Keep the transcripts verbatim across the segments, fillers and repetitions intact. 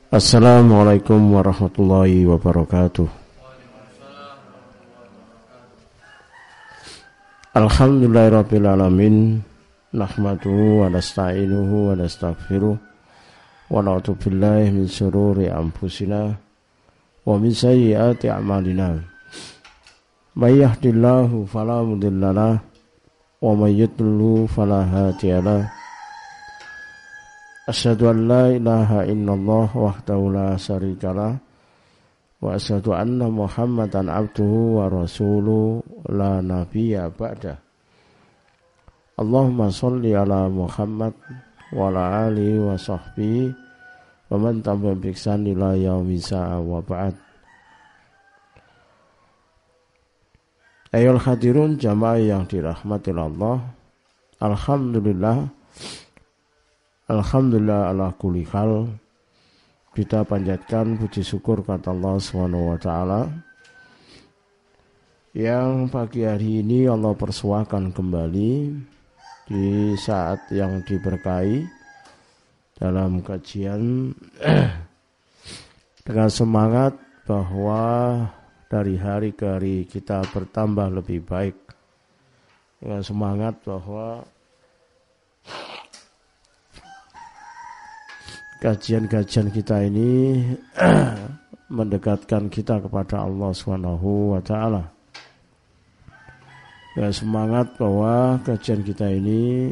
Assalamualaikum warahmatullahi wabarakatuh. Alhamdulillahirabbil alamin. Nahmaduhu wa nasta'inuhu wa nastaghfiruh wa na'udzu billahi min syururi anfusina wa min sayyiati a'malina. May yahdihillahu fala mudhillalah wa may yudlil fala hadiyalah. Asyhadu an la ilaha illallah wahdahu la syarikalah wa asyhadu anna Muhammadan abduhu wa rasuluhu la nabiyya ba'da. Allahumma sholli ala Muhammad wa ala alihi wa sahbihi wa man tabi'ahum bi ihsan ila yaumil sa'a wa ba'd. Ayyuhal hadirun jamaah yang dirahmati Allah, alhamdulillah Alhamdulillah ala kulli hal, kita panjatkan puji syukur kata Allah subhanahu wa taala yang pagi hari ini Allah persuakan kembali di saat yang diberkahi dalam kajian dengan semangat bahwa dari hari ke hari kita bertambah lebih baik, dengan semangat bahwa kajian-kajian kita ini mendekatkan kita kepada Allah subhanahu wa taala. Ya, semangat bahwa kajian kita ini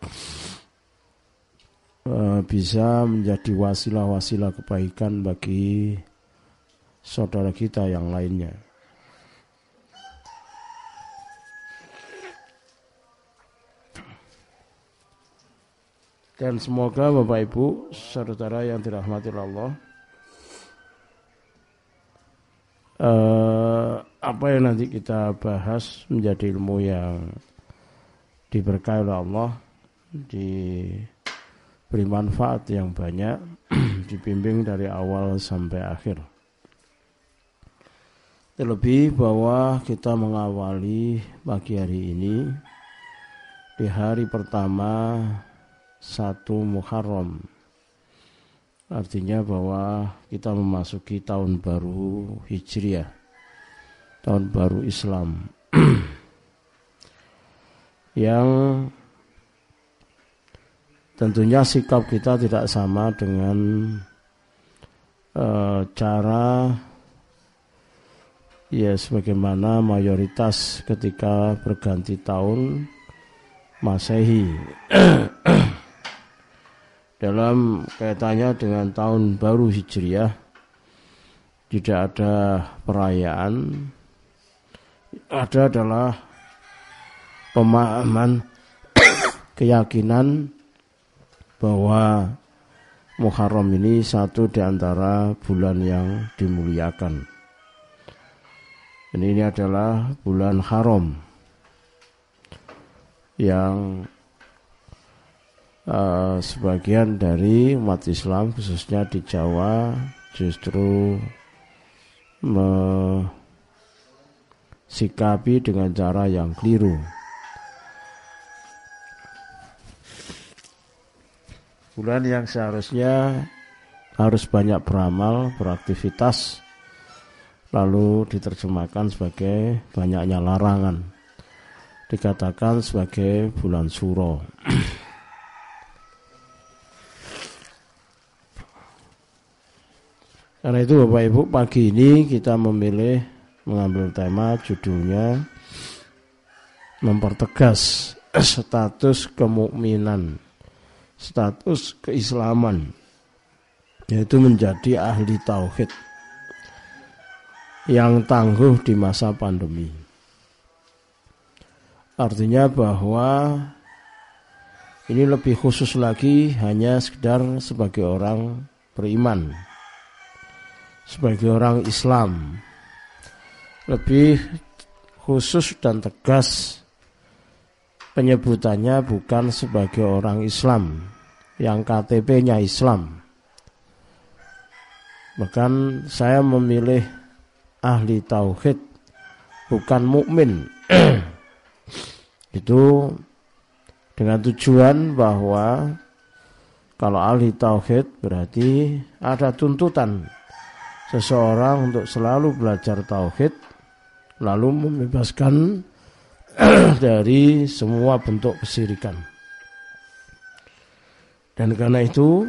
uh, bisa menjadi wasilah-wasilah kebaikan bagi saudara kita yang lainnya. Dan semoga Bapak Ibu saudara yang dirahmati Allah, eh, apa yang nanti kita bahas menjadi ilmu yang diberkahi oleh Allah, diberi manfaat yang banyak, dibimbing dari awal sampai akhir. Terlebih bahwa kita mengawali pagi hari ini di hari pertama satu Muharram, artinya bahwa kita memasuki tahun baru Hijriah, tahun baru Islam yang tentunya sikap kita tidak sama dengan uh, cara ya sebagaimana mayoritas ketika berganti tahun Masehi. Dalam kaitannya dengan tahun baru Hijriah tidak ada perayaan, ada adalah pemahaman keyakinan bahwa Muharram ini satu di antara bulan yang dimuliakan. Dan ini adalah bulan haram yang Uh, sebagian dari umat Islam khususnya di Jawa justru mensikapi dengan cara yang keliru. Bulan yang seharusnya harus banyak beramal, beraktivitas, lalu diterjemahkan sebagai banyaknya larangan, dikatakan sebagai bulan suro. Karena itu Bapak Ibu, pagi ini kita memilih mengambil tema judulnya mempertegas status kemukminan, status keislaman, yaitu menjadi ahli tauhid yang tangguh di masa pandemi. Artinya bahwa ini lebih khusus lagi hanya sekedar sebagai orang beriman, sebagai orang Islam, lebih khusus dan tegas penyebutannya bukan sebagai orang Islam yang K T P-nya Islam. Bahkan saya memilih ahli tauhid bukan mukmin. Itu dengan tujuan bahwa kalau ahli tauhid berarti ada tuntutan seseorang untuk selalu belajar tauhid, lalu membebaskan dari semua bentuk kesyirikan. Dan karena itu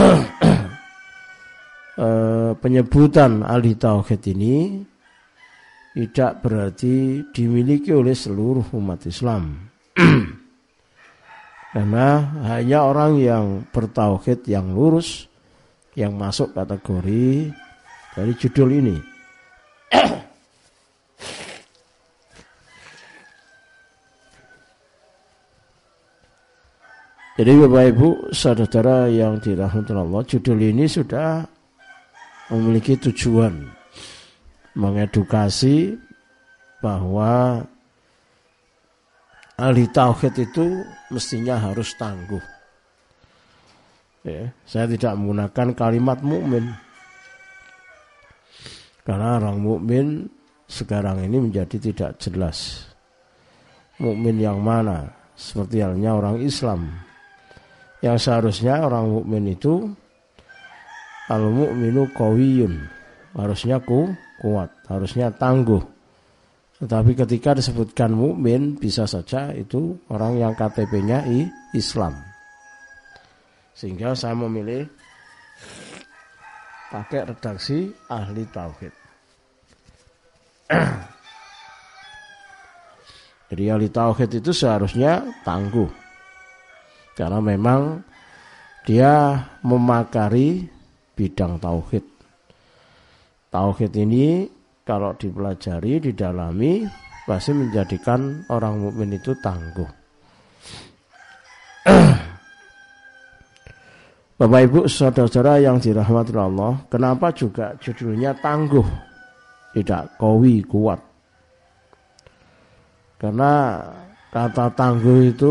penyebutan ahli tauhid ini tidak berarti dimiliki oleh seluruh umat Islam. Karena hanya orang yang bertauhid yang lurus yang masuk kategori dari judul ini. Jadi Bapak Ibu, saudara yang dirahmati Allah, judul ini sudah memiliki tujuan mengedukasi bahwa ahli tauhid itu mestinya harus tangguh. Ya, saya tidak menggunakan kalimat mukmin karena orang mukmin sekarang ini menjadi tidak jelas. Mukmin yang mana? Seperti halnya orang Islam. Yang seharusnya orang mukmin itu al-mu'minu qawiyun, harusnya ku, kuat, harusnya tangguh. Tetapi ketika disebutkan mukmin, bisa saja itu orang yang K T P-nya i, Islam. Sehingga saya memilih pakai redaksi ahli tauhid. Jadi ahli tauhid itu seharusnya tangguh. Karena memang dia memakari bidang tauhid. Tauhid ini kalau dipelajari, didalami, pasti menjadikan orang mukmin itu tangguh. Bapak Ibu, saudara-saudara yang dirahmati Allah, kenapa juga judulnya tangguh, tidak qawi, kuat? Karena kata tangguh itu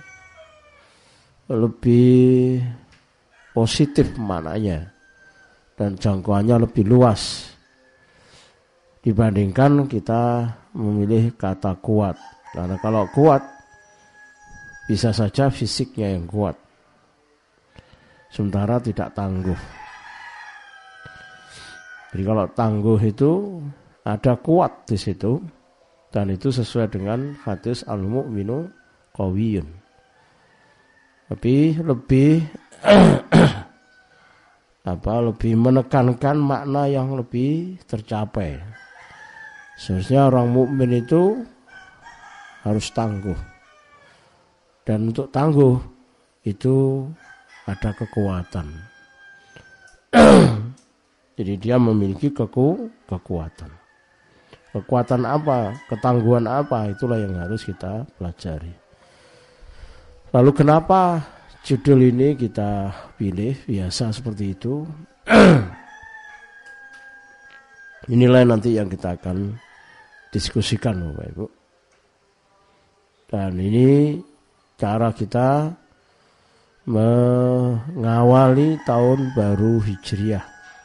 lebih positif maknanya dan jangkauannya lebih luas dibandingkan kita memilih kata kuat. Karena kalau kuat bisa saja fisiknya yang kuat, sementara tidak tangguh. Jadi kalau tangguh itu ada kuat di situ, dan itu sesuai dengan hadis al-mu'minu qawiyun. Tapi lebih apa lebih menekankan makna yang lebih tercapai. Seharusnya orang mukmin itu harus tangguh. Dan untuk tangguh itu ada kekuatan. Jadi dia memiliki keku, kekuatan. Kekuatan apa? Ketangguhan apa? Itulah yang harus kita pelajari. Lalu kenapa judul ini kita pilih? Biasa seperti itu. Inilah nanti yang kita akan diskusikan Bapak Ibu. Dan ini cara kita mengawali tahun baru Hijriah.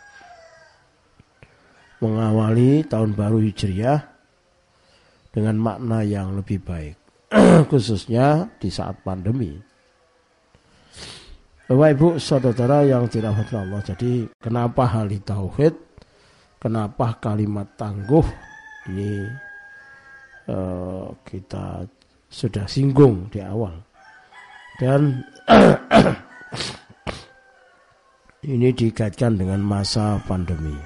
Mengawali tahun baru Hijriah dengan makna yang lebih baik. Khususnya di saat pandemi. Bapak Ibu, saudara yang dirahmati Allah. Jadi kenapa ahli tauhid? Kenapa kalimat tangguh? Ini uh, kita sudah singgung di awal. Dan ini dikaitkan dengan masa pandemi.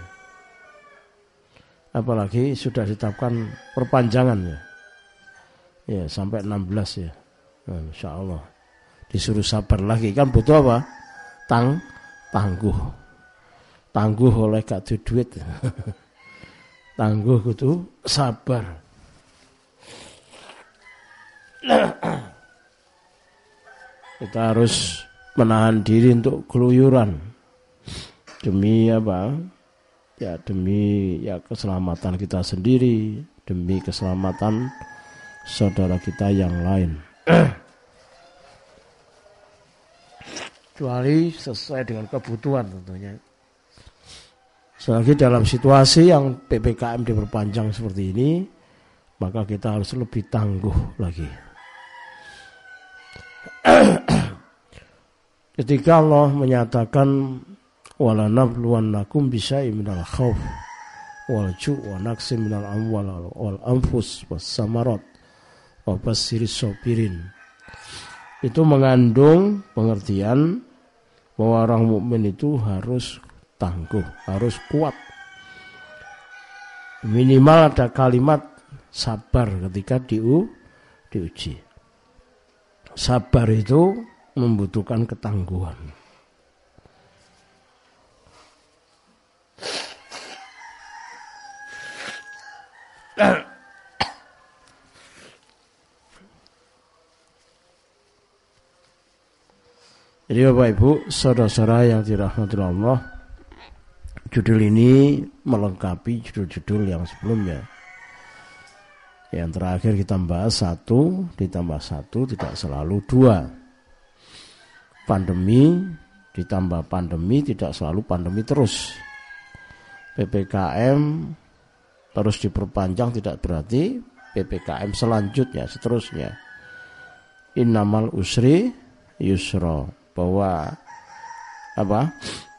Apalagi sudah ditetapkan perpanjangannya. Ya, sampai enam belas ya. Nah, insya Allah. Disuruh sabar lagi. Kan butuh apa? Tang, tangguh. Tangguh oleh gak duit. Tangguh itu sabar. Kita harus menahan diri untuk keluyuran. Demi apa? Ya demi ya keselamatan kita sendiri, demi keselamatan saudara kita yang lain. Kecuali sesuai dengan kebutuhan tentunya. Selagi dalam situasi yang P P K M diperpanjang seperti ini, maka kita harus lebih tangguh lagi. Ketika Allah menyatakan wala nabluwannakum bisyai'in minal khauf wal ju' wa naqsin minal amwal wal anfus was samarat wa basyirish sabirin, itu mengandung pengertian bahwa orang mukmin itu harus tangguh, harus kuat. Minimal ada kalimat sabar ketika diu, diuji. Sabar itu membutuhkan ketangguhan. Jadi Bapak Ibu, saudara-saudara yang dirahmati Allah, judul ini melengkapi judul-judul yang sebelumnya. Yang terakhir kita bahas satu ditambah satu tidak selalu dua. Pandemi ditambah pandemi tidak selalu pandemi terus. P P K M terus diperpanjang tidak berarti P P K M selanjutnya, seterusnya. Innamal usri yusra, bahwa apa?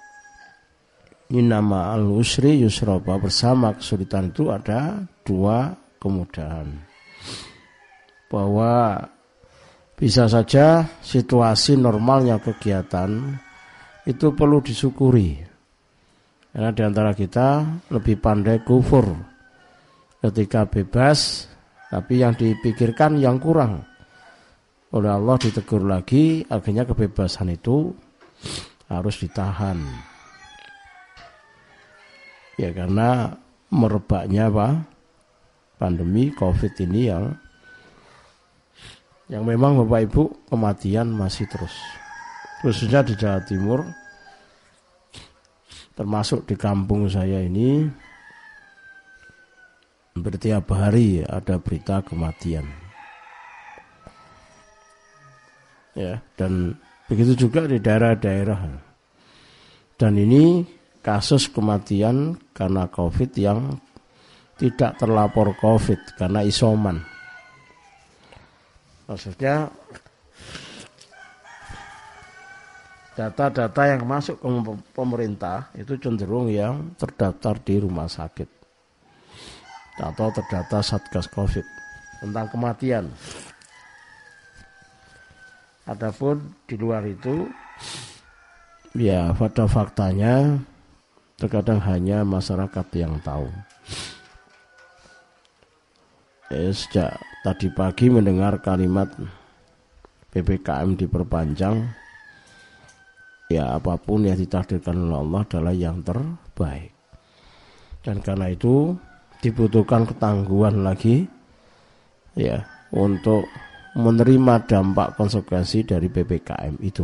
Innamal usri yusra, bahwa bersama kesulitan itu ada dua kemudahan. Bahwa bisa saja situasi normalnya kegiatan itu perlu disyukuri. Karena di antara kita lebih pandai kufur ketika bebas, tapi yang dipikirkan yang kurang. Oleh Allah ditegur lagi, akhirnya kebebasan itu harus ditahan. Ya karena merebaknya apa? Pandemi Covid ini yang yang memang Bapak Ibu kematian masih terus. Khususnya di Jawa Timur, termasuk di kampung saya ini, setiap hari ada berita kematian. Ya, dan begitu juga di daerah-daerah. Dan ini kasus kematian karena Covid yang tidak terlapor Covid karena isoman. Maksudnya data-data yang masuk ke pemerintah itu cenderung yang terdaftar di rumah sakit atau terdata Satgas Covid tentang kematian. Adapun di luar itu, ya pada faktanya terkadang hanya masyarakat yang tahu. Eh, sejak tadi pagi mendengar kalimat P P K M diperpanjang, ya apapun yang ditakdirkan oleh Allah adalah yang terbaik. Dan karena itu dibutuhkan ketangguhan lagi, ya, untuk menerima dampak konsekuensi dari P P K M itu.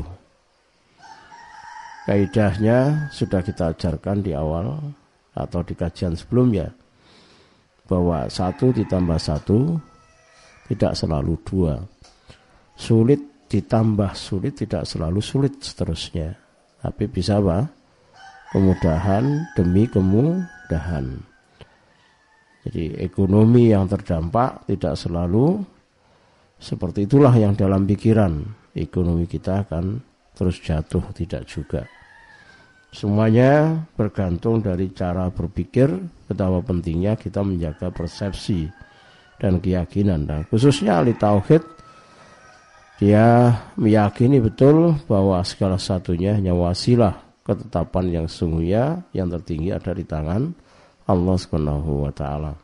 Kaidahnya sudah kita ajarkan di awal atau di kajian sebelumnya, bahwa satu ditambah satu tidak selalu dua. Sulit ditambah sulit tidak selalu sulit seterusnya. Tapi bisa apa? Kemudahan demi kemudahan. Jadi ekonomi yang terdampak tidak selalu seperti itulah yang dalam pikiran. Ekonomi kita akan terus jatuh, tidak juga. Semuanya bergantung dari cara berpikir, betapa pentingnya kita menjaga persepsi dan keyakinan. Dan khususnya ahli tauhid, dia meyakini betul bahwa segala satunya hanya wasilah ketetapan yang sesungguhnya, yang tertinggi ada di tangan Allah Subhanahu wa taala.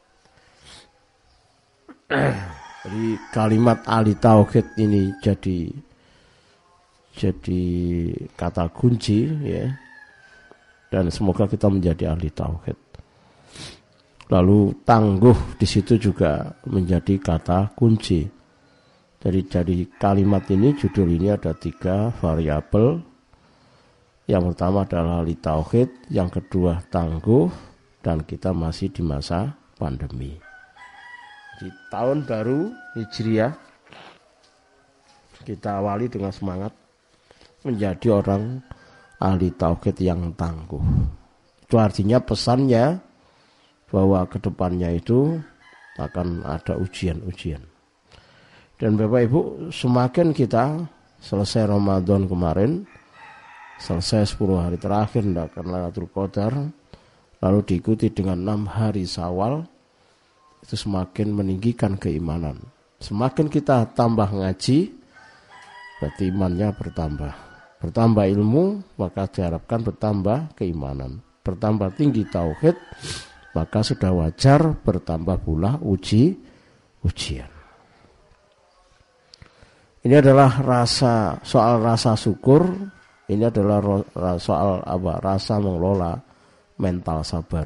Jadi kalimat ahli tauhid ini jadi jadi kata kunci, ya. Dan semoga kita menjadi ahli tauhid. Lalu tangguh di situ juga menjadi kata kunci. Jadi dari kalimat ini, judul ini ada tiga variabel. Yang pertama adalah ahli tauhid, yang kedua tangguh, dan kita masih di masa pandemi. Di tahun baru Hijriah kita awali dengan semangat menjadi orang ahli tauhid yang tangguh. Itu artinya pesannya bahwa kedepannya itu akan ada ujian-ujian. Dan Bapak Ibu, semakin kita selesai Ramadan kemarin, selesai sepuluh hari terakhir mendapatkan Lailatul Qadar, lalu diikuti dengan enam hari Syawal, itu semakin meninggikan keimanan. Semakin kita tambah ngaji, berarti imannya bertambah. Bertambah ilmu, maka diharapkan bertambah keimanan. Bertambah tinggi tauhid, maka sudah wajar bertambah pula uji ujian. Ini adalah rasa soal rasa syukur. Ini adalah soal apa? Rasa mengelola mental sabar.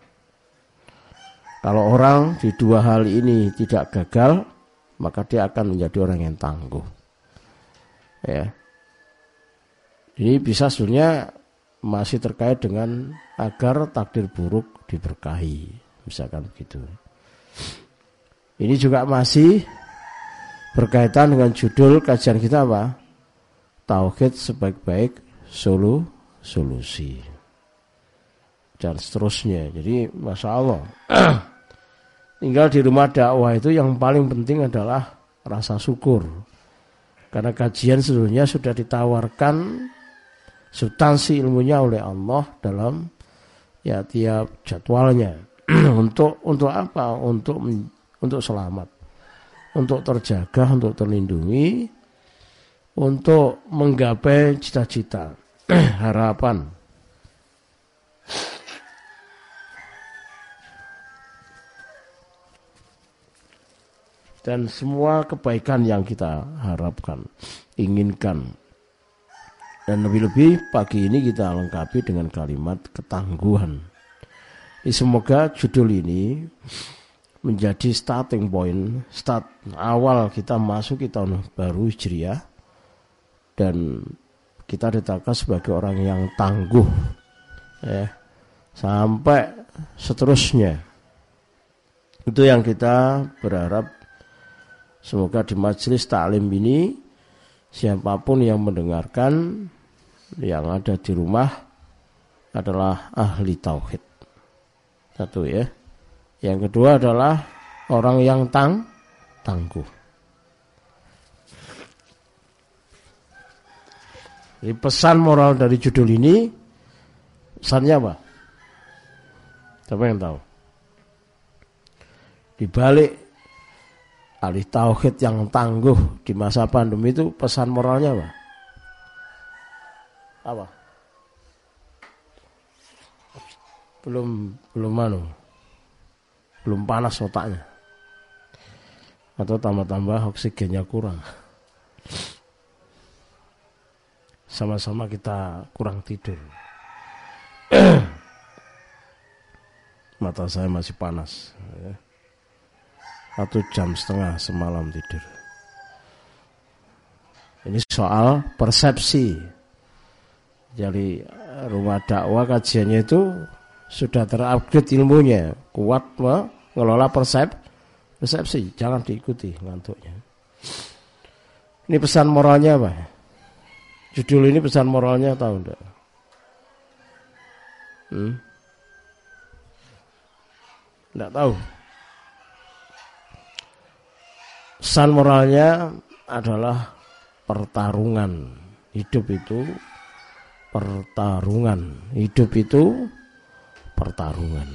Kalau orang di dua hal ini tidak gagal, maka dia akan menjadi orang yang tangguh. Ya. Ini bisa sebenarnya masih terkait dengan agar takdir buruk diberkahi, misalkan begitu. Ini juga masih berkaitan dengan judul kajian kita apa? Tauhid sebaik-baik solu solusi dan seterusnya. Jadi masya Allah. Tinggal di rumah dakwah itu yang paling penting adalah rasa syukur. Karena kajian seluruhnya sudah ditawarkan substansi ilmunya oleh Allah dalam ya tiap jadwalnya. untuk untuk apa? Untuk untuk selamat, untuk terjaga, untuk terlindungi, untuk menggapai cita-cita, harapan. Dan semua kebaikan yang kita harapkan, inginkan. Dan lebih-lebih pagi ini kita lengkapi dengan kalimat ketangguhan. Ini semoga judul ini menjadi starting point, start awal kita masuk ke tahun baru Hijriah. Dan kita ditetapkan sebagai orang yang tangguh. Ya, sampai seterusnya. Itu yang kita berharap. Semoga di majelis taklim ini siapapun yang mendengarkan, yang ada di rumah adalah ahli tauhid. Satu ya. Yang kedua adalah orang yang tang tangguh. Jadi pesan moral dari judul ini, pesannya apa? Siapa yang tahu? Di balik ahli tauhid yang tangguh di masa pandemi itu pesan moralnya apa? Apa? Belum belum manu. Belum panas otaknya. Atau tambah-tambah oksigennya kurang. Sama-sama kita kurang tidur. Mata saya masih panas ya. Satu jam setengah semalam tidur. Ini soal persepsi. Jadi rumah dakwah kajiannya itu sudah terupgrade ilmunya, kuat mengelola persep, persepsi. Jangan diikuti ngantuknya. Ini pesan moralnya apa? Judul ini pesan moralnya tahu enggak? Hmm? Enggak tahu. Pesan moralnya adalah pertarungan. Hidup itu pertarungan. Hidup itu pertarungan.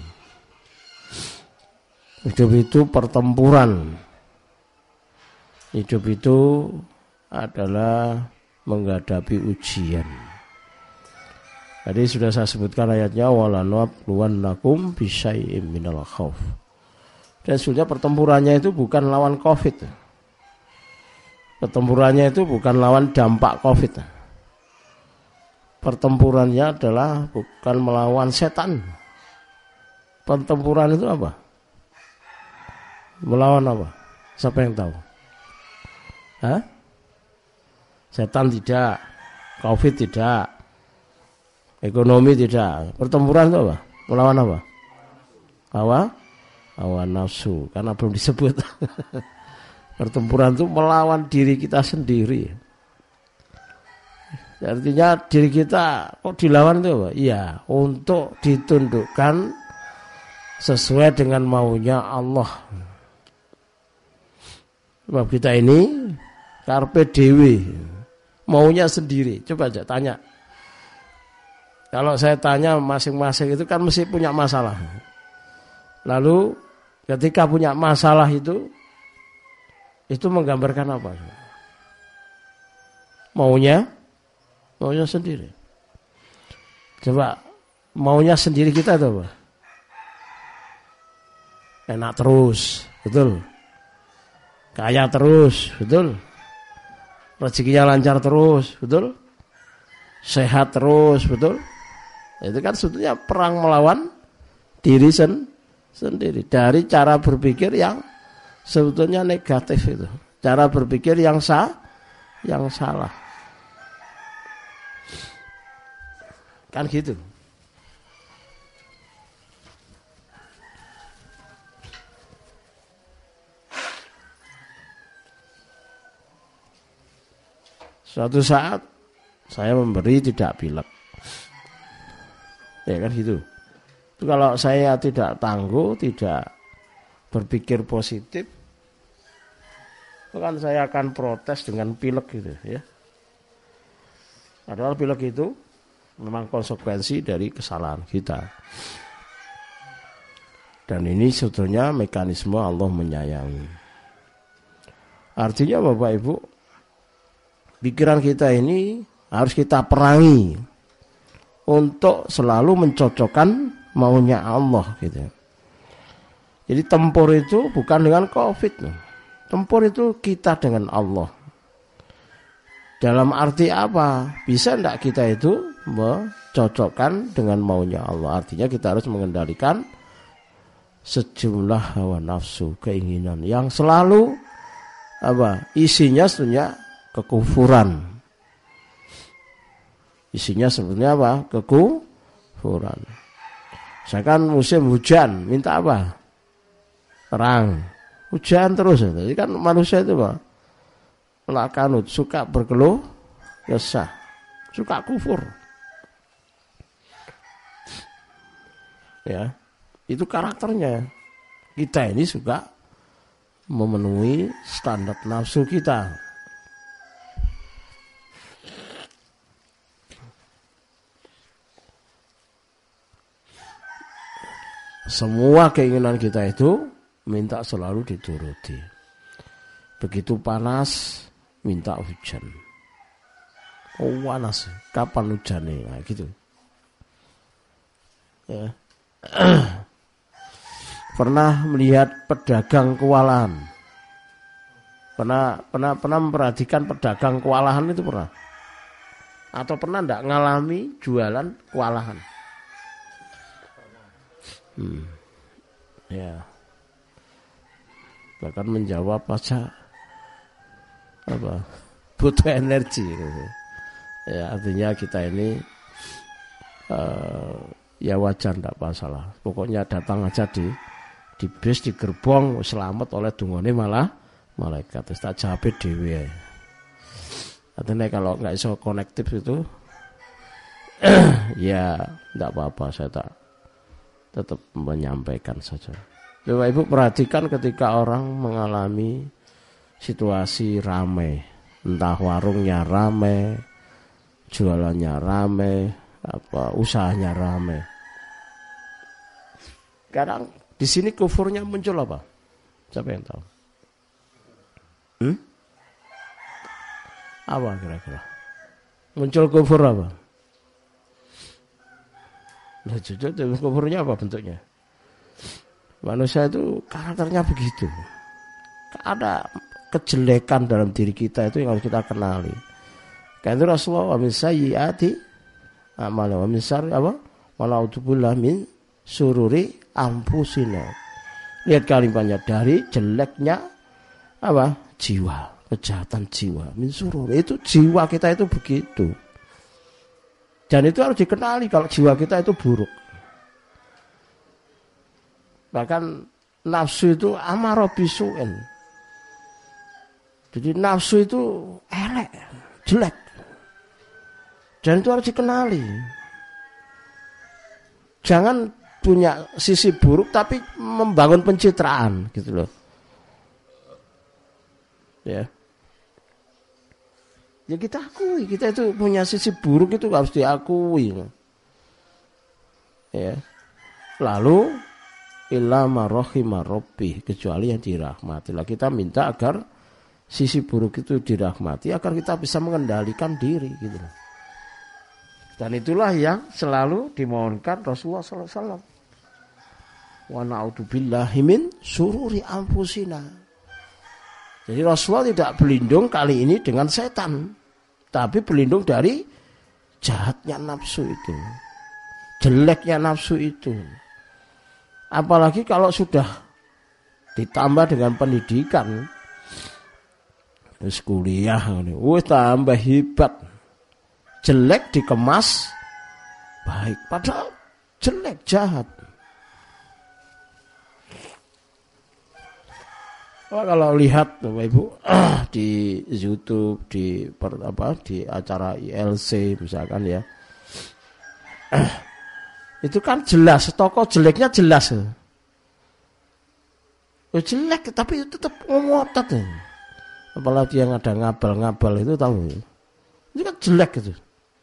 Hidup itu pertempuran. Hidup itu adalah menghadapi ujian. Tadi sudah saya sebutkan ayatnya walanabluwannakum bisyai'im minal khauf. Dan sebenarnya pertempurannya itu bukan lawan Covid. Pertempurannya itu bukan lawan dampak Covid. Pertempurannya adalah bukan melawan setan. Pertempuran itu apa? Melawan apa? Siapa yang tahu? Hah? Setan tidak, Covid tidak, ekonomi tidak. Pertempuran itu apa? Melawan apa? Hawa? Hawa nafsu. Karena belum disebut. Pertempuran itu melawan diri kita sendiri. Artinya diri kita kok dilawan itu apa? Iya, untuk ditundukkan sesuai dengan maunya Allah. Sebab kita ini karpe dewe, maunya sendiri. Coba aja tanya. Kalau saya tanya masing-masing itu kan mesti punya masalah. Lalu ketika punya masalah itu, itu menggambarkan apa? Maunya, maunya sendiri. Coba maunya sendiri kita itu apa? Enak terus, betul. Kaya terus, betul. Rezekinya lancar terus, betul. Sehat terus, betul. Itu kan sebetulnya perang melawan diri sen sendiri dari cara berpikir yang sebetulnya negatif itu, cara berpikir yang sah, yang salah, kan gitu. Suatu saat saya memberi tidak pilek. Ya kan gitu. Itu kalau saya tidak tangguh, tidak berpikir positif, itu kan saya akan protes dengan pilek gitu ya. Padahal pilek itu memang konsekuensi dari kesalahan kita. Dan ini sebetulnya mekanisme Allah menyayangi. Artinya Bapak Ibu, pikiran kita ini harus kita perangi untuk selalu mencocokkan maunya Allah gitu. Jadi tempur itu bukan dengan Covid. Tempur itu kita dengan Allah. Dalam arti apa? Bisa enggak kita itu mencocokkan dengan maunya Allah? Artinya kita harus mengendalikan sejumlah hawa nafsu, keinginan yang selalu apa? Isinya sebenarnya kekufuran. Isinya sebenarnya apa? Kekufuran. Misalkan musim hujan, minta apa? Terang. Hujan terus. Jadi kan manusia itu apa? Lakanut, suka berkeluh kesah, suka kufur. Ya, itu karakternya. Kita ini suka memenuhi standar nafsu kita. Semua keinginan kita itu minta selalu dituruti. Begitu panas, minta hujan. Oh panas, kapan hujannya? Nah, gitu. Ya. Pernah melihat pedagang kewalahan? Pernah pernah pernah memperhatikan pedagang kewalahan itu pernah? Atau pernah enggak ngalami jualan kewalahan? Hmm. Ya. Bahkan menjawab aja apa? Butuh energi gitu. Ya, artinya kita ini uh, ya wajar enggak masalah. Pokoknya datang aja di di bis, di gerbong, selamat oleh dungane malah malaikat. Terus tak jawab dhewe. Artinya kalau enggak iso konektif itu ya enggak apa-apa, saya tak tetap menyampaikan saja. Bapak Ibu perhatikan ketika orang mengalami situasi ramai, entah warungnya ramai, jualannya ramai, apa usahanya ramai. Kadang di sini kufurnya muncul apa? Siapa yang tahu? Hmm? Apa kira-kira? Muncul kufur apa? Nah, jujur, kufurnya apa bentuknya? Manusia itu karakternya begitu. Ada kejelekan dalam diri kita itu yang harus kita kenali. Karena Rasulullah wa min sayyiati a'mal wa min syarri apa? Wa na'udzubillah min sururi anfusina. Lihat kalimatnya, dari jeleknya apa? Jiwa, kejahatan jiwa. Min sururi, itu jiwa kita itu begitu. Dan itu harus dikenali kalau jiwa kita itu buruk. Bahkan nafsu itu amarah bisu'in. Jadi nafsu itu elek, jelek. Dan itu harus dikenali. Jangan punya sisi buruk tapi membangun pencitraan gitu loh. Ya. Ya kita akui, kita itu punya sisi buruk itu harus diakui. Ya. Lalu illa ma rahima rabbih, kecuali yang dirahmati. Lah kita minta agar sisi buruk itu dirahmati agar kita bisa mengendalikan diri gitu. Dan itulah yang selalu dimohonkan Rasulullah sallallahu alaihi wasallam. Wa na'udzubillahi min syururi anfusina. Jadi Rasulullah tidak berlindung kali ini dengan setan, tapi berlindung dari jahatnya nafsu itu, jeleknya nafsu itu. Apalagi kalau sudah ditambah dengan pendidikan, terus kuliah, wah tambah hebat. Jelek dikemas baik, padahal jelek jahat. Wah, kalau lihat Bapak Ibu di YouTube, di per, apa di acara I L C misalkan ya, itu kan jelas tokoh jeleknya jelas. Oh, jelek tapi tetap ngotot. Apalagi yang ada ngabal-ngabal itu tahu. Itu kan jelek itu.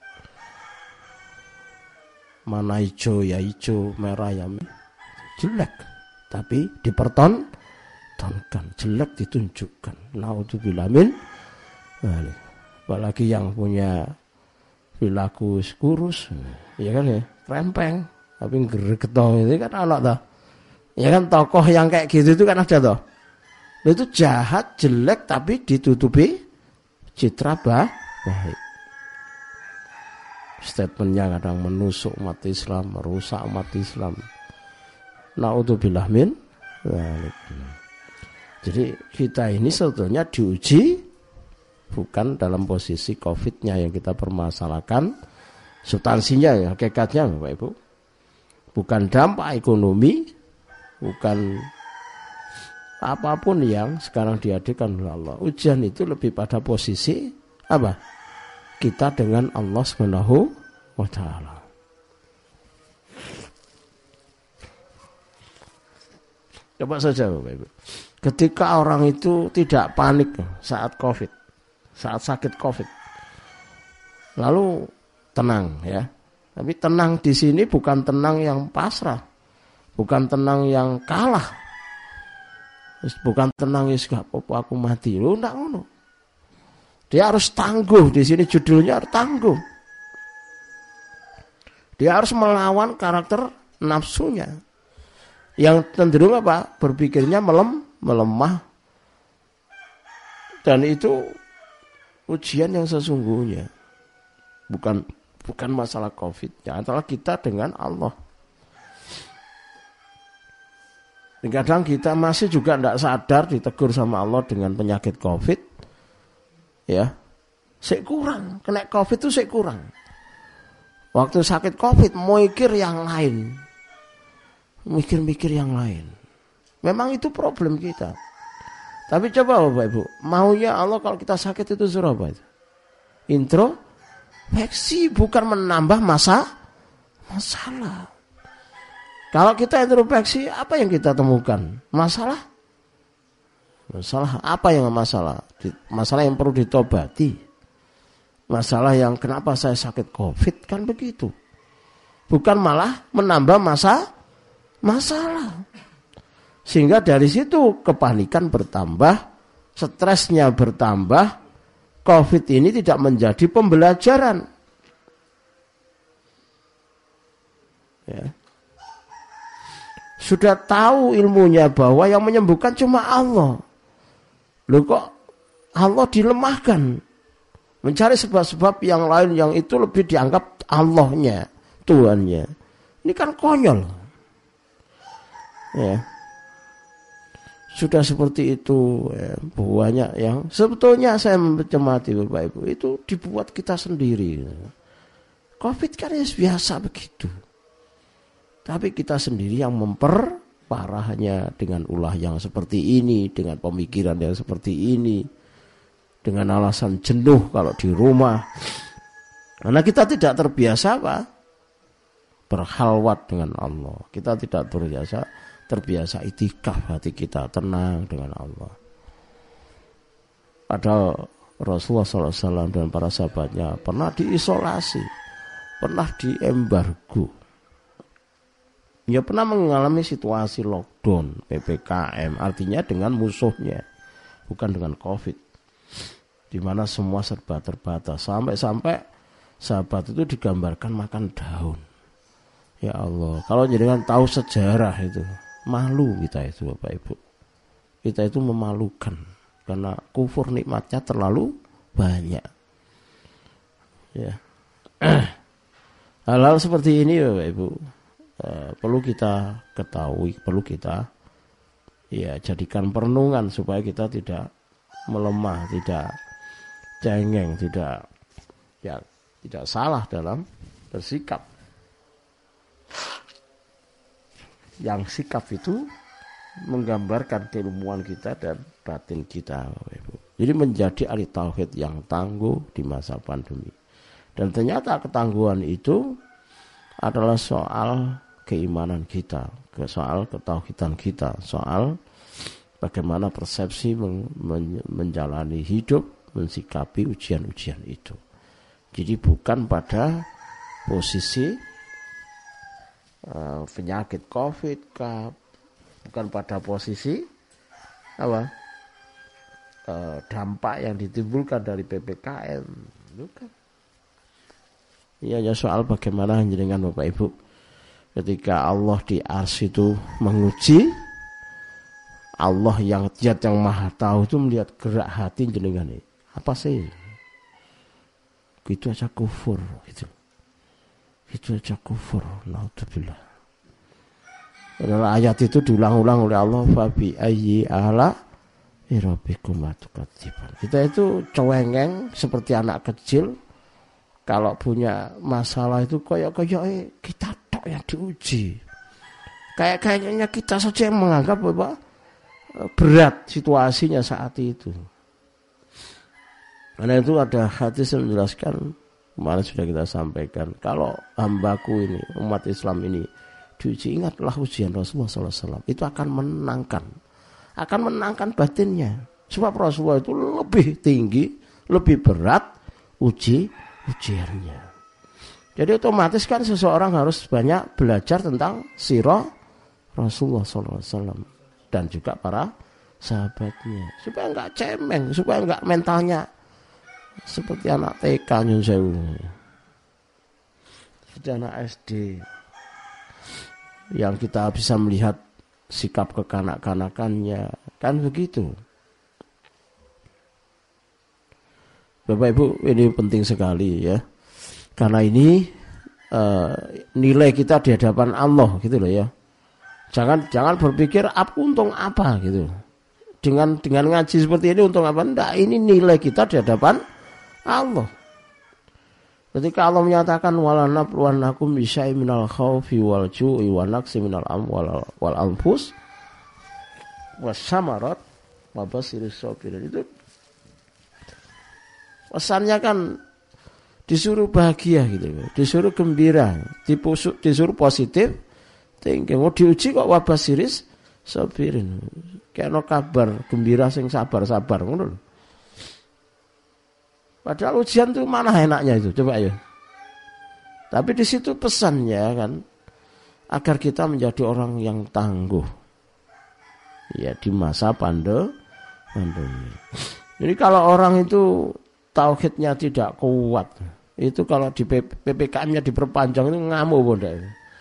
Mana hijau ya hijau, merah ya merah. Jelek, tapi diperton tontonkan, jelek ditunjukkan. Naudzubillah min. Apalagi yang punya perilaku kurus, ya kan ya, rempeng, tapi gregetong itu kan anak toh. Ya kan tokoh yang kayak gitu itu kan ada toh. Itu jahat, jelek tapi ditutupi citra baik. Statementnya kadang menusuk umat Islam, merusak umat Islam. Naudzubillah min. Jadi kita ini sebetulnya diuji bukan dalam posisi COVID-nya yang kita permasalahkan, substansinya ya, hakikatnya Bapak Ibu. Bukan dampak ekonomi, bukan apapun yang sekarang dihadirkan oleh Allah. Ujian itu lebih pada posisi apa? Kita dengan Allah Subhanahu wa taala. Coba saja Bapak Ibu. Ketika orang itu tidak panik saat Covid, saat sakit Covid. Lalu tenang ya. Tapi tenang di sini bukan tenang yang pasrah. Bukan tenang yang kalah. Bukan tenang wis gak apa-apa aku mati. Lho ndak ngono. Dia harus tangguh, di sini judulnya harus tangguh. Dia harus melawan karakter nafsunya. Yang cenderung apa? Berpikirnya melem, melemah. Dan itu ujian yang sesungguhnya. Bukan bukan masalah COVID-nya, antara kita dengan Allah. Kadang kita masih juga tidak sadar ditegur sama Allah dengan penyakit COVID. Ya, sik kurang, kena COVID itu sik kurang. Waktu sakit COVID, mikir yang lain, mikir-mikir yang lain. Memang itu problem kita. Tapi coba Bapak Ibu, maunya Allah kalau kita sakit itu suruh apa itu? Introspeksi, bukan menambah masa masalah. Kalau kita introspeksi, apa yang kita temukan? Masalah. Masalah apa yang masalah? Masalah yang perlu ditobati. Masalah yang kenapa saya sakit COVID kan begitu. Bukan malah menambah masa masalah. Sehingga dari situ kepanikan bertambah, stresnya bertambah. COVID ini tidak menjadi pembelajaran. Ya. Sudah tahu ilmunya bahwa yang menyembuhkan cuma Allah. Loh kok Allah dilemahkan? Mencari sebab-sebab yang lain yang itu lebih dianggap Allahnya, Tuhannya. Ini kan konyol. Ya. Sudah seperti itu ya, banyak yang sebetulnya saya mencermati Bapak Ibu itu dibuat kita sendiri. COVID kan ya biasa begitu. Tapi kita sendiri yang memperparahnya dengan ulah yang seperti ini, dengan pemikiran yang seperti ini, dengan alasan jenuh kalau di rumah. Karena kita tidak terbiasa apa? Berhalwat dengan Allah. Kita tidak terbiasa terbiasa itikaf, hati kita tenang dengan Allah. Padahal Rasulullah shallallahu alaihi wasallam dan para sahabatnya pernah diisolasi, pernah diembargo, ya pernah mengalami situasi lockdown, P P K M, artinya dengan musuhnya, bukan dengan COVID, di mana semua serba terbatas, sampai-sampai sahabat itu digambarkan makan daun. Ya Allah, kalau jenengan tahu sejarah itu, malu kita itu Bapak Ibu, kita itu memalukan karena kufur nikmatnya terlalu banyak. Ya. Hal-hal seperti ini Bapak Ibu eh, perlu kita ketahui, perlu kita ya jadikan perenungan supaya kita tidak melemah, tidak cengeng, tidak ya tidak salah dalam bersikap. Yang sikap itu menggambarkan keilmuan kita dan batin kita, Bapak Ibu. Jadi menjadi ahli tauhid yang tangguh di masa pandemi. Dan ternyata ketangguhan itu adalah soal keimanan kita, soal ketauhidan kita, soal bagaimana persepsi men- men- menjalani hidup, mensikapi ujian-ujian itu. Jadi bukan pada posisi uh, penyakit COVID, kah, bukan pada posisi apa uh, dampak yang ditimbulkan dari P P K M, bukan. Ini hanya soal bagaimana jenengan Bapak Ibu ketika Allah di arsy itu menguji, Allah yang zat yang maha tahu itu melihat gerak hati jenengan ini. Apa sih? Itu aja kufur, itu. Itu aja kufur. Naudzubillah. Adalah ayat itu diulang-ulang oleh Allah, fa bi ayyi ala rabbikum atukadziban. Kita itu cewengeng seperti anak kecil. Kalau punya masalah itu kayak-kayak kita tok yang diuji. Kayak kayaknya kita saja yang menganggap bahwa berat situasinya saat itu. Karena itu ada hadis yang menjelaskan, kemarin sudah kita sampaikan, kalau hambaku ini, umat Islam ini diuji, ingatlah ujian Rasulullah shallallahu alaihi wasallam. Itu akan menangkan, akan menangkan batinnya. Sebab Rasulullah itu lebih tinggi, lebih berat uji ujiannya. Jadi otomatis kan seseorang harus banyak belajar tentang sirah Rasulullah shallallahu alaihi wasallam dan juga para sahabatnya, supaya enggak cemeng, supaya enggak mentalnya seperti anak T K nyun sewu, seperti anak S D yang kita bisa melihat sikap kekanak-kanakannya, kan begitu. Bapak Ibu, ini penting sekali ya, karena ini uh, nilai kita di hadapan Allah gitu loh ya. Jangan jangan berpikir apa untung apa gitu. Dengan dengan ngaji seperti ini untung apa? Enggak, ini nilai kita di hadapan Allah. Ketika Allah menyatakan wala nabluwannakum bisyai minal khaufi wal ju'i wa naqsi minal amwal wal anfus wasamarat wa basiris sabirin, itu pesannya kan disuruh bahagia gitu, disuruh gembira, disuruh positif, tinggi mau diuji kok wa basiris sabirin, kena kabar gembira sing sabar-sabar ngono lho. Padahal ujian itu mana enaknya itu, coba ayo. Tapi di situ pesannya kan agar kita menjadi orang yang tangguh. Ya di masa pande pandemi. Jadi kalau orang itu tauhidnya tidak kuat, itu kalau di P P K M-nya diperpanjang itu ngamuk bodoh.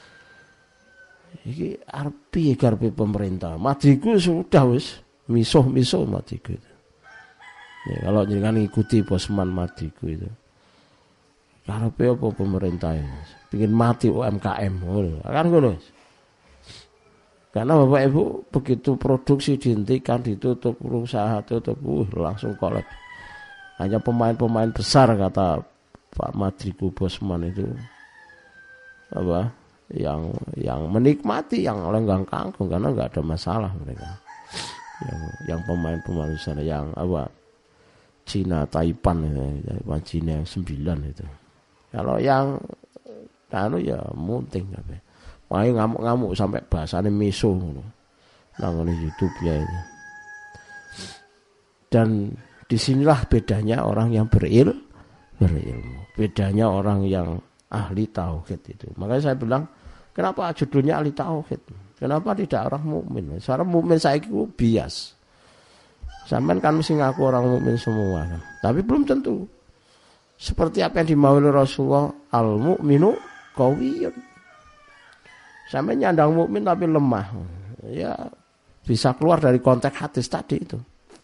Iki arpi garpi pemerintah. Madiku sudah wis misuh-misuh madiku itu. Ya, kalau jangan ikuti Bosman Madiku itu. Karepe apa pemerintah ini? Bikin mati U M K M. Kan ngono. Karena Bapak Ibu begitu produksi dihentikan, ditutup, usaha tutup, uh, langsung kolap. Hanya pemain-pemain besar kata Pak Madiku Bosman itu apa? Yang yang menikmati, yang lenggang kangkung karena nggak ada masalah mereka. Yang yang pemain-pemain besar yang apa? Cina, Taipan, Taipan Cina yang sembilan itu. Kalau yang anu ya munting apa. Main ngamuk-ngamuk sampai bahasane miso ngono. Nang YouTube-nya itu. Dan Disinilah bedanya orang yang beril, berilmu. Bedanya orang yang ahli tauhid itu. Makanya saya bilang, kenapa judulnya ahli tauhid? Kenapa tidak orang mukmin? Seorang mukmin saya itu bias. Sampean kan mesti ngaku orang mukmin semua kan. Tapi belum tentu. Seperti apa yang dimaui Rasulullah, al-mu'minu qawiyun. Sampean nyandang mukmin tapi lemah. Ya bisa keluar dari konteks hadis tadi itu.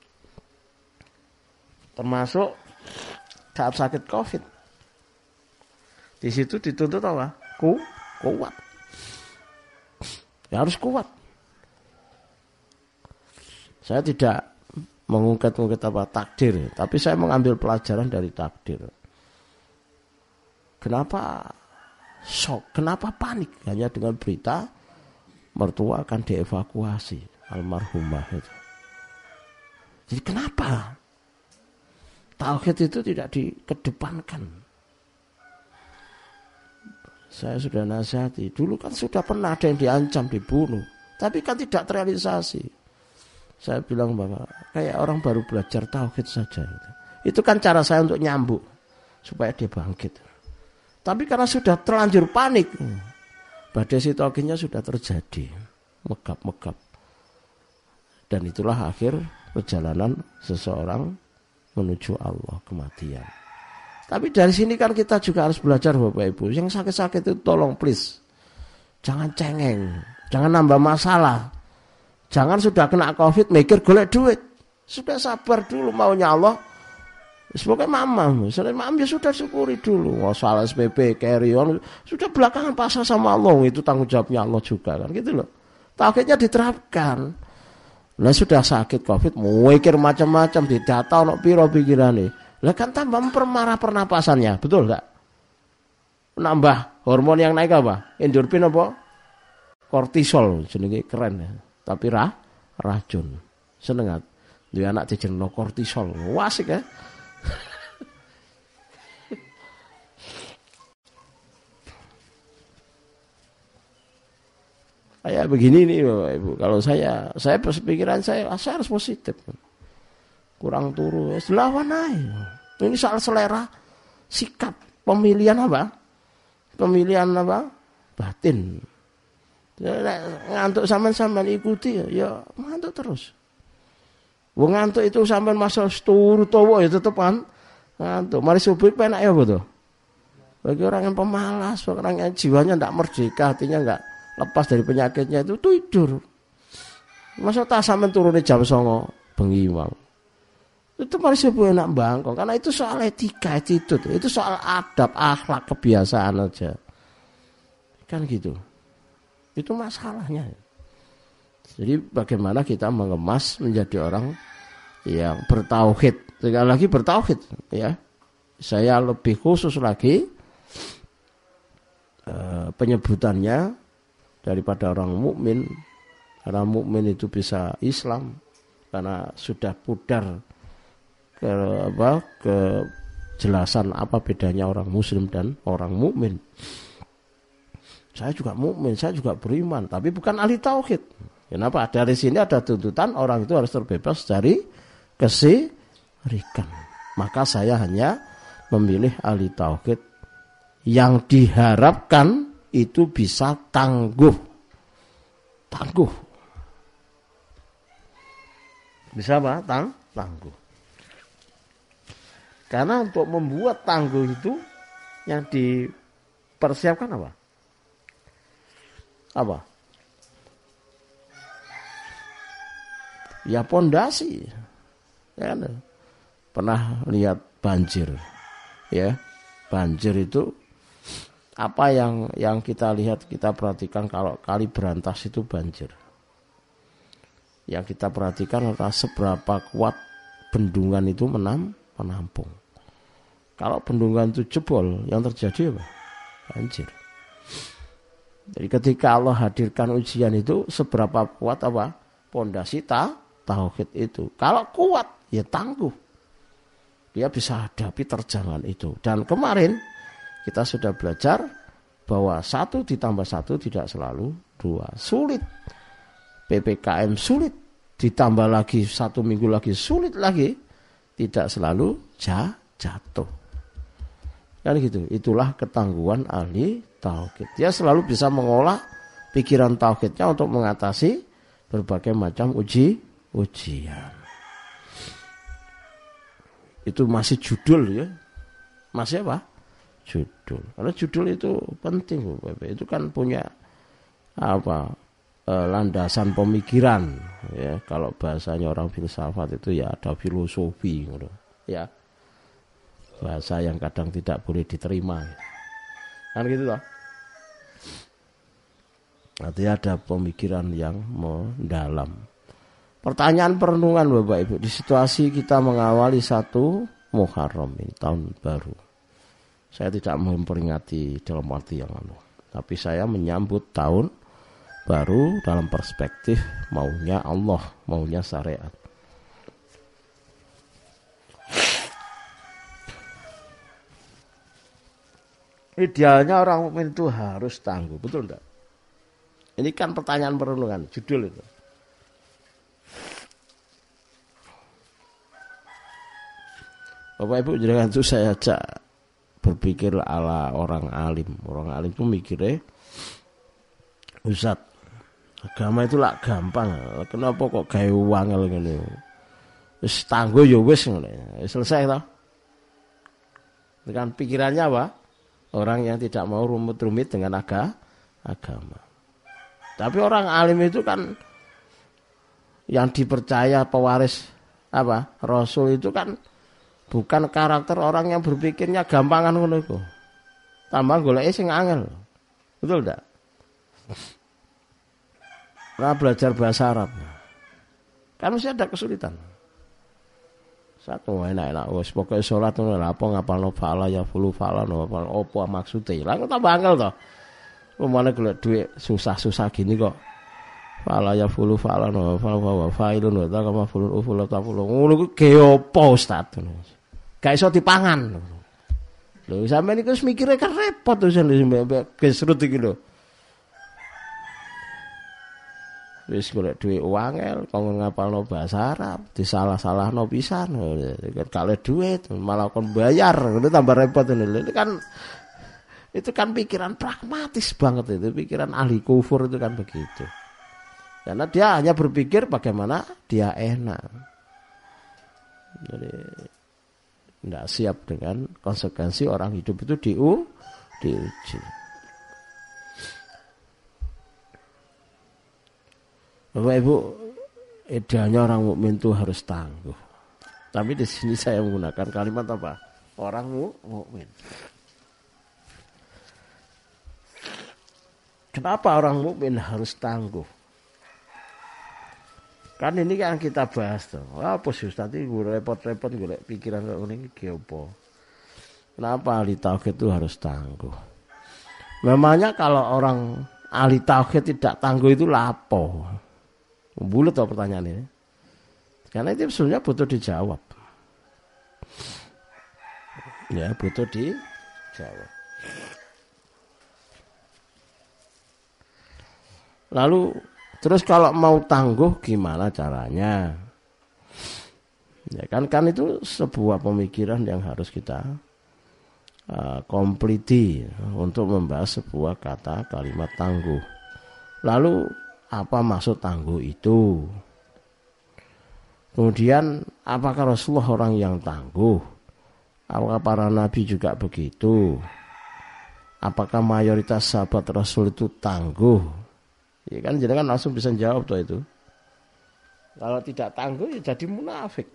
Termasuk saat sakit Covid. Di situ dituntut apa? Ku, kuat. Ya harus kuat. Saya tidak mengungkit-ungkit apa takdir, tapi saya mengambil pelajaran dari takdir. Kenapa shock? Kenapa panik? Hanya dengan berita mertua akan dievakuasi almarhumah itu. Jadi kenapa? Tauhid itu tidak dikedepankan. Saya sudah nasihati. Dulu kan sudah pernah ada yang diancam, dibunuh. Tapi kan tidak terrealisasi. Saya bilang bahwa kayak orang baru belajar tauhid saja. Itu kan cara saya untuk nyambuk. Supaya dia bangkit. Tapi karena sudah terlanjur panik. Badai sitokinnya sudah terjadi. Megap-megap. Dan itulah akhir perjalanan seseorang menuju Allah, kematian. Tapi dari sini kan kita juga harus belajar Bapak Ibu. Yang sakit-sakit itu tolong please. Jangan cengeng. Jangan nambah masalah. Jangan sudah kena Covid mikir golek duit. Sudah sabar dulu maunya Allah. Semoga mamam. Selain mamam ya sudah syukuri dulu. Mau soal S P P, carry on. Sudah belakangan pasrah sama Allah. Itu tanggung jawabnya Allah juga kan. Gitu loh. Tauhidnya diterapkan. Lah sudah sakit Covid, mikir macam-macam, didata ono piro pikirane. Lah kan tambah mempermarah pernapasannya, betul enggak? Nambah hormon yang naik apa? Endorfin apa? Kortisol, jenenge keren ya. Tapi rah, racun. Seneng at. Duwe anak dijenengno kortisol. Wasik ya. Kayak begini nih Bapak Ibu. Kalau saya, saya berpikiran saya, saya harus positif. Kurang turu, ya selawan aja. Ini soal selera, sikap, pemilihan apa? Pemilihan apa? Batin. Ngantuk sampean-sampean ikuti ya, ya ngantuk terus. Wong ngantuk itu sampean masa turu towo ya tetep kan ngantuk. Mari subuh penak ya betul. Bagi orang yang pemalas, orang yang jiwanya tidak merdeka, hatinya enggak lepas dari penyakitnya itu tidur. Masa tak sampean turune jam songo bengi wae. Itu mari subuh enak bangkong karena itu soal etika, attitude, itu soal adab, akhlak, kebiasaan aja. Kan gitu. Itu masalahnya. Jadi bagaimana kita mengemas menjadi orang yang bertauhid. Sekali lagi bertauhid ya. Saya lebih khusus lagi uh, penyebutannya daripada orang mukmin. Karena mukmin itu bisa Islam karena sudah pudar ke apa kejelasan apa bedanya orang muslim dan orang mukmin. Saya juga mukmin, saya juga beriman, tapi bukan ahli tauhid. Kenapa? Dari sini ada tuntutan orang itu harus terbebas dari kesyirikan. Maka saya hanya memilih ahli tauhid yang diharapkan itu bisa tangguh. Tangguh. Bisa apa? Tang, tangguh. Karena untuk membuat tangguh itu yang dipersiapkan apa? Apa? Ya pondasi. Ya kan? Pernah lihat banjir. Ya. Banjir itu apa yang yang kita lihat, kita perhatikan kalau kali berantas itu banjir. Yang kita perhatikan adalah seberapa kuat bendungan itu menam, menampung. Kalau bendungan itu jebol, yang terjadi apa? Banjir. Jadi ketika Allah hadirkan ujian itu, seberapa kuat apa? Pondasi ta, tauhid itu. Kalau kuat, ya tangguh. Dia bisa hadapi terjangan itu. Dan kemarin kita sudah belajar bahwa satu ditambah satu tidak selalu dua. Sulit. P P K M sulit. Ditambah lagi satu minggu lagi sulit lagi. tidak selalu jatuh. Kan gitu. Itulah ketangguhan ahli tauhid. Dia selalu bisa mengolah pikiran tauhidnya untuk mengatasi berbagai macam uji ujian. Itu masih judul ya. Masih apa? Judul. Karena judul itu penting, Bapak. Itu kan punya apa? Eh, landasan pemikiran ya. Kalau bahasanya orang filsafat itu ya ada filosofi gitu. Ya. Bahasa yang kadang tidak boleh diterima. Kan gitu loh. Artinya ada pemikiran yang mendalam. Pertanyaan perenungan Bapak Ibu, di situasi kita mengawali satu Muharram ini, tahun baru. Saya tidak memperingati dalam arti yang anu, tapi saya menyambut tahun baru dalam perspektif maunya Allah, maunya syariat. Idealnya orang mukmin itu harus tangguh, betul enggak? Ini kan pertanyaan perenungan, judul itu. Bapak Ibu, jangan itu saya ajak berpikir ala orang alim. Orang alim itu mikirnya, Ustaz, agama itu lah gampang. Kenapa kok gawe wangel ngene? Wis tangguh ya wis ngene. Selesai toh. Dengan pikirannya apa? Orang yang tidak mau rumit-rumit dengan aga, agama. Tapi orang alim itu kan yang dipercaya pewaris apa? Rasul itu kan bukan karakter orang yang berpikirnya gampangan ngono iku. Tambah goleke sing angel. Betul enggak? Nah, belajar bahasa Arab. Kan mesti ada kesulitan. Satu enak-enak wis pokoke salat ngono lha apa ngapalno fa'ala ya fulu fa'ala no apa opo maksude. Lah kok tambah angel to. Umane golek dhuwit susah-susah gini kok. Fa'ala ya fulu fa'ala no fa fa'ilun wa ta kama fulun uful ta fulun. Ngono ku ge opo Ustaz. Gak iso dipangan. Lho sampeyan iku wis mikire kan repot to mbek gesrut iki lho. Wis golek dhuwit wangel, kon ngapalno bahasa Arab, disalah-salahno pisan. Kalih dhuwit malah kon bayar, ngono tambah repot ngono. Itu kan itu kan pikiran pragmatis banget itu, pikiran ahli kufur itu kan begitu. Karena dia hanya berpikir bagaimana dia enak. Jadi tidak siap dengan konsekuensi orang hidup itu diu, diuji. Bapak Ibu, idealnya orang mukmin itu harus tangguh. Tapi di sini saya menggunakan kalimat apa? Orang mukmin. Kenapa orang mukmin harus tangguh? Kan ini kan kita bahas tuh. Apa sih Ustaz iki repot-repot golek pikiran kok ngene iki apa? Kenapa ahli tauhid itu harus tangguh? Memangnya kalau orang ahli tauhid tidak tangguh itu lapo? Bulet tuh pertanyaan ini. Karena itu sebenarnya butuh dijawab. Ya, butuh dijawab. Lalu terus kalau mau tangguh gimana caranya? Ya kan kan itu sebuah pemikiran yang harus kita uh, kompliti untuk membahas sebuah kata kalimat tangguh. Lalu apa maksud tangguh itu? Kemudian apakah Rasulullah orang yang tangguh? Apakah para nabi juga begitu? Apakah mayoritas sahabat Rasul itu tangguh? Ya kan jadi kan langsung bisa jawab tuh itu. Kalau tidak tangguh ya jadi munafik.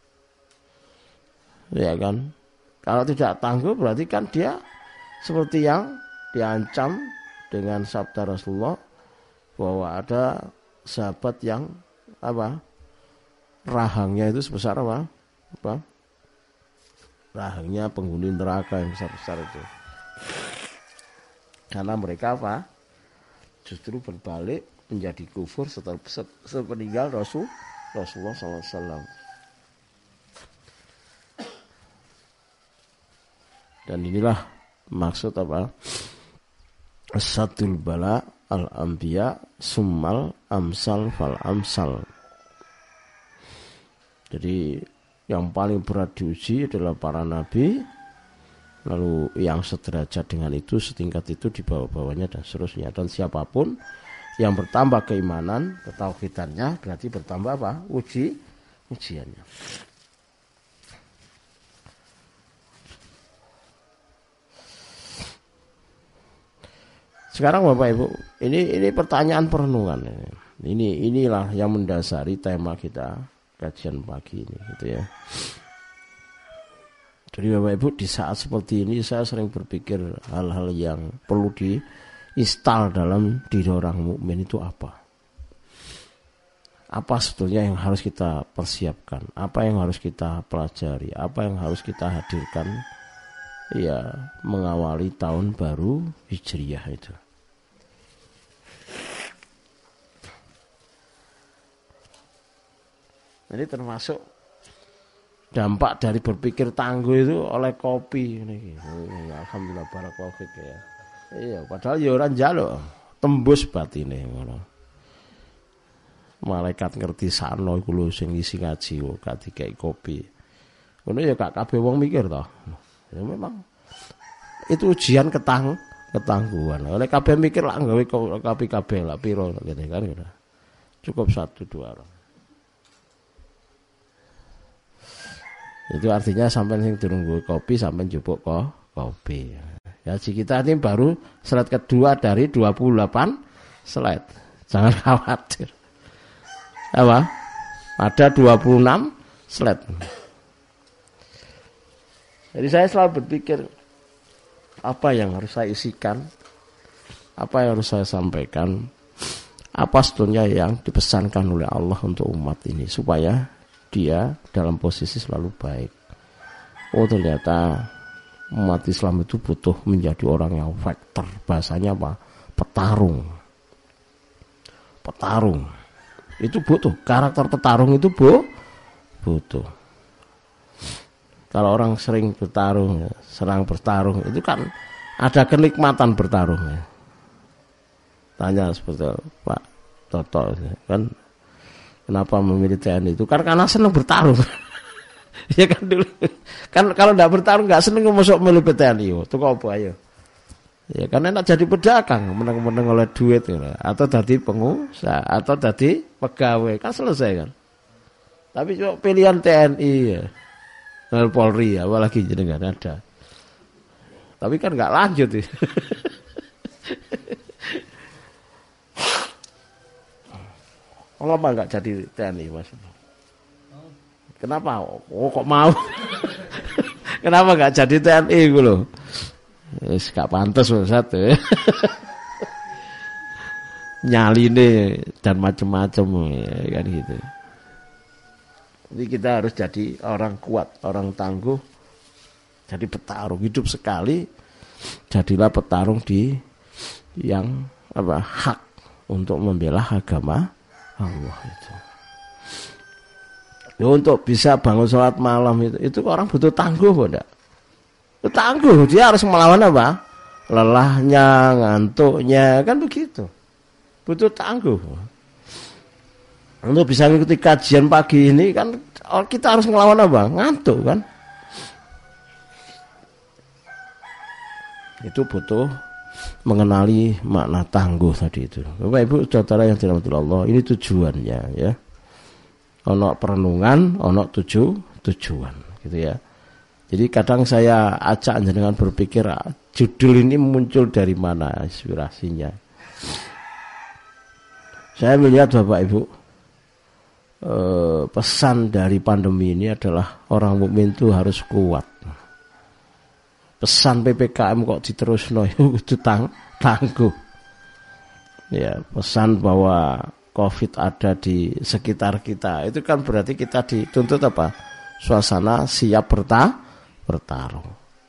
Ya kan? Kalau tidak tangguh berarti kan dia seperti yang diancam dengan sabda Rasulullah bahwa ada sahabat yang apa? Rahangnya itu sebesar apa? Apa? Rahangnya penghuni neraka yang besar-besar itu. Karena mereka apa? Justru berbalik menjadi kufur setelah sepeninggal Rasul Rasulullah sallallahu alaihi wasallam. Dan inilah maksud apa? Asadul bala al-anbiya summal amsal fal amsal. Jadi Yang paling berat diuji adalah para nabi, lalu yang sederajat dengan itu, setingkat itu di bawah-bawahnya dan seterusnya. Dan siapapun yang bertambah keimanan, ketauhidannya, berarti bertambah apa? Uji, ujiannya. Sekarang Bapak Ibu, ini ini pertanyaan perenungan. Ini inilah yang mendasari tema kita kajian pagi ini, gitu ya. Jadi Bapak Ibu, di saat seperti ini saya sering berpikir hal-hal yang perlu diinstal dalam diri orang mukmin itu apa? Apa sebetulnya yang harus kita persiapkan? Apa yang harus kita pelajari? Apa yang harus kita hadirkan? Ya, mengawali tahun baru Hijriyah itu. Ini termasuk dampak dari berpikir tangguh itu oleh kopi ini. Alhamdulillah barakallahu fik ya. Iya, padahal ya ora njaluk, tembus batine ngono. Malaikat ngerti sano iku lho sing ngisi ngaji kok gak dikeki kopi. Ngono ya gak kabeh wong mikir toh. Ya memang itu ujian ketang ketangguhan. Oleh kabeh mikir lak gawe kopi kabeh lak piro gitu kan. Cukup satu dua orang. Itu artinya sampai sing durung kopi sampai njupuk kok kopi. Ya, kita ini baru slide kedua dari dua puluh delapan slide. Jangan khawatir. Apa? Ada dua puluh enam slide. Jadi saya selalu berpikir apa yang harus saya isikan, apa yang harus saya sampaikan, apa sebetulnya yang dipesankan oleh Allah untuk umat ini supaya dia dalam posisi selalu baik. Oh ternyata umat Islam itu butuh menjadi orang yang fighter. Bahasanya apa? Petarung. Petarung. Itu butuh. Karakter petarung itu bu, butuh. Kalau orang sering bertarung, serang bertarung, itu kan ada kenikmatan bertarung. Tanya seperti Pak Toto kan. Kenapa memilih T N I itu? Kan karena senang bertarung. Ya kan dulu. Kan kalau enggak bertarung enggak senang masuk milih T N I. Itu kok apa ayo? Ya kan enak jadi pedagang, menang-menang oleh duit ya. Atau jadi pengusaha, atau jadi pegawai. Kan selesai kan. Tapi cuma pilihan T N I ya. Polri ya, apalagi jenengan ada. Tapi kan enggak lanjut ya. Kenapa enggak jadi T N I Mas? Kenapa? Oh kok mau? Kenapa enggak jadi T N I gue loh? Wis gak pantes Ustaz. Nyaline dan macam-macam ya kan gitu. Jadi kita harus jadi orang kuat, orang tangguh. Jadi petarung hidup sekali. Jadilah petarung di yang apa hak untuk membela agama Allah itu. Ya, untuk bisa bangun sholat malam itu, itu orang butuh tangguh, enggak? Tangguh, dia harus melawan apa? Lelahnya, ngantuknya, kan begitu. Butuh tangguh. Untuk bisa mengikuti kajian pagi ini kan kita harus melawan apa? Ngantuk kan? Itu butuh mengenali makna tangguh tadi itu. Bapak Ibu saudara yang dirahmati Allah, ini tujuannya ya. Ono perenungan, ono tuju, tujuan gitu ya. Jadi kadang saya ajak dengan berpikir judul ini muncul dari mana inspirasinya. Saya melihat Bapak Ibu eh, pesan dari pandemi ini adalah orang mukmin itu harus kuat. Pesan P P K M kok diterusno itu tang tangguh. Ya, pesan bahwa Covid ada di sekitar kita. Itu kan berarti kita dituntut apa? Suasana siap berta bertarung.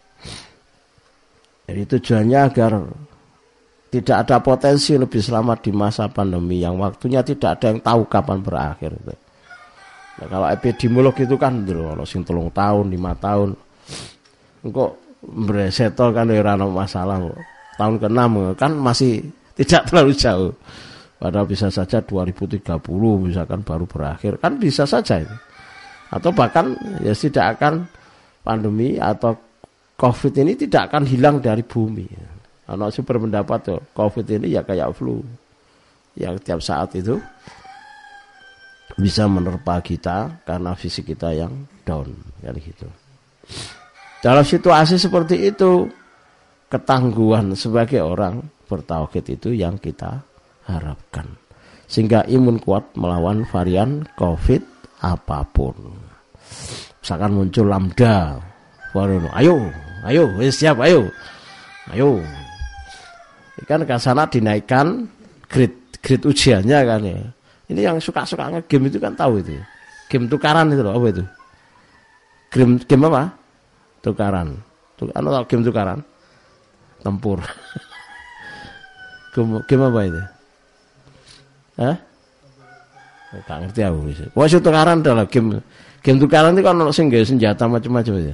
Jadi tujuannya agar tidak ada potensi lebih selamat di masa pandemi yang waktunya tidak ada yang tahu kapan berakhir. Nah, kalau epidemiolog itu kan kalau sing telung tahun, lima tahun. Kok Breseto kan ora ono masalah kok. Tahun keenam kan masih tidak terlalu jauh. Padahal bisa saja dua ribu tiga puluh misalkan baru berakhir. Kan bisa saja itu. Atau bahkan ya tidak akan pandemi atau COVID ini tidak akan hilang dari bumi. Anak super pendapat tuh, COVID ini ya kayak flu. Yang tiap saat itu bisa menerpa kita karena fisik kita yang down kan gitu. Dalam situasi seperti itu, ketangguhan sebagai orang bertauhid itu yang kita harapkan. Sehingga imun kuat melawan varian COVID apapun. Misalkan muncul lambda, ayo, ayo, siap, ayo, ayo. Kan ke sana dinaikkan grade, grade ujiannya kan ya. Ini yang suka-suka nge-game itu kan tahu itu. Game tukaran itu loh, apa itu? Game, game apa? Tukaran. Tukaran atau game tukaran? Tempur. game, game apa itu? Hah? Enggak ngerti aku. Wah, itu tukaran adalah game. Game tukaran itu kan ono sing nggawe senjata macam-macam ya.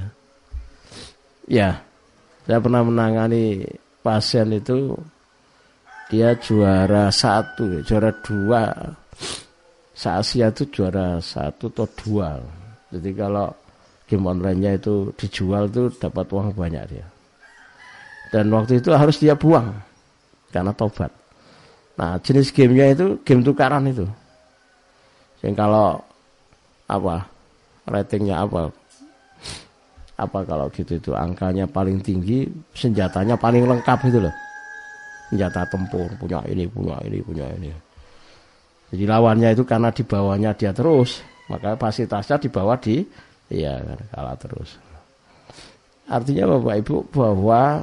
Ya. Saya pernah menangani pasien itu, dia juara satu, juara dua. Se-Asia itu juara satu atau dua. Jadi kalau game online-nya itu dijual itu dapat uang banyak dia. Dan waktu itu harus dia buang karena tobat. Nah, jenis gamenya itu game tukaran itu. Yang kalau apa ratingnya apa apa kalau gitu itu angkanya paling tinggi, senjatanya paling lengkap itu loh. Senjata tempur punya ini, punya ini, punya ini. Jadi lawannya itu karena di bawahnya dia terus, maka fasilitasnya di bawah di iya kalah terus. Artinya Bapak Ibu bahwa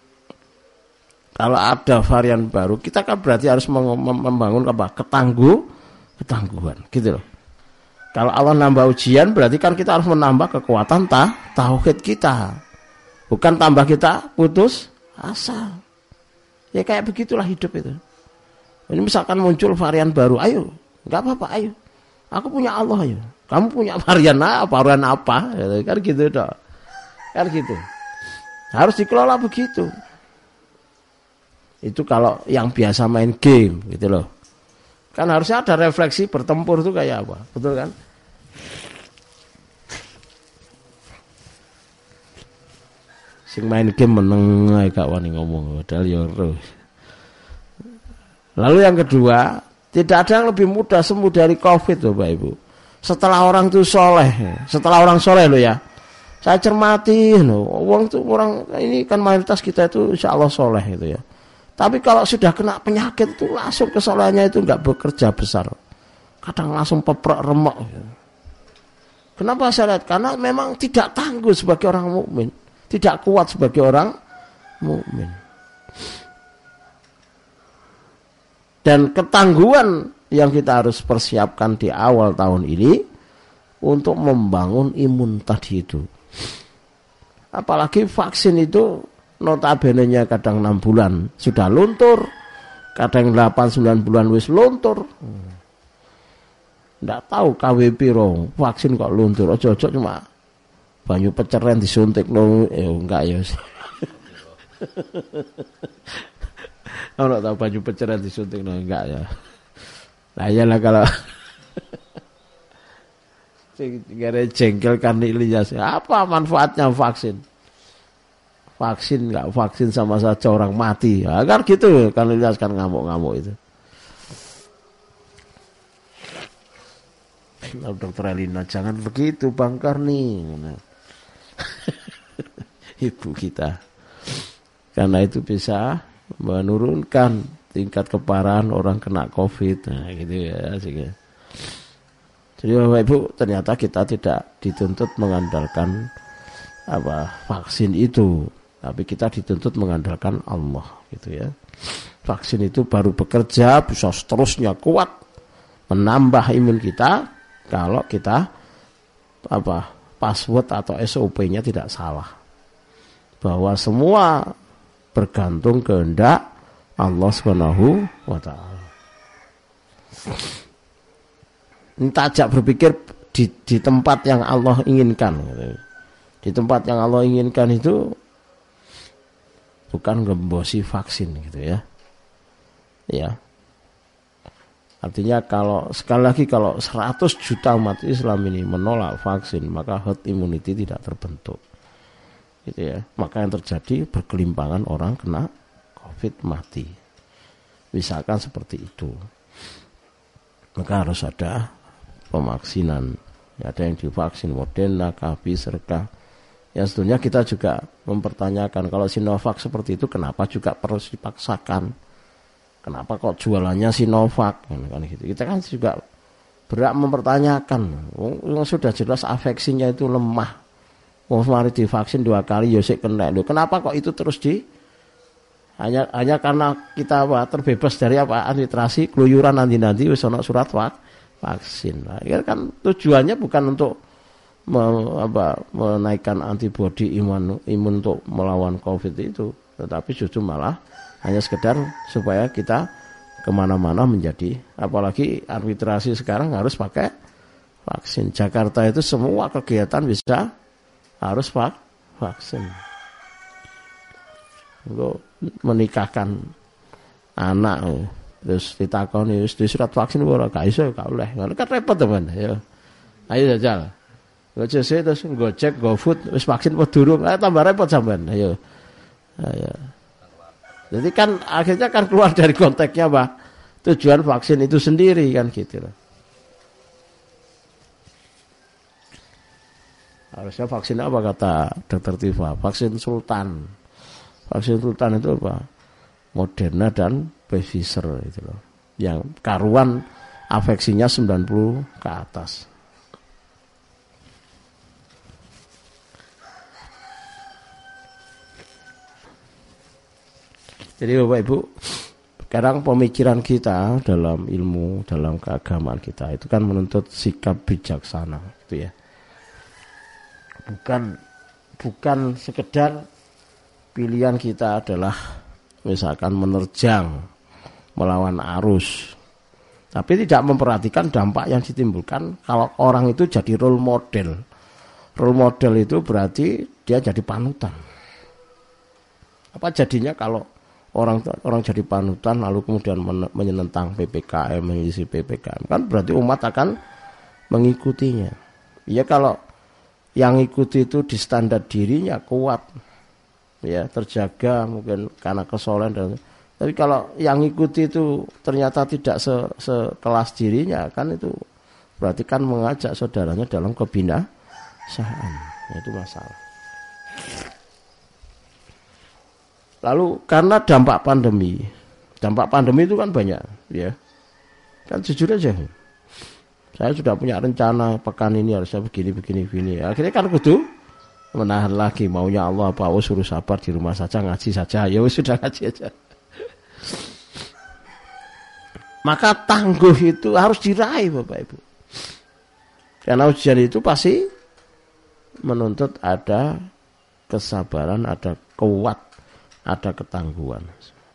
kalau ada varian baru, kita kan berarti harus membangun apa? Ketangguh, ketangguhan, gitu loh. Kalau Allah nambah ujian, berarti kan kita harus menambah kekuatan ta, tauhid kita. Bukan tambah kita putus asa. Ya kayak begitulah hidup itu. Ini misalkan muncul varian baru, ayo, nggak apa-apa, ayo. Aku punya Allah, ayo. Kamu punya varian apa? Varian apa? Kan gitu dong. Kan gitu. Harus dikelola begitu. Itu kalau yang biasa main game, gitu loh. Kan harusnya ada refleksi bertempur itu kayak apa? Betul kan? Sing main game meneng ae gak wani ngomong, padahal ya terus. Lalu yang kedua, tidak ada yang lebih mudah sembuh dari COVID loh Bapak Ibu. Setelah orang itu soleh, setelah orang soleh loh ya. Saya cermati loh, orang itu orang ini kan mayoritas kita itu insya Allah soleh gitu ya. Tapi kalau sudah kena penyakit itu langsung kesolehannya itu nggak bekerja besar. Kadang langsung peprok remuk. Kenapa saya lihat? Karena memang tidak tangguh sebagai orang mukmin, tidak kuat sebagai orang mukmin. Dan ketangguhan yang kita harus persiapkan di awal tahun ini untuk membangun imun tadi itu. Apalagi vaksin itu notabene-nya kadang enam bulan sudah luntur, kadang delapan sembilan bulan wis luntur. Ndak tahu K W piro vaksin kok luntur. Ojo-ojo cuma banyu peceren disuntik no, eh enggak ya. Kalau tahu baju peceren disuntik no, enggak ya. Nah iyalah kalau gara jengkel kan Ilyas. Apa manfaatnya vaksin? Vaksin enggak vaksin sama saja orang mati. Ya, kan gitu kan Ilyas kan ngamuk-ngamuk itu. Nah, Dokter Elina jangan begitu Bang Karni. Ibu kita. Karena itu bisa menurunkan tingkat keparahan orang kena COVID. Nah, gitu ya. Jadi Bapak Ibu, ternyata kita tidak dituntut mengandalkan apa vaksin itu, tapi kita dituntut mengandalkan Allah, gitu ya. Vaksin itu baru bekerja bisa seterusnya kuat menambah imun kita kalau kita apa password atau S O P-nya tidak salah. Bahwa semua bergantung kehendak Allah Subhanahu wa taala. Entah ajak berpikir di, di tempat yang Allah inginkan. Di tempat yang Allah inginkan itu bukan gembosi vaksin gitu ya. Ya. Artinya kalau sekali lagi kalau seratus juta umat Islam ini menolak vaksin, maka herd immunity tidak terbentuk. Gitu ya. Maka yang terjadi berkelimpangan orang kena COVID mati. Misalkan seperti itu. Maka harus ada pemaksinan. Ada yang divaksin Moderna, Pfizer, ya sebetulnya kita juga mempertanyakan kalau Sinovac seperti itu kenapa juga perlu dipaksakan? Kenapa kok jualannya Sinovac? Kan gitu. Kita kan juga berhak mempertanyakan. Yang sudah jelas afeksinya itu lemah. Wong mari divaksin dua kali ya sik kena. Kenapa kok itu terus di hanya hanya karena kita apa, terbebas dari apa administrasi keluyuran nanti-nanti wis ana surat wak, vaksin. Nah, kan tujuannya bukan untuk me, apa, menaikkan antibodi imun imun untuk melawan COVID itu, tetapi justru malah hanya sekedar supaya kita kemana-mana menjadi, apalagi administrasi sekarang harus pakai vaksin. Jakarta itu semua kegiatan bisa harus vak, vaksin. Untuk menikahkan anak terus ditakoni wis di surat vaksin ora gak iso gak oleh. Ngono kan repot teman ya. Ayo jajal. Gojek terus Gojek, GoFood wis vaksin apa durung? Ah tambah repot sampean. Ayo. Ayo. Jadi kan akhirnya kan keluar dari konteksnya Pak. Tujuan vaksin itu sendiri kan gitu loh. Harusnya vaksin apa kata Dokter Tifa? Vaksin Sultan. Vaksin Sultan itu apa? Moderna dan Pfizer itu loh. Yang karuan afeksinya sembilan puluh ke atas. Jadi Bapak Ibu, sekarang pemikiran kita dalam ilmu, dalam keagamaan kita itu kan menuntut sikap bijaksana gitu ya. Bukan bukan sekedar pilihan kita adalah misalkan menerjang melawan arus, tapi tidak memperhatikan dampak yang ditimbulkan kalau orang itu jadi role model. Role model itu berarti dia jadi panutan. Apa jadinya kalau orang orang jadi panutan lalu kemudian menentang P P K M, mengisi P P K M, kan berarti umat akan mengikutinya. Ya kalau yang ikuti itu di standar dirinya kuat, ya terjaga mungkin karena kesolehan dan, tapi kalau yang ikuti itu ternyata tidak se, sekelas dirinya, kan itu berarti kan mengajak saudaranya dalam kebinasaan. Nah, itu masalah. Lalu karena dampak pandemi, dampak pandemi itu kan banyak, ya. Kan jujur aja, saya sudah punya rencana pekan ini harusnya begini, begini, begini. Akhirnya kan kudu menahan lagi, maunya Allah apa, oh suruh sabar di rumah saja, ngaji saja, ya sudah ngaji aja. Maka tangguh itu harus diraih Bapak Ibu. Karena ujian itu pasti menuntut ada kesabaran, ada kuat, ada ketangguhan.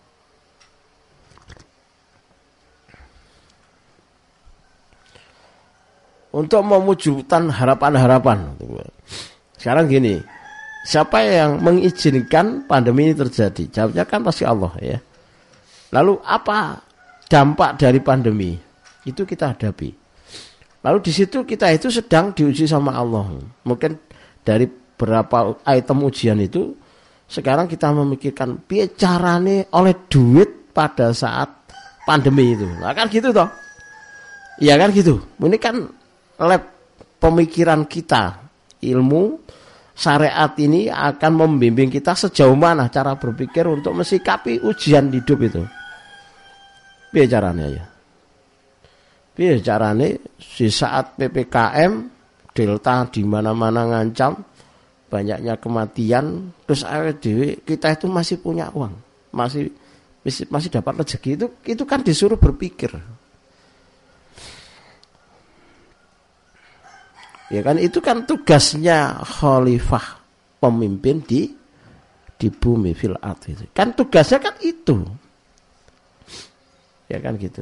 Untuk mewujudkan harapan-harapan. Sekarang gini, siapa yang mengizinkan pandemi ini terjadi? Jawabnya kan pasti Allah ya. Lalu apa dampak dari pandemi? Itu kita hadapi. Lalu di situ kita itu sedang diuji sama Allah. Mungkin dari beberapa item ujian itu, sekarang kita memikirkan bicarane oleh duit pada saat pandemi itu. Nah kan gitu toh. Iya kan gitu. Ini kan lab pemikiran kita, ilmu syariat ini akan membimbing kita sejauh mana cara berpikir untuk mensikapi ujian hidup itu. Piye carane ya? Piye carane di saat P P K M Delta di mana-mana ngancam banyaknya kematian, terus awake dhewe kita itu masih punya uang, masih masih, masih dapat rezeki, itu itu kan disuruh berpikir. Ya kan itu kan tugasnya khalifah, pemimpin di di bumi fil ard itu. Kan tugasnya kan itu. Ya kan gitu.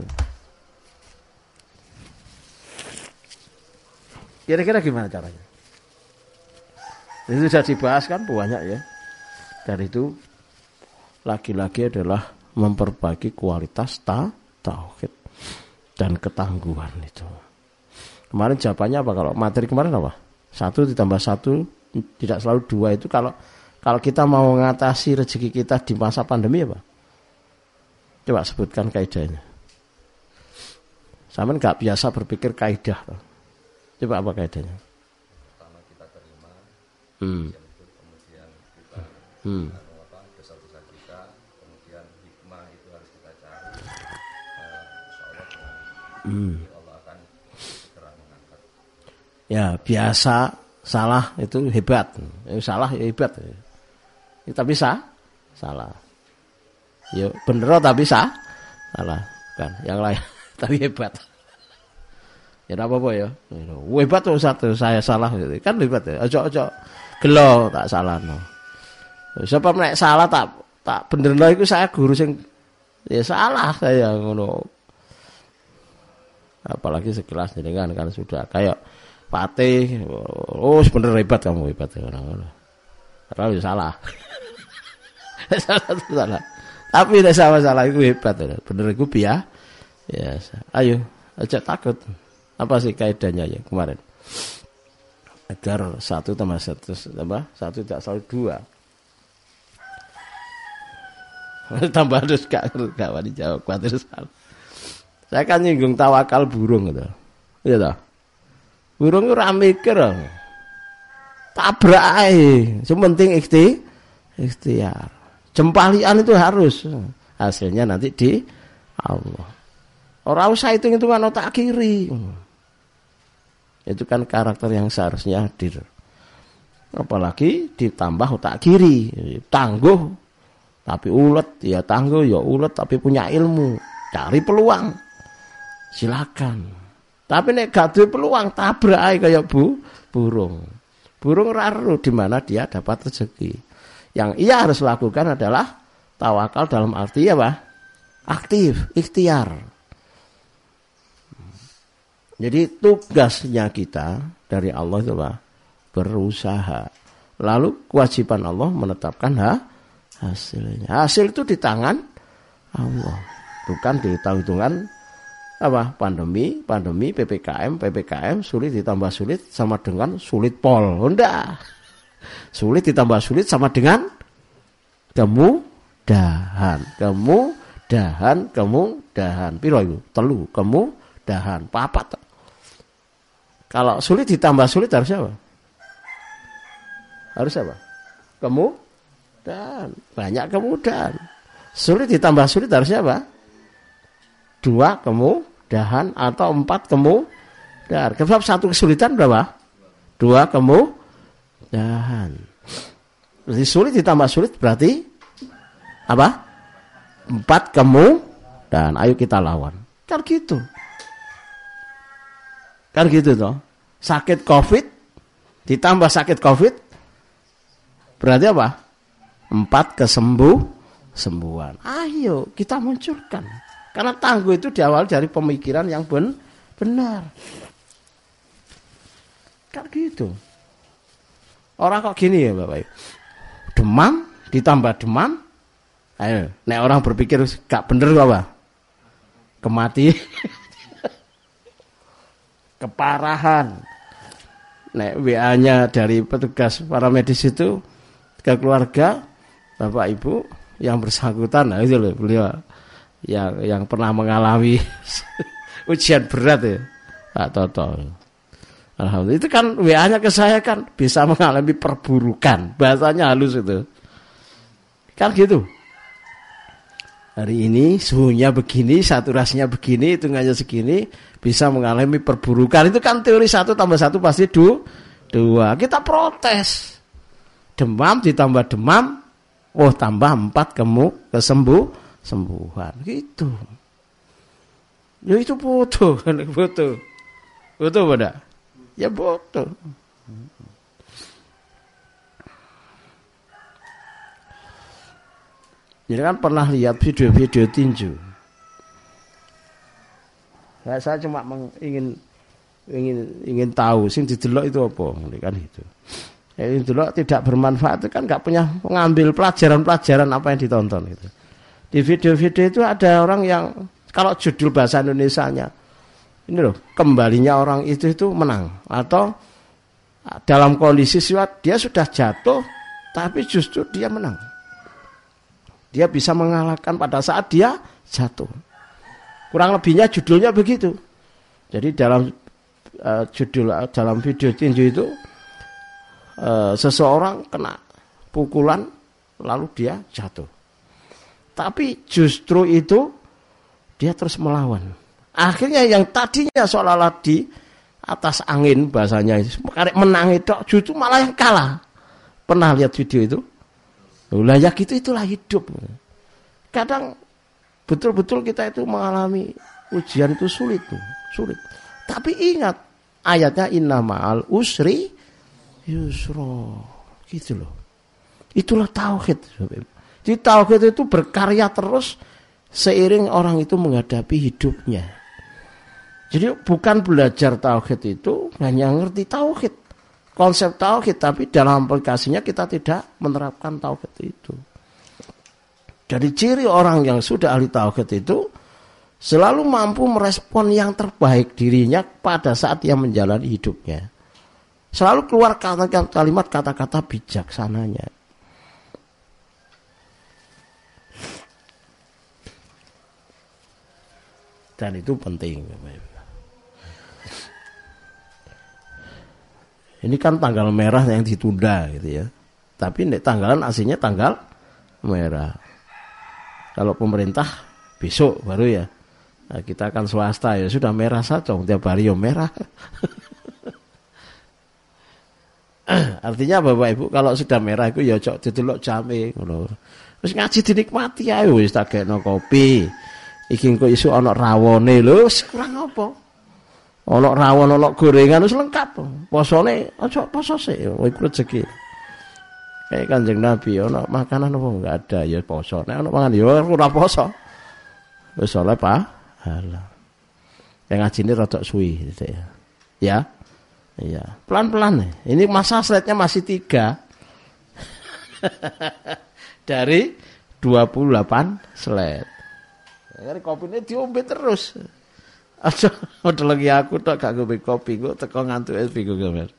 Kira-kira gimana caranya? Itu sudah dibahas kan banyak ya. Dari itu lagi-lagi adalah memperbaiki kualitas ta tauhid. dan ketangguhan itu. Kemarin jawabannya apa? Kalau materi kemarin apa? Satu ditambah satu tidak selalu dua itu kalau kalau kita mau mengatasi rezeki kita di masa pandemi apa? Coba sebutkan kaidahnya. Sama nggak biasa berpikir kaidah. Coba apa kaidahnya? Pertama kita terima, Hmm. kemudian kita Hmm. apa dosa-dosa kita, kemudian hikmah itu harus kita cari. Uh, insya Allah dengan Hmm. Allah akan segera mengangkat. Ya biasa salah itu hebat, ya, salah ya hebat. Ya, tapi sah, salah. Ya bener tapi sah, salah kan. Yang lain tapi hebat. Ya tidak apa-apa ya. Hebat tuh satu saya salah gitu. Kan hebat ya. Ojo-ojo gelo tak salah no. Siapa nek salah tak tak benerno iku saya guru sing ya salah saya ngono. Apalagi sekelas jenengan kan sudah kayak Patih, oh bener hebat kamu hebat ngono. Padahal ya salah. salah salah. Tapi tidak sama salah itu hebat ya. Bener iku biya. Ya, ayo aja takut. Apa sih kaidahnya ya kemarin? Agar satu tambah satu tambah satu tidak selalu dua. Tambah terus gak gak wani jawab kuatir salah. Saya kan nyinggung tawakal burung gitu. Iya toh? Burung ora mikir. Tabrak ae. Yang penting ikhti ikhtiar. Jempalian itu harus. Hasilnya nanti di Allah. Ora usah hitung-hitungan otak kiri. Itu kan karakter yang seharusnya hadir. Apalagi ditambah otak kiri, tangguh tapi ulet, ya tangguh ya ulet tapi punya ilmu, cari peluang. Silakan. Tapi nek gak duwe peluang tabrak ae kaya bu, burung. Burung raru di mana dia dapat rezeki. Yang ia harus lakukan adalah tawakal dalam arti apa? Aktif, ikhtiar. Jadi tugasnya kita dari Allah itu apa? Berusaha. Lalu kewajiban Allah menetapkan ha, hasilnya. Hasil itu di tangan Allah. Bukan di hitung-hitungan apa? Pandemi, pandemi, P P K M, P P K M sulit ditambah sulit sama dengan sulit pol. Enggak. Sulit ditambah sulit sama dengan kemudahan. Kemudahan, kemudahan. Piro itu? Telu, kemudahan. Papat. Kalau sulit ditambah sulit harus apa? Harus apa? Kemudahan. Banyak kemudahan. Sulit ditambah sulit harusnya apa? Dua kemudahan atau empat kemudahan. Sebab satu kesulitan berapa? Dua kemudahan. Berarti sulit ditambah sulit berarti apa? Empat kemudahan. Ayo kita lawan. Kan gitu. Kan gitu toh. Sakit Covid ditambah sakit Covid berarti apa? Empat kesembuh sembuhan. Ayo kita munculkan. Karena tangguh itu diawali dari pemikiran yang ben, benar. Kan gitu. Orang kok gini ya Bapak Ibu. Demam ditambah demam. Ayo, nek orang berpikir gak bener apa? Kematian. Keparahan. Nek W A-nya dari petugas para medis itu ke keluarga Bapak Ibu yang bersangkutan, nah itu loh beliau yang yang pernah mengalami ujian berat ya Pak Toto. Alhamdulillah itu kan W A-nya ke saya kan bisa mengalami perburukan, bahasanya halus itu. Kan gitu. Hari ini suhunya begini, saturasinya begini, hitungannya segini, bisa mengalami perburukan. Itu kan teori satu tambah satu pasti du, dua. Kita protes. Demam ditambah demam, oh tambah empat kemu kesembuh sembuhan. Gitu. Ya itu bodoh, bodoh. Bodoh pada. Ya bodoh. Jadi kan pernah lihat video-video tinju. Nah, saya cuma ingin ingin ingin tahu sing didelok itu apa, kan itu. Ya, didelok tidak bermanfaat itu kan nggak punya mengambil pelajaran-pelajaran apa yang ditonton itu. Di video-video itu ada orang yang kalau judul bahasa Indonesianya ini loh, kembalinya orang itu itu menang. Atau dalam kondisi siwat dia sudah jatuh, tapi justru dia menang. Dia bisa mengalahkan pada saat dia jatuh. Kurang lebihnya judulnya begitu. Jadi dalam uh, judul uh, dalam video tinju itu uh, seseorang kena pukulan lalu dia jatuh. Tapi justru itu dia terus melawan. Akhirnya yang tadinya seolah-olah di atas angin bahasanya karek menang itu justru malah yang kalah. Pernah lihat video itu? Lah ya gitu itulah hidup. Kadang betul-betul kita itu mengalami ujian itu sulit tuh, sulit. Tapi ingat ayatnya inna ma'al usri yusra. Gitu loh. Itulah tauhid. Jadi tauhid itu berkarya terus seiring orang itu menghadapi hidupnya. Jadi bukan belajar tauhid itu hanya ngerti tauhid, konsep tauhid, tapi dalam aplikasinya kita tidak menerapkan tauhid itu. Jadi ciri orang yang sudah ahli tauhid itu selalu mampu merespon yang terbaik dirinya pada saat dia menjalani hidupnya. Selalu keluar kalimat kata-kata bijaksananya. Dan itu penting. Ini kan tanggal merah yang ditunda gitu ya. Tapi tanggalan aslinya tanggal merah. Kalau pemerintah besok baru ya. Nah, kita kan swasta ya sudah merah saja. Tiap hari ya merah. Artinya Bapak Ibu kalau sudah merah itu ya cok didelok jame ngono. Terus ngaji dinikmati ae wis tak gekno kopi. Iki kok isu ana rawone lho, kurang apa? Ana rawon, ana gorengan wis lengkap. Posone aja poso sik, iku rezeki. Kayak Kanjeng Nabi ana makanan apa enggak ada ya poso. Nek ana mangan ya ora poso. Wis oleh pahala. Yang ngajine rada suwi gitu ya. Ya. Iya, pelan-pelan. Ini masa slide-nya masih tiga. Dari dua puluh delapan slide. Karena kopi ini diombe terus. Aja udah lagi aku tak gak ngombe kopi, kok teko ngantuk es bingung gambar.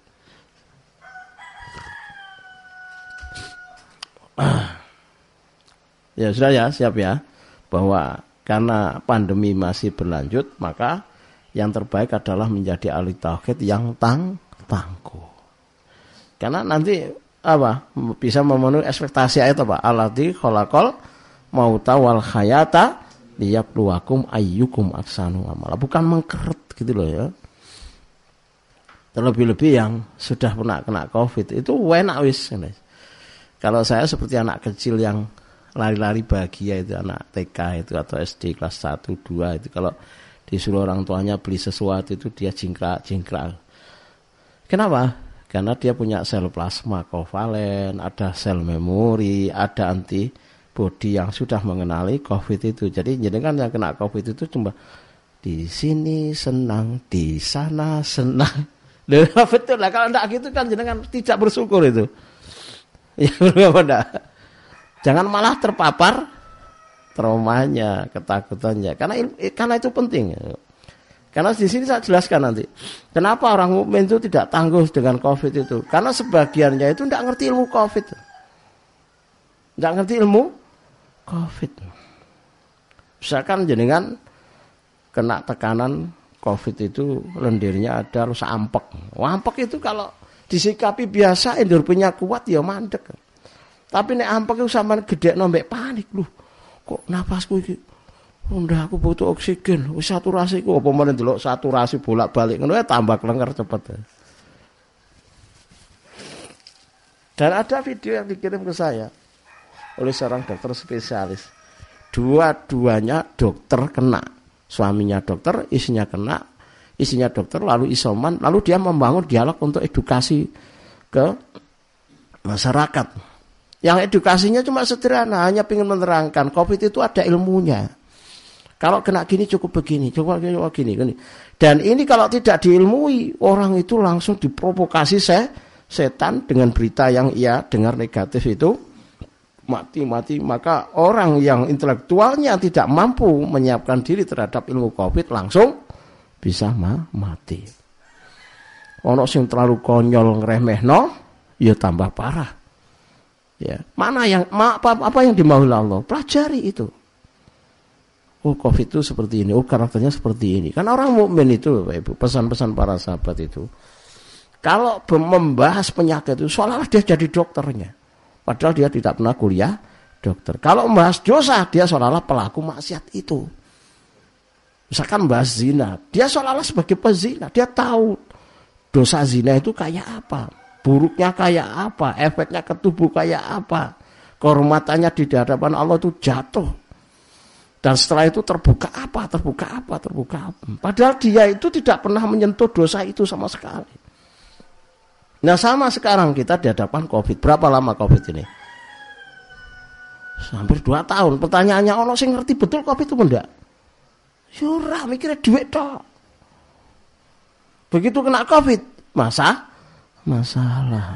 Ya sudah ya, siap ya. Bahwa karena pandemi masih berlanjut, maka yang terbaik adalah menjadi ahli tauhid yang tang tangguh. Karena nanti apa? Bisa memenuhi ekspektasi ayat apa? Alladzi khalaqal mauta wal hayata liyabluwakum ayyukum ahsanu amala. Bukan mengkeret gitu loh ya. Terlebih-lebih yang sudah pernah kena Covid itu enak wis. Kalau saya seperti anak kecil yang lari-lari bahagia itu anak T K itu atau S D kelas satu, dua itu kalau disuruh orang tuanya beli sesuatu itu dia jingkrak-jingkrak. Kenapa? Karena dia punya sel plasma kovalen, ada sel memori, ada antibodi yang sudah mengenali Covid itu. Jadi jenengan yang kena Covid itu cuma di sini senang, di sana senang. Loh, betul lah, kalau enggak gitu kan jenengan tidak bersyukur itu. Ya benar enggak? Jangan malah terpapar traumanya, ketakutannya. Karena karena itu penting. Karena di sini saya jelaskan nanti. Kenapa orang mukmin itu tidak tangguh dengan Covid itu? Karena sebagiannya itu tidak ngerti ilmu Covid. Tidak ngerti ilmu Covid. Misalkan jenengan kena tekanan Covid itu lendirnya ada terus ampek. Ampek itu kalau disikapi biasa endorfinnya kuat ya mandek. Tapi nek ampek itu sama gede nombek panik lu. Kok napasku iki ndak aku butuh oksigen, wis saturasiku apa meneh ndelok saturasi bolak-balik ngono tambah klenger cepet. Dan ada video yang dikirim ke saya oleh seorang dokter spesialis. Dua-duanya dokter kena. Suaminya dokter, istrinya kena, istrinya dokter lalu isoman, lalu dia membangun dialog untuk edukasi ke masyarakat. Yang edukasinya cuma sederhana, hanya ingin menerangkan Covid itu ada ilmunya. Kalau kena gini cukup begini, cukup gini, cukup gini, gini. Dan ini kalau tidak diilmui, orang itu langsung diprovokasi se setan dengan berita yang ia dengar negatif itu mati-mati. Maka orang yang intelektualnya tidak mampu menyiapkan diri terhadap ilmu Covid langsung bisa ma- mati. Ono sing terlalu konyol ngremehno, ya tambah parah. Ya, mana yang ma, apa, apa yang dimaui Allah? Pelajari itu. Oh, Covid itu seperti ini, oh karakternya seperti ini. Kan orang mukmin itu, Bapak Ibu, pesan-pesan para sahabat itu. Kalau membahas penyakit itu, seolah-olah dia jadi dokternya. Padahal dia tidak pernah kuliah dokter. Kalau membahas dosa, dia seolah-olah pelaku maksiat itu. Misalkan membahas zina, dia seolah-olah sebagai pezina. Dia tahu dosa zina itu kayak apa, buruknya kayak apa, efeknya ke tubuh kayak apa. Kehormatannya di hadapan Allah itu jatuh. Dan setelah itu terbuka apa, terbuka apa, terbuka apa. Padahal dia itu tidak pernah menyentuh dosa itu sama sekali. Nah sama sekarang kita di hadapan Covid. Berapa lama Covid ini? Hampir dua tahun. Pertanyaannya, ono sing ngerti betul Covid itu enggak? Yura mikirnya duit toh. Begitu kena Covid, masa? Masalah.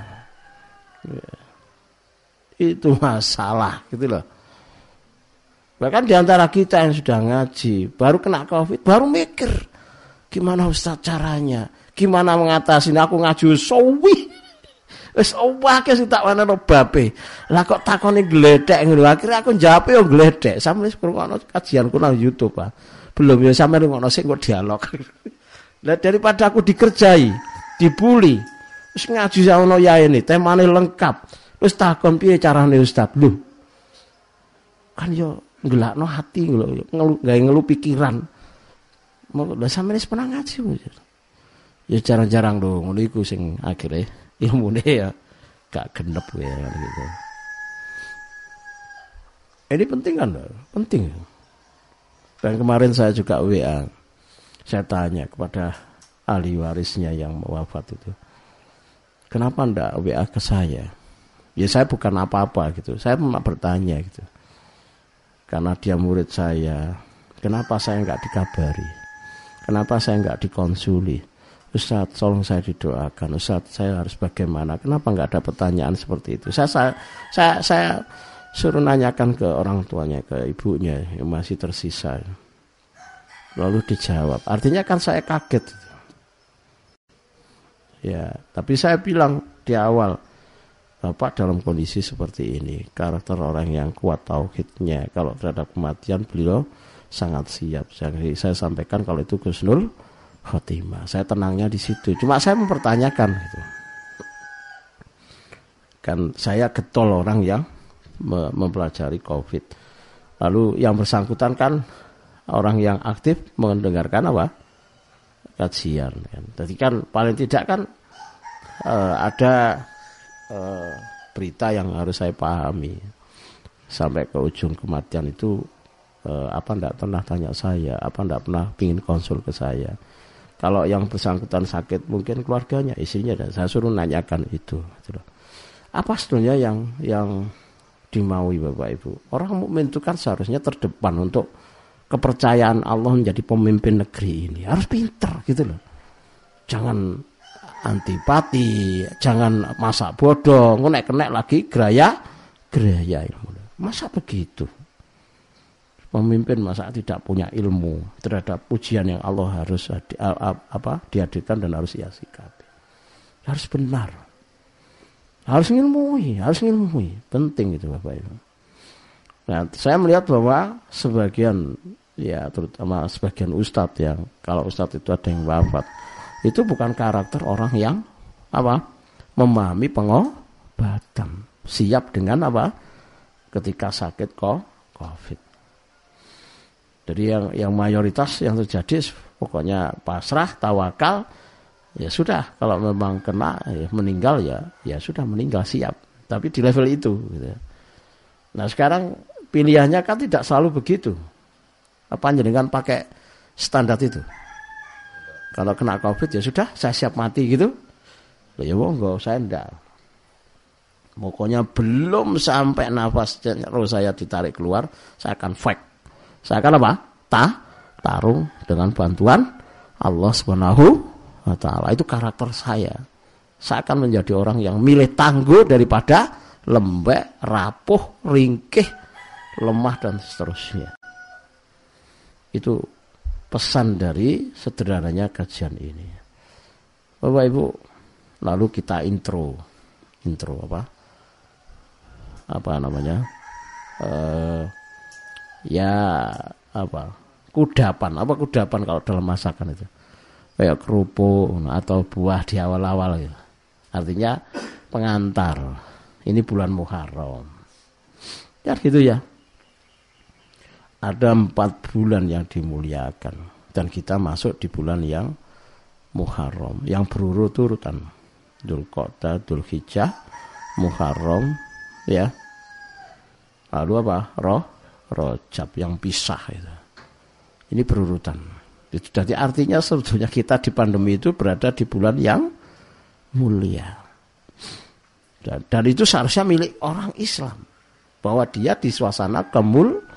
Itu masalah gitu loh. Bahkan diantara kita yang sudah ngaji, baru kena Covid, baru mikir gimana Ustaz caranya, gimana mengatasi. Aku ngaji sowi, wis owake sing tak waneno bape. Lah kok takone gledek ngono. Akhire aku jawab yo gledek. Sampe ngrungokno kajianku nang YouTube, Pak. Belum ya sampe ngrungokno sing kok dialog. Lah daripada aku dikerjai, dibully, wis ngaji saono yae ne, temane lengkap. Wis takon piye carane Ustaz? Lho. Kan yo ngelakno hati ngelu, ngelu, gawe ngelu pikiran. Mau lha sampeyan wis pernah ngaji. Ya jarang-jarang dong ngono iku sing akhire ilmune ya gak genep ya gitu. Ini penting kan? Penting. Dan kemarin saya juga W A. Saya tanya kepada ahli warisnya yang wafat itu. Kenapa ndak W A ke saya? Ya saya bukan apa-apa gitu. Saya cuma bertanya gitu. Karena dia murid saya, kenapa saya enggak dikabari? Kenapa saya enggak dikonsuli? Ustaz, tolong saya didoakan. Ustaz, saya harus bagaimana? Kenapa enggak ada pertanyaan seperti itu? Saya saya saya, saya suruh nanyakan ke orang tuanya, ke ibunya yang masih tersisa. Lalu dijawab. Artinya kan saya kaget. Ya, tapi saya bilang di awal, Bapak dalam kondisi seperti ini, karakter orang yang kuat tauhidnya, kalau terhadap kematian beliau sangat siap. Jadi saya sampaikan kalau itu husnul khotimah. Saya tenangnya di situ. Cuma saya mempertanyakan gitu. Kan saya getol orang yang mempelajari Covid. Lalu yang bersangkutan kan orang yang aktif mendengarkan apa? Kajian. Kan. Jadi kan paling tidak kan uh, ada Uh, berita yang harus saya pahami sampai ke ujung kematian itu uh, apa ndak pernah tanya saya, apa ndak pernah pingin konsul ke saya. Kalau yang bersangkutan sakit mungkin keluarganya, istrinya, dan saya suruh nanyakan itu. Apa sebenarnya yang yang dimaui Bapak Ibu? Orang mukmin itu kan seharusnya terdepan untuk kepercayaan Allah menjadi pemimpin negeri ini. Harus pinter gitu loh. Jangan antipati, jangan masak bodoh, ngonek-kenek lagi geraya, geraya ilmu. Masa begitu? Pemimpin masa tidak punya ilmu terhadap ujian yang Allah harus di, apa dihadirkan dan harus ia sikapi. Harus benar. Harus ngilmui, harus ngilmui. Penting itu Bapak Ibu. Nah, saya melihat bahwa sebagian ya terutama sebagian ustadz yang kalau ustadz itu ada yang wafat, itu bukan karakter orang yang apa memahami pengobatan, siap dengan apa ketika sakit kok Covid. Jadi yang yang mayoritas yang terjadi pokoknya pasrah, tawakal, ya sudah. Kalau memang kena ya meninggal ya ya sudah meninggal, siap. Tapi di level itu. Gitu. Nah sekarang pilihannya kan tidak selalu begitu. Apa jenengan pakai standar itu? Kalau kena Covid ya sudah, saya siap mati gitu. Ya monggo, saya enggak. Pokoknya belum sampai nafas roh saya ditarik keluar, saya akan fight. Saya akan apa? Ta, tarung dengan bantuan Allah Subhanahu wa taala. Itu karakter saya. Saya akan menjadi orang yang milih tangguh daripada lembek, rapuh, ringkih, lemah dan seterusnya. Itu pesan dari sederhananya kajian ini. Bapak Ibu, lalu kita intro, intro apa? Apa namanya? Uh, ya apa? Kudapan, apa kudapan kalau dalam masakan itu? Kayak kerupuk atau buah di awal-awal gitu. Artinya pengantar. Ini bulan Muharram. Ya gitu ya. Ada empat bulan yang dimuliakan dan kita masuk di bulan yang Muharram yang berurut-urutan. Dzulqa'dah, Dzulhijjah, Muharram, ya. Lalu apa? Roh, Rajab yang pisah itu. Ini berurutan. Itu jadi artinya sebetulnya kita di pandemi itu berada di bulan yang mulia. Dan, dan itu seharusnya milik orang Islam. Bahwa dia di suasana kemuliaan.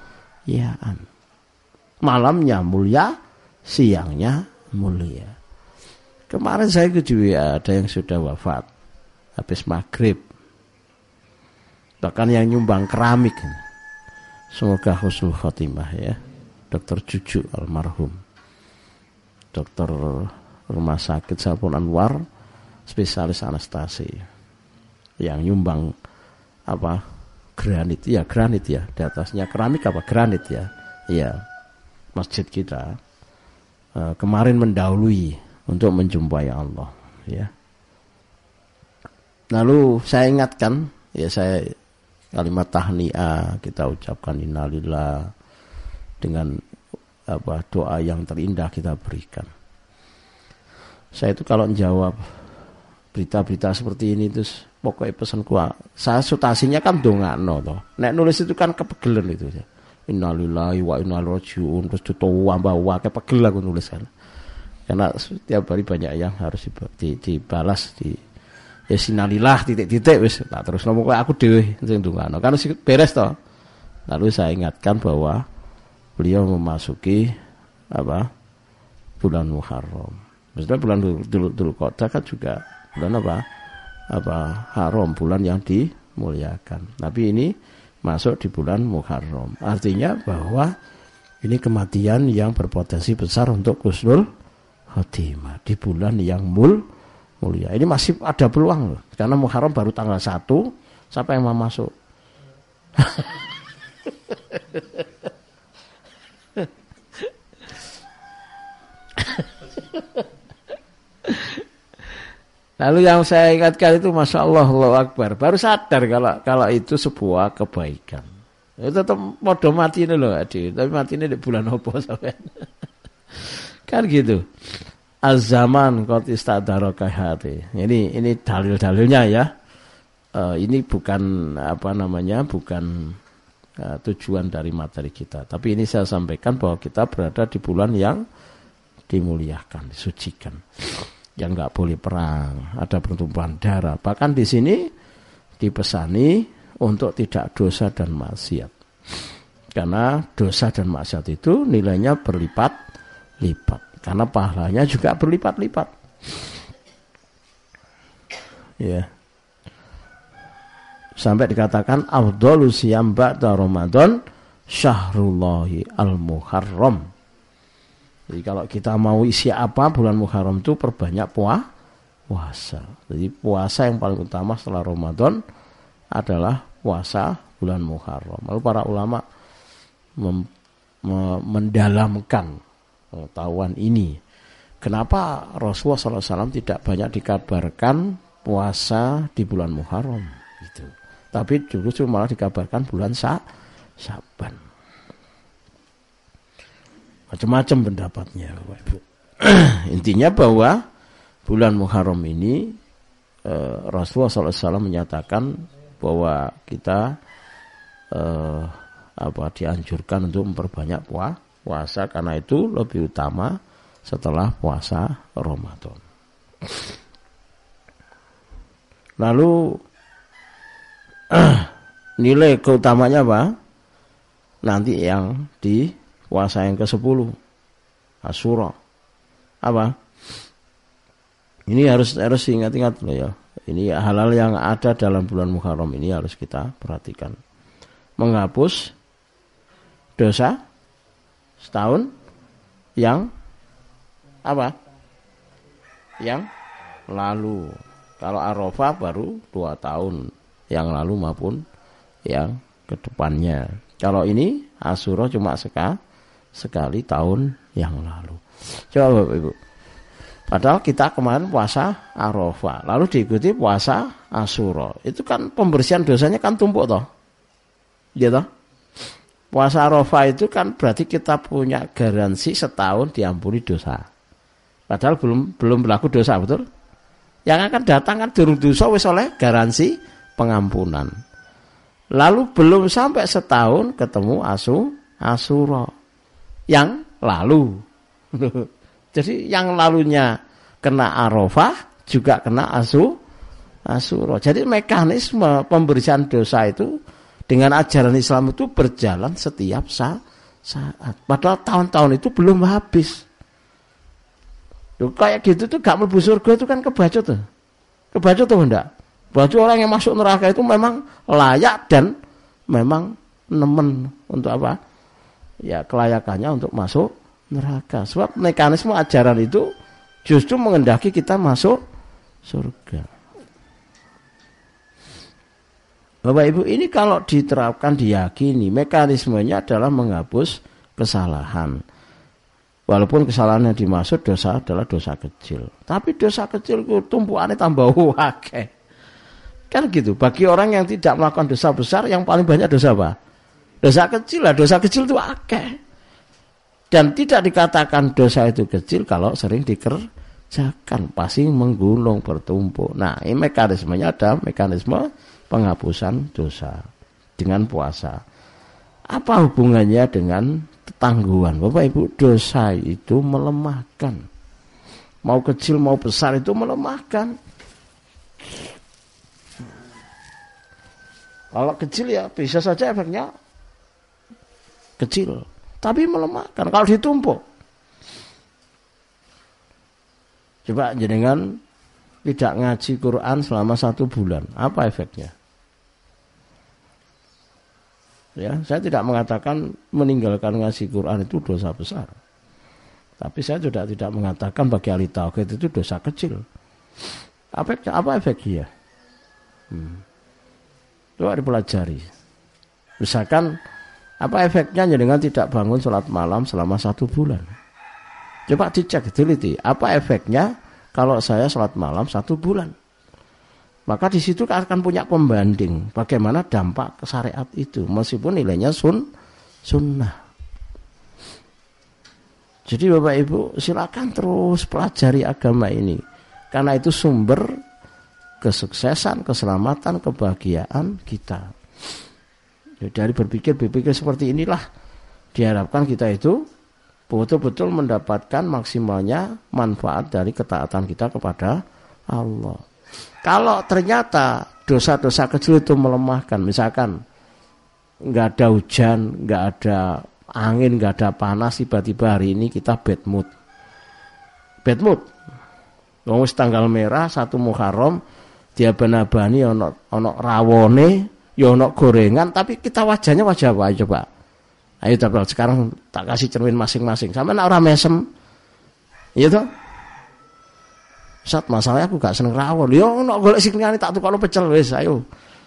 Malamnya mulia, siangnya mulia. Kemarin saya ke ya, ada yang sudah wafat habis maghrib. Bahkan yang nyumbang keramik. Semoga husnul khotimah ya. Dokter Juju almarhum. Dokter Rumah Sakit Saiful Anwar, spesialis anestesi. Yang nyumbang apa? Granit ya, granit ya. Di atasnya keramik apa? Granit ya. Iya. Masjid kita uh, kemarin mendahului untuk menjumpai Allah ya. Lalu saya ingatkan ya, saya kalimat tahniah kita ucapkan innalillah dengan apa doa yang terindah kita berikan. Saya itu kalau menjawab berita-berita seperti ini terus pokoknya pesanku, saya sutasinya kan dongakno toh. Nek nulis itu kan kepegelen itu ya. Innalillahi wa inna ilaihi raji'un terus ditambah ke pegel aku nulis kan. Karena setiap hari banyak yang harus dibalas di ya sinalilah titik-titik wis tak terus ngomong aku dhewe sing ndongakno. Kan beres toh. Lalu saya ingatkan bahwa beliau memasuki apa? Bulan Muharram. Maksudnya bulan Dzulqa'dah kan juga bulan apa? Apa haram, bulan yang dimuliakan. Tapi ini masuk di bulan Muharram. Artinya bahwa ini kematian yang berpotensi besar untuk husnul khotimah di bulan yang mul mulia. Ini masih ada peluang loh. Karena Muharram baru tanggal satu, siapa yang mau masuk? Lalu yang saya ingatkan itu Masya Allah, Allahu Akbar. Baru sadar kalau kalau itu sebuah kebaikan. Itu tetap podo mati ini loh adik. Tapi mati ini di bulan apa sampai. Kan gitu. Az-zaman qad istadaraka hati. Ini ini dalil-dalilnya ya. Uh, ini bukan apa namanya, bukan uh, tujuan dari materi kita. Tapi ini saya sampaikan bahwa kita berada di bulan yang dimuliakan, disucikan. Yang nggak boleh perang, ada pertumpahan darah. Bahkan di sini dipesani untuk tidak dosa dan maksiat. Karena dosa dan maksiat itu nilainya berlipat-lipat. Karena pahalanya juga berlipat-lipat. Ya. Sampai dikatakan afdhalu siyam ba'da Ramadan syahrullahi al-muharram. Jadi kalau kita mau isi apa bulan Muharram itu perbanyak puah, puasa. Jadi puasa yang paling utama setelah Ramadan adalah puasa bulan Muharram. Lalu para ulama mem, me, mendalamkan pengetahuan ini. Kenapa Rasulullah shallallahu alaihi wasallam tidak banyak dikabarkan puasa di bulan Muharram? Gitu. Tapi justru malah dikabarkan bulan Sa'ban. Macam-macam pendapatnya Bapak Ibu. Intinya bahwa bulan Muharram ini eh, Rasulullah shallallahu alaihi wasallam menyatakan bahwa kita eh, apa dianjurkan untuk memperbanyak puasa karena itu lebih utama setelah puasa Ramadan. Lalu nilai keutamanya apa? Nanti yang di puasa yang kesepuluh Asyura. Apa? Ini harus harus ingat-ingat loh ya. Ini hal-hal yang ada dalam bulan Muharram ini harus kita perhatikan. Menghapus dosa setahun yang apa? Yang lalu. Kalau Arafah baru dua tahun yang lalu maupun yang kedepannya. Kalau ini Asyura cuma seka, sekali tahun yang lalu. Coba Bapak Ibu. Padahal kita kemarin puasa Arafah, lalu diikuti puasa Asyura. Itu kan pembersihan dosanya kan tumpuk toh. Iya toh? Puasa Arafah itu kan berarti kita punya garansi setahun diampuni dosa. Padahal belum belum berlaku dosa, betul? Yang akan datang kan durung dosa wis oleh garansi pengampunan. Lalu belum sampai setahun ketemu asu Asyura yang lalu. Jadi yang lalunya kena Arafah juga kena asu Asyura. Jadi mekanisme pembersihan dosa itu dengan ajaran Islam itu berjalan setiap saat. Padahal tahun-tahun itu belum habis. Loh, kayak gitu tuh gak mlebu surga itu kan kebacut tuh. Kebacut tuh enggak? Berarti orang yang masuk neraka itu memang layak dan memang nemen untuk apa? Ya kelayakannya untuk masuk neraka. Sebab mekanisme ajaran itu justru mengendaki kita masuk surga. Bapak Ibu, ini kalau diterapkan diyakini mekanismenya adalah menghapus kesalahan. Walaupun kesalahan yang dimaksud dosa adalah dosa kecil. Tapi dosa kecil itu tumpuannya tambah akeh. Kan gitu. Bagi orang yang tidak melakukan dosa besar, yang paling banyak dosa apa? Dosa kecil lah. Dosa kecil itu akeh. Dan tidak dikatakan dosa itu kecil kalau sering dikerjakan. Pasti menggulung, bertumpuk. Nah, ini mekanismenya ada mekanisme penghapusan dosa dengan puasa. Apa hubungannya dengan ketangguhan? Bapak Ibu, dosa itu melemahkan. Mau kecil mau besar itu melemahkan. Kalau kecil ya bisa saja efeknya kecil, tapi melemahkan. Kalau ditumpuk, coba jenengan tidak ngaji Quran selama satu bulan, apa efeknya? Ya, saya tidak mengatakan meninggalkan ngaji Quran itu dosa besar, tapi saya juga tidak mengatakan bagi ahli tauhid itu dosa kecil. Apa apa efeknya? Hmm. Coba dipelajari. Misalkan apa efeknya dengan tidak bangun sholat malam selama satu bulan? Coba dicek, diteliti. Apa efeknya kalau saya sholat malam satu bulan? Maka di situ akan punya pembanding bagaimana dampak ke syariat itu, meskipun nilainya sun sunnah. Jadi Bapak Ibu silakan terus pelajari agama ini, karena itu sumber kesuksesan, keselamatan, kebahagiaan kita. Jadi dari berpikir-berpikir seperti inilah diharapkan kita itu betul-betul mendapatkan maksimalnya manfaat dari ketaatan kita kepada Allah. Kalau ternyata dosa-dosa kecil itu melemahkan, misalkan nggak ada hujan, nggak ada angin, nggak ada panas, tiba-tiba hari ini kita bad mood. Bad mood. Wong wis tanggal merah satu Muharram, dia benabani ono ono rawone, ya ono gorengan, tapi kita wajahnya wajah apa? Ayo coba. Ayo coba sekarang tak kasih cermin masing-masing. Sampe nek ora mesem. Iya toh? Sat masalahnya aku gak seneng rawon. Ya ono golek sing liyane tak tukokno pecel wis, ayo.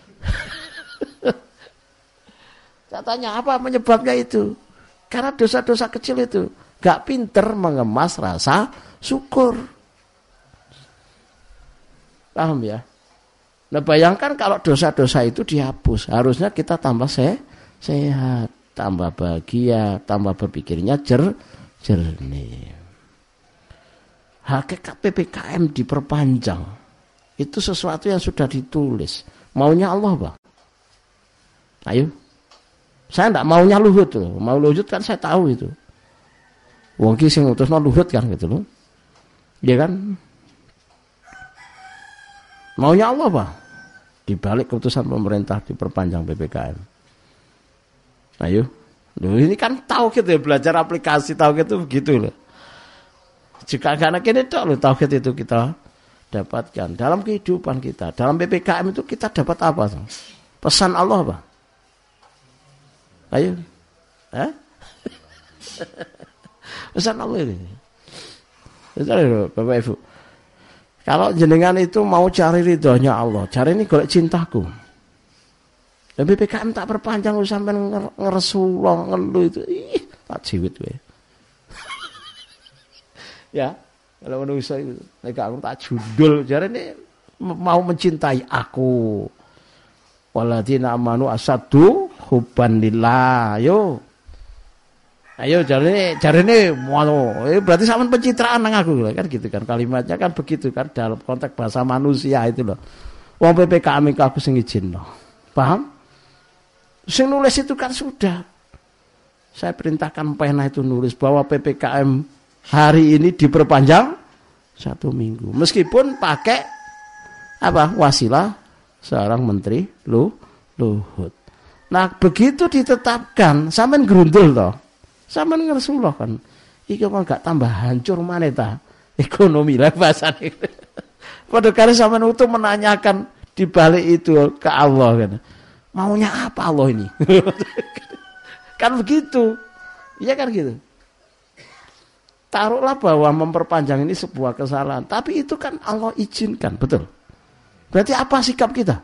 Saya tanya apa penyebabnya itu? Karena dosa-dosa kecil itu gak pinter mengemas rasa syukur. Paham ya? Nah bayangkan kalau dosa-dosa itu dihapus, harusnya kita tambah se sehat, tambah bahagia, tambah berpikirnya jer jernih. Hakikat P P K M diperpanjang, itu sesuatu yang sudah ditulis. Maunya Allah, Pak. Ayo, saya tidak maunya Luhut loh. Mau Luhut kan saya tahu itu. Wong ki sing ngutusno Luhut kan gitu loh. Iya kan? Maunya Allah apa? Dibalik keputusan pemerintah diperpanjang P P K M. Ayo. Loh, ini kan tauhid ya, belajar aplikasi tauhid itu begitu loh. Jika karena kini tok loh tauhid itu kita dapatkan dalam kehidupan kita. Dalam P P K M itu kita dapat apa? Pesan Allah apa? Ayo. Hah? Pesan Allah ini. Misalnya Bapak Ibu, kalau jenengan itu mau cari ridhonya Allah, cari ini golek cintaku. Dan B P K M tak perpanjang sampai ngeresuloh ngeluh itu, ih, tak jiwit we. Ya, kalau manusia itu, mereka aku tak judul, cari ini mau mencintai aku. Waladina amanu asadu hubban lillah. Ayo. Ayo jarene jarene mau. Eh, berarti sampean pencitraan nang aku kan gitu kan. Kalimatnya kan begitu kan dalam konteks bahasa manusia itu loh. Wong P P K M aku sing izinno. Paham? Sing nulis itu kan sudah. Saya perintahkan pena itu nulis bahwa P P K M hari ini diperpanjang satu minggu. Meskipun pakai apa? Wasilah seorang menteri lu Luhut. Nah, begitu ditetapkan, sampean grundul toh. Sampean ngersuloh kan. Iki kok gak tambah hancur maneh ta ekonomi lah bahasane. Padahal kali sampean utuh menanyakan di balik itu ke Allah kan. Maunya apa Allah ini? Kan begitu. Iya kan gitu. Taruhlah bahwa memperpanjang ini sebuah kesalahan, tapi itu kan Allah izinkan, betul? Berarti apa sikap kita?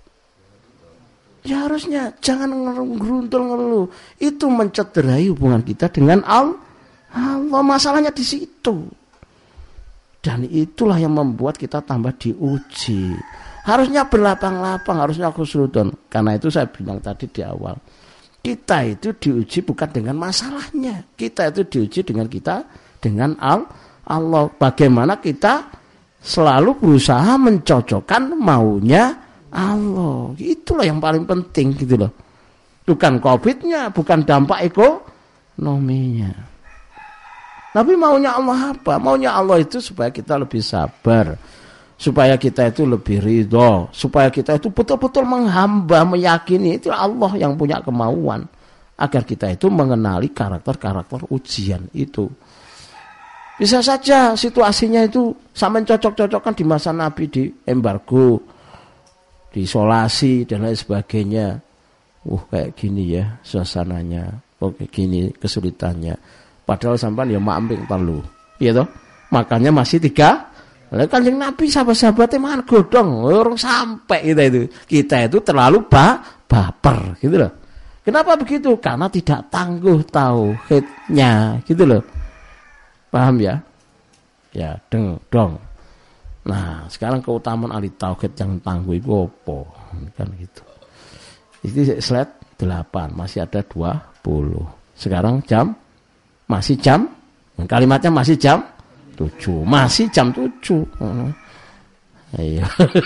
Ya harusnya jangan ngeruntul ngeluh. Itu mencederai hubungan kita dengan Allah. Allah masalahnya di situ. Dan itulah yang membuat kita tambah diuji. Harusnya berlapang-lapang, harusnya khusnudon. Karena itu saya bilang tadi di awal. Kita itu diuji bukan dengan masalahnya. Kita itu diuji dengan kita, dengan Allah. Bagaimana kita selalu berusaha mencocokkan maunya Allah. Itulah yang paling penting gitu loh. Bukan Covid-nya, bukan dampak ekonominya. Tapi maunya Allah apa? Maunya Allah itu supaya kita lebih sabar. Supaya kita itu lebih ridho. Supaya kita itu betul-betul menghamba, meyakini itu Allah yang punya kemauan. Agar kita itu mengenali karakter-karakter ujian itu. Bisa saja situasinya itu sama cocok-cocokkan di masa Nabi di embargo, diisolasi dan lain sebagainya. Uh kayak gini ya suasananya, oh kayak gini kesulitannya. Padahal sampai ya mamping perlu, iya toh. Makanya masih tiga. Lalu Kanjeng Nabi sahabat-sahabatnya mana godong, orang sampai kita itu, kita itu terlalu ba baper, gitu loh. Kenapa begitu? Karena tidak tangguh tauhidnya, gitu loh. Paham ya? Ya, deng, dong. Nah, sekarang keutamaan ahli tauhid yang tangguh itu apa? Kan gitu. Ini slide delapan, masih ada dua puluh. Sekarang jam, masih jam, kalimatnya masih jam tujuh. Masih jam tujuh. Ayo.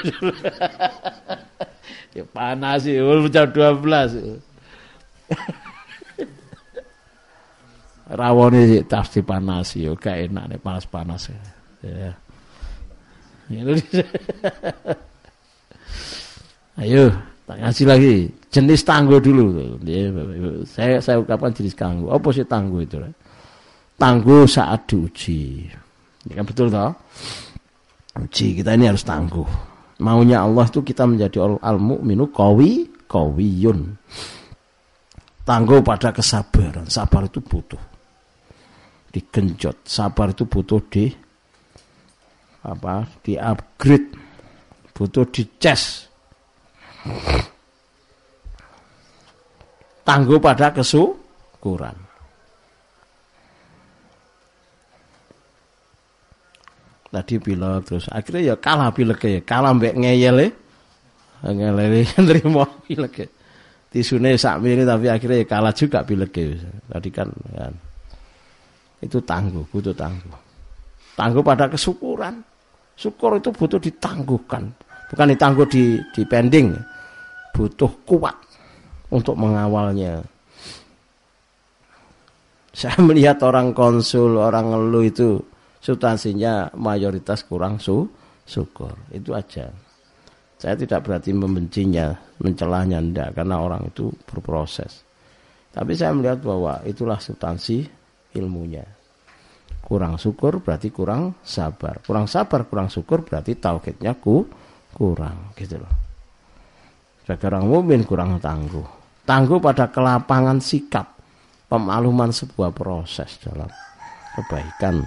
Ya panas sih, jam dua belas. Rawone sih tafsir panas yo gak enak nek panas-panas ya. Ayo, tak kasih lagi jenis tangguh dulu. Saya saya ungkapkan jenis tangguh. Apa sih tangguh itu? Tangguh saat diuji. Ini kan betul toh? Uji kita ini harus tangguh. Maunya Allah itu kita menjadi al-mu'minu qawi qawiyun. Tangguh pada kesabaran. Sabar itu butuh digenjot. Sabar itu butuh di apa? Di upgrade. Butuh dicas. Tangguh pada kesyukuran. Tadi pilek terus akhirnya ya kalah pilek ya, kalah mbek ngeyel e. Ngeyel nrimo pilek. Tisune sak mene tapi akhirnya ya kalah juga pilek e. Tadi kan, kan itu tangguh, butuh tangguh. Tangguh pada kesyukuran. Syukur itu butuh ditangguhkan, bukan ditangguh di di pending. Butuh kuat untuk mengawalnya. Saya melihat orang konsul, orang ngeluh itu substansinya mayoritas kurang su, syukur. Itu aja. Saya tidak berarti membencinya, mencelahnya, enggak, karena orang itu berproses. Tapi saya melihat bahwa itulah substansi ilmunya. Kurang syukur berarti kurang sabar. Kurang sabar, kurang syukur berarti tauhidnya ku kurang, gitu loh. Sebagai orang mukmin kurang tangguh. Tangguh pada kelapangan sikap, pemakluman sebuah proses dalam kebaikan.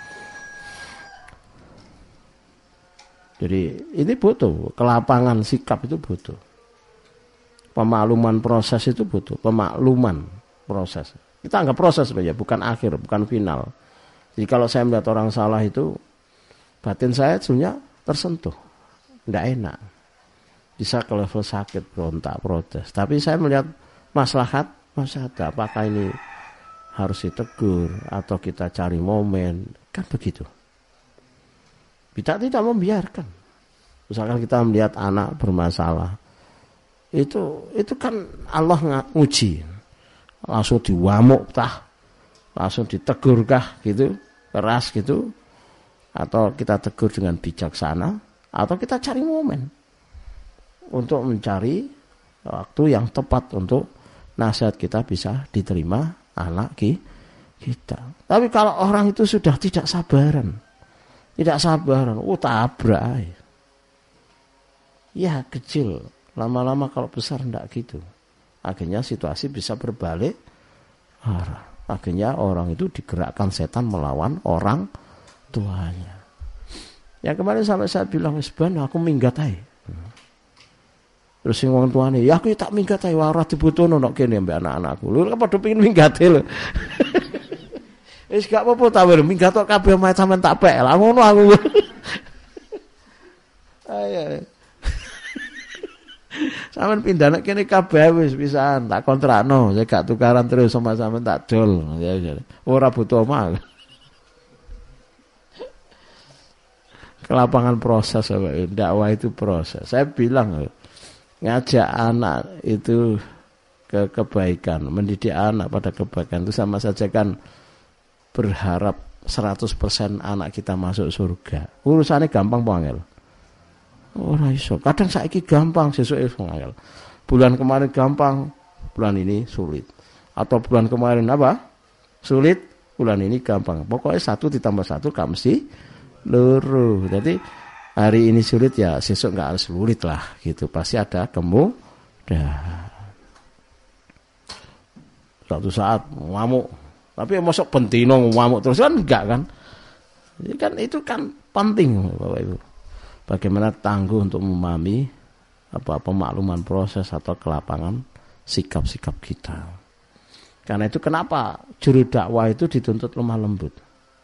Jadi ini butuh, kelapangan sikap itu butuh. Pemakluman proses itu butuh, pemakluman proses. Kita anggap proses saja, bukan akhir, bukan final. Jadi kalau saya melihat orang salah itu, batin saya sebenarnya tersentuh, tidak enak. Bisa ke level sakit, berontak, protes. Tapi saya melihat maslahat, maslahat apakah ini harus ditegur atau kita cari momen, kan begitu. Kita tidak membiarkan. Misalkan kita melihat anak bermasalah, itu itu kan Allah nguji, langsung diwamuk tah, langsung ditegur kah gitu, keras gitu, atau kita tegur dengan bijaksana, atau kita cari momen untuk mencari waktu yang tepat untuk nasihat kita bisa diterima anak kita. Tapi kalau orang itu sudah tidak sabaran, tidak sabaran, oh tabrak, ya kecil, lama-lama kalau besar enggak gitu. Akhirnya situasi bisa berbalik arah. Akhirnya orang itu digerakkan setan melawan orang tuanya. Yang kemarin sampai saya bilang, "Seban, aku minggat ae." Terus sing wong tuane, "Ya aku tak minggat ae, ora dibutuhno nek kene mbek anak-anakku." Lho kok padha pengin minggate lho. Wis gak apa-apa ta lho, minggat tok kabeh omahe sampean tak pek. Lah ngono aku. Ayo. Sampeyan pindah nek kene kabeh wis pisan tak kontrakno, saya gak tukaran terus sama sampeyan tak dol. Ora butuh omah. Kelapangan proses, dakwah itu proses. Saya bilang ngajak anak itu ke kebaikan, mendidik anak pada kebaikan itu sama saja kan berharap seratus persen anak kita masuk surga. Urusannya gampang banget. Ora iso. Kadang saiki gampang, sesuk angel. Bulan kemarin gampang, bulan ini sulit. Atau bulan kemarin apa? Sulit, bulan ini gampang. Pokoknya satu ditambah satu gak mesti loro. Jadi hari ini sulit ya, sesuk gak harus sulit lah gitu. Pasti ada kemudahan. Suatu saat ngamuk, tapi masuk bentino ngamuk terus kan enggak kan? Jadi kan itu kan penting Bapak Ibu. Bagaimana tangguh untuk memahami apa pemakluman proses atau kelapangan sikap-sikap kita. Karena itu kenapa juru dakwah itu dituntut lemah lembut.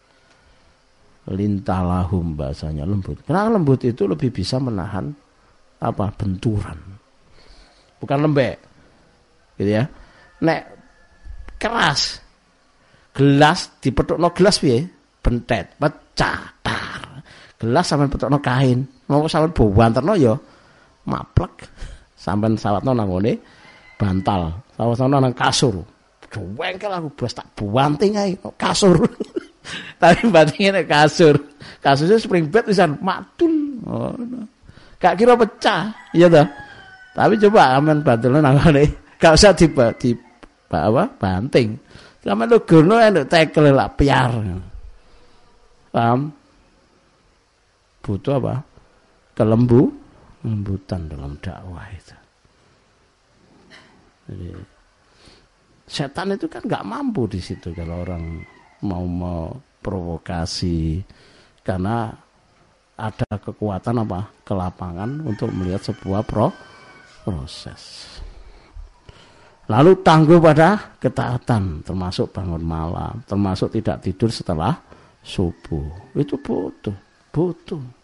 Lintalahum bahasanya lembut. Karena lembut itu lebih bisa menahan apa benturan. Bukan lembek. Gitu ya. Nek keras gelas dipethukno gelas piye? Bentet, pecah, tar. Gelas sampean petokno kain, mau sampean bowanterno ya maplek. Sampean sawatno nang ngene bantal, sawatno nang kasur. Jengkel aku blas tak buanting ae kasur. Tapi batinge nek kasur. Kasurnya spring bed pisan matul. Oh, no. Gak kira pecah, iya toh. Tapi coba sampean bantelno nang ngene, gak usah di di apa? Banting. Sampeyan lugurno enek tekel lak piar. Paham? Butuh apa? Kelembu, kelembutan dalam dakwah itu. Jadi, setan itu kan nggak mampu di situ kalau orang mau mau provokasi, karena ada kekuatan apa? Kelapangan untuk melihat sebuah pro, proses. Lalu tangguh pada ketaatan, termasuk bangun malam, termasuk tidak tidur setelah subuh. Itu butuh, butuh.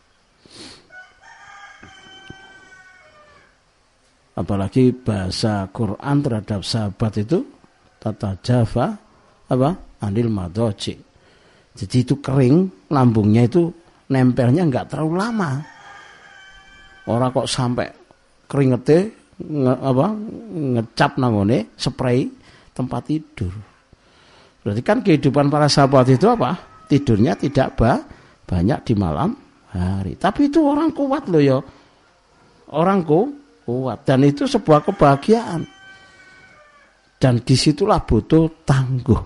Apalagi bahasa Quran terhadap sahabat itu tata java apa anil madoci. Jadi itu kering, lambungnya itu nempelnya nggak terlalu lama. Orang kok sampai keringetnya nge, apa ngecap nangone spray tempat tidur. Berarti kan kehidupan para sahabat itu apa? Tidurnya tidak ba, banyak di malam hari. Tapi itu orang kuat loh ya. Orang ku kuat, dan itu sebuah kebahagiaan, dan disitulah butuh tangguh.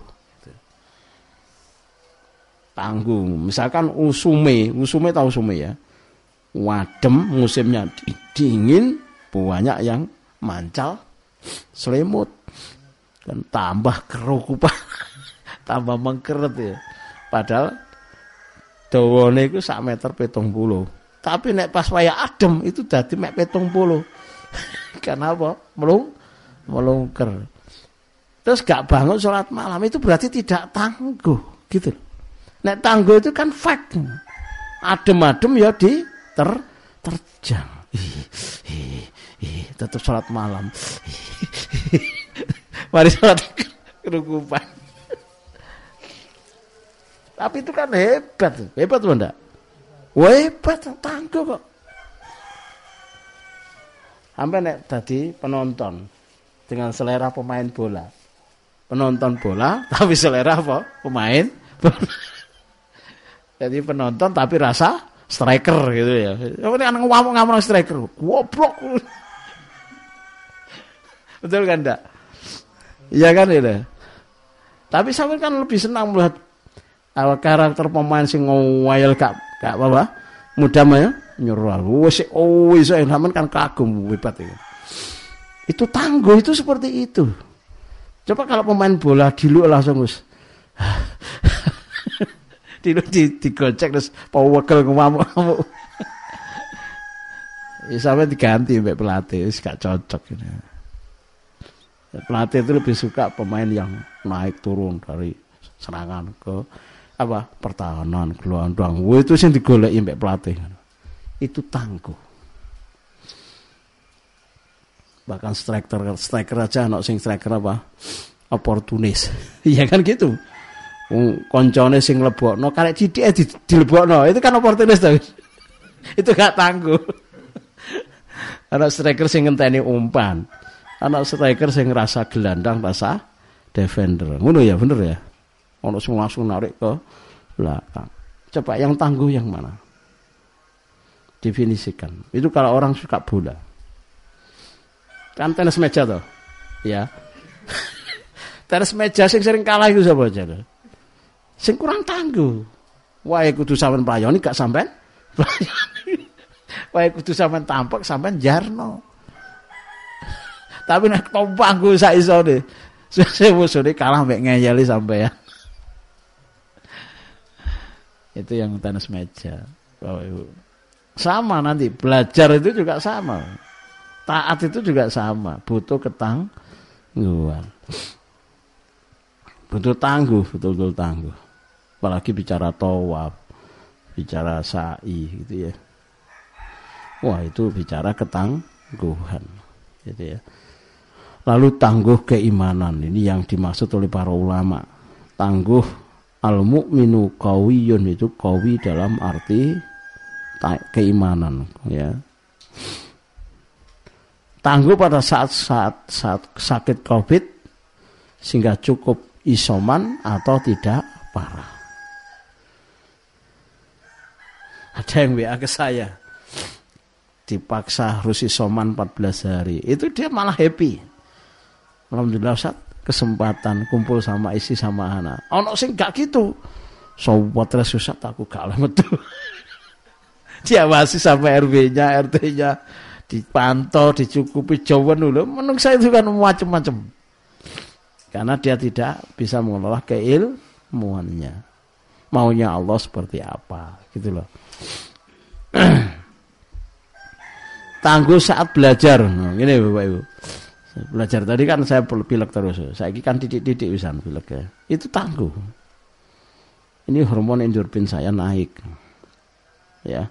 Tangguh, misalkan usume, usume tahu usume ya, wadem musimnya dingin, banyak yang mancal, selimut, dan tambah kerukupan, tambah mengkeret ya. Padahal dawane iku sak meter pitung puluh. Tapi nek pas waya adem itu dadi mek pitung puluh. Kenapa? Melung melungker. Terus gak bangun sholat malam itu berarti tidak tangguh, gitu. Nek tangguh itu kan fact. Adem-adem ya di ter terjang. Ih, ih, ih, tetap sholat malam. Mari sholat kerukupan. Tapi itu kan hebat, hebat loh enggak? Wah, hebat, tangguh kok. Sampai nek tadi penonton dengan selera pemain bola. Penonton bola tapi selera apa? Pemain bola. Jadi penonton tapi rasa striker gitu ya. Ini anak ngomong-ngomong striker. Goblok. Betul kan enggak? Iya kan itu. Tapi sampean kan lebih senang melihat awak karakter pemain sing ngowayel gak gak apa-apa. Mudah mah ya nyuruh. Wis oh iso sampean kan kagum hebat itu. Itu tangguh itu seperti itu. Coba kalau pemain bola diluk langsung wis. diluk di digocek terus pawegel ngamuk-ngamuk. Ya sampe diganti mbek pelatih wis gak cocok gitu. Pelatih itu lebih suka pemain yang naik turun dari serangan ke apa pertahanan, gelandang. Wah itu sing digoleki mbek pelatih. Itu tangguh. Bahkan striker striker aja anak sing striker apa oportunis. Iya kan gitu. Wong koncone sing lebokno karek cithike di, dilebokno itu kan oportunis to. Itu gak tangguh. Anak striker sing ngenteni umpan. Anak striker sing rasa gelandang rasa defender. Ngono ya bener ya. Ono sing langsung narik ke belakang. Coba yang tangguh yang mana? Definisikan. Itu kalau orang suka bola. Kan tenis meja toh. Ya. Tenis meja sing sering kalah itu sapa aja lho. Sing kurang tangguh. Wae kudu sampean playoni gak sampean. Wae kudu sampean tampak sampean jarno. Tapi nek tompangku sak isone. Sesuk musune kalah mek ngeyeli sampean. Itu yang tenis meja. Oh, sama nanti belajar itu juga sama. Taat itu juga sama, butuh ketangguhan. Butuh tangguh, betul-betul tangguh. Apalagi bicara tawaf, bicara sa'i gitu ya. Wah, itu bicara ketangguhan. Gitu ya. Lalu tangguh keimanan, ini yang dimaksud oleh para ulama. Tangguh al-mu'minu qawiyun itu qawi dalam arti keimanan ya. Tangguh pada saat saat saat sakit Covid sehingga cukup isoman atau tidak parah. Ada yang W A ke saya dipaksa harus isoman empat belas hari. Itu dia malah happy. Alhamdulillah Ustaz, kesempatan kumpul sama istri sama anak. Ono sing gak gitu. Sobat res Ustaz aku gak oleh metu. Dia masih sampai R W-nya, R T-nya dipantau, dicukupi jawaban dulu. Menurut saya itu kan macam-macam. Karena dia tidak bisa mengelola keilmuannya. Maunya Allah seperti apa, gitu loh. Tangguh saat belajar. Nah, ini Bapak Ibu. Belajar tadi kan saya pilek terus. Saya kan titik-titik wisan pilek ya. Itu tangguh. Ini hormon endorfin saya naik. Ya.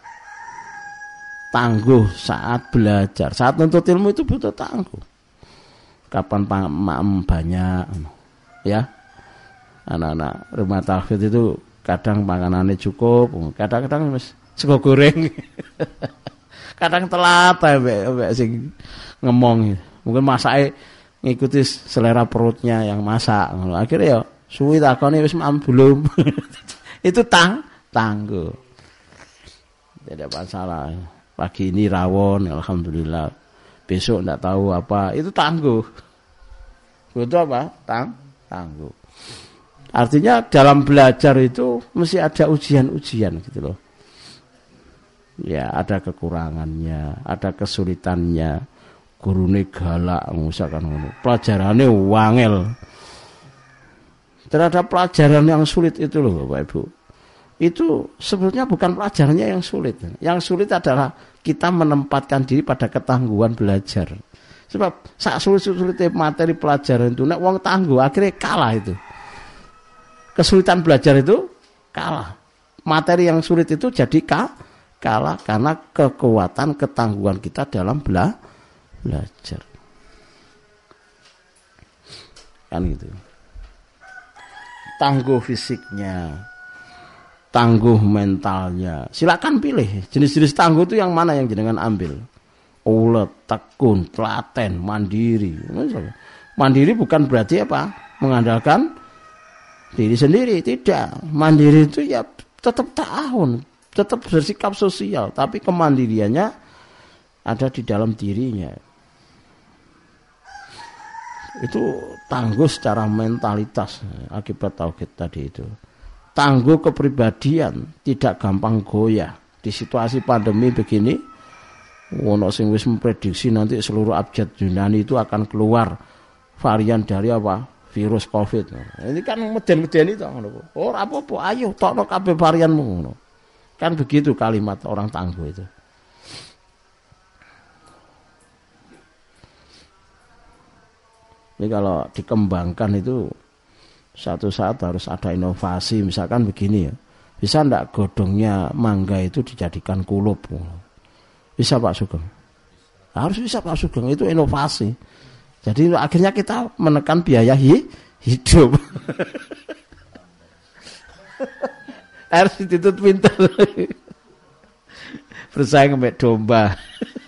Tangguh saat belajar, saat nuntut ilmu itu butuh tangguh. Kapan maem banyak, ya, anak-anak rumah tahfidz itu kadang makanannya cukup, kadang-kadang mas sego goreng, kadang telat, ya, sing ngomong, mungkin masaknya ngikuti selera perutnya yang masak, akhirnya ya suwi takone wis maem belum, itu tang tangguh, tidak masalah. Pagi ini rawon, alhamdulillah. Besok enggak tahu apa, itu tangguh. Butuh apa? Tang, tangguh. Artinya dalam belajar itu mesti ada ujian-ujian gitu loh. Ya, ada kekurangannya, ada kesulitannya. Gurune galak, misalkan ngono. Pelajarane wangel. terhadap pelajaran yang sulit itu loh Bapak Ibu. Itu sebetulnya bukan pelajarannya yang sulit. Yang sulit adalah kita menempatkan diri pada ketangguhan belajar. Sebab saat sulit-sulitnya materi pelajaran itu, nek wong tangguh akhirnya kalah itu. Kesulitan belajar itu kalah. Materi yang sulit itu jadi kalah karena kekuatan ketangguhan kita dalam bela belajar. Kan gitu. Tangguh fisiknya, tangguh mentalnya. Silakan pilih jenis-jenis tangguh itu yang mana yang jenengan ambil. Ulet, tekun, telaten, mandiri. Mandiri bukan berarti apa? Mengandalkan diri sendiri, tidak. Mandiri itu ya tetap ta'awun, tetap bersikap sosial, tapi kemandiriannya ada di dalam dirinya. Itu tangguh secara mentalitas akibat tauhid tadi itu. Tangguh kepribadian, tidak gampang goyah. Di situasi pandemi begini, ono sing wis memprediksi nanti seluruh abjad Yunani itu akan keluar varian dari apa? Virus Covid. Ini kan meden-meden itu ngono. Ora apa-apa, ayo tokno kabeh varianmu ngono. Kan begitu kalimat orang tangguh itu. Ini kalau dikembangkan itu satu saat harus ada inovasi, misalkan begini ya. Bisa enggak godongnya mangga itu dijadikan kulup? Bisa Pak Sugeng? Harus bisa Pak Sugeng, itu inovasi. Jadi akhirnya kita menekan biaya hidup. Harus dituntut pintar. Bersaing sama domba.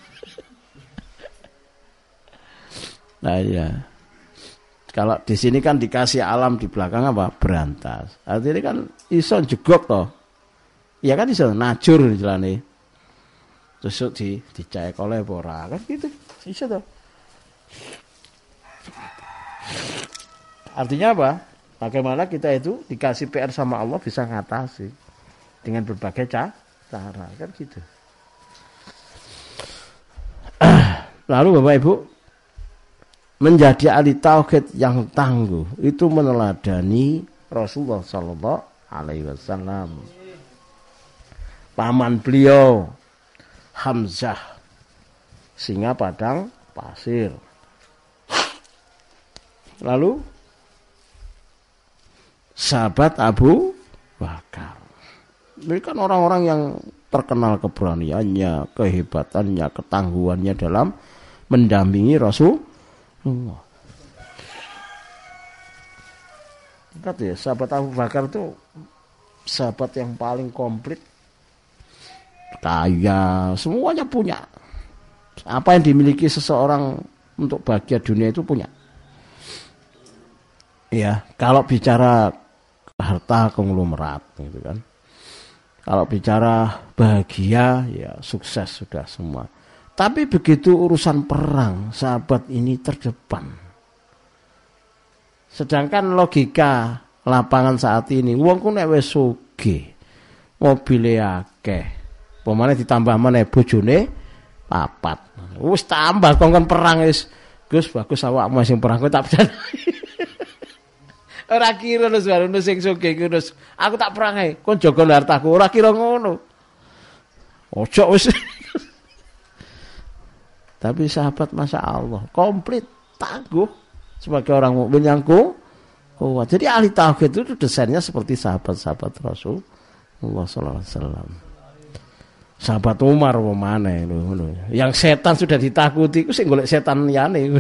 Nah ya. Kalau di sini kan dikasih alam, di belakang apa? Berantas. Artinya kan iso jegok toh. Ya kan iso najur jalane. Terus di dicek oleh ora kan gitu. Iso toh. Artinya apa? Bagaimana kita itu dikasih P R sama Allah bisa ngatasi dengan berbagai cara, kan gitu. Lalu Bapak Ibu, menjadi ahli tauhid yang tangguh itu meneladani Rasulullah Sallallahu Alaihi Wasallam. Paman beliau Hamzah, singa padang pasir. Lalu sahabat Abu Bakar. Ini kan orang-orang yang terkenal keberaniannya, kehebatannya, ketangguhannya dalam mendampingi Rasulullah. Ingat ya, sahabat Abu Bakar itu sahabat yang paling komplit, kaya, semuanya punya. Apa yang dimiliki seseorang untuk bahagia dunia itu punya. Ya, kalau bicara harta konglomerat gitu kan. Kalau bicara bahagia ya sukses sudah semua. Tapi begitu urusan perang, sahabat ini terdepan. Sedangkan logika lapangan saat ini, wong ku nek wis sugih, mobile akeh. Pemane ditambah meneh bojone papat. Wis tambah kongkon perang wis. Gus bagus awakmu sing perang kowe tak pedani. Ora kira nus baru nus sing sugih nus. Aku tak perang ae, kon jaga hartaku. Ora kira ngono. Ojo wis. Tapi sahabat Masya Allah komplit, tangguh sebagai orang mukmin yang kuat. Jadi ahli tauhid itu desainnya seperti sahabat-sahabat Rasulullah sallallahu alaihi wasallam. Sahabat Umar pemane lho. Yang setan sudah ditakuti, ku sing golek setan liyane.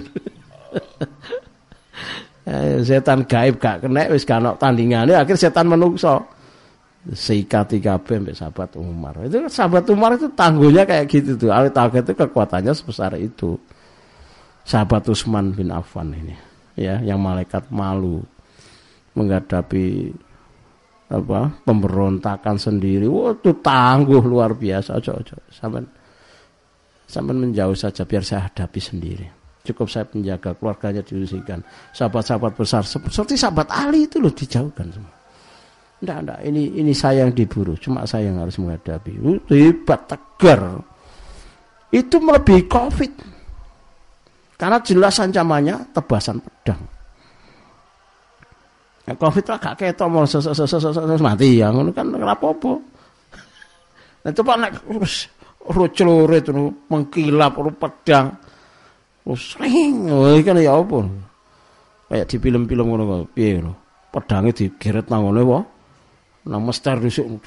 Setan gaib gak kena wis gak ono tandingane, akhir setan menungso. Seikat tiga B mbek sahabat Umar. Itu sahabat Umar itu tangguhnya kayak gitu tuh. Ahli tauhid itu kekuatannya sebesar itu. Sahabat Utsman bin Affan ini, ya, yang malaikat malu menghadapi apa? Pemberontakan sendiri. Wah, itu tangguh luar biasa. Ojo ojo. Sampean sampean menjauh saja biar saya hadapi sendiri. Cukup saya penjaga keluarganya diusikan. Sahabat-sahabat besar seperti sahabat Ali itu loh dijauhkan semua. Enggak, enggak, ini ini saya yang diburu, cuma saya yang harus menghadapi. Hebat, tegar. Itu melebihi Covid. Karena jelas ancamannya tebasan pedang. Covid lah gak ketok mau mati ya ngono kan ora apa-apa. Nah coba nek ruclure itu mengkilap ru pedang. Terus ring, oh kan ya apa? Kayak di film-film ngono kok piye ngono. Pedange digeret nang ngene wae. Nang mester rusuk.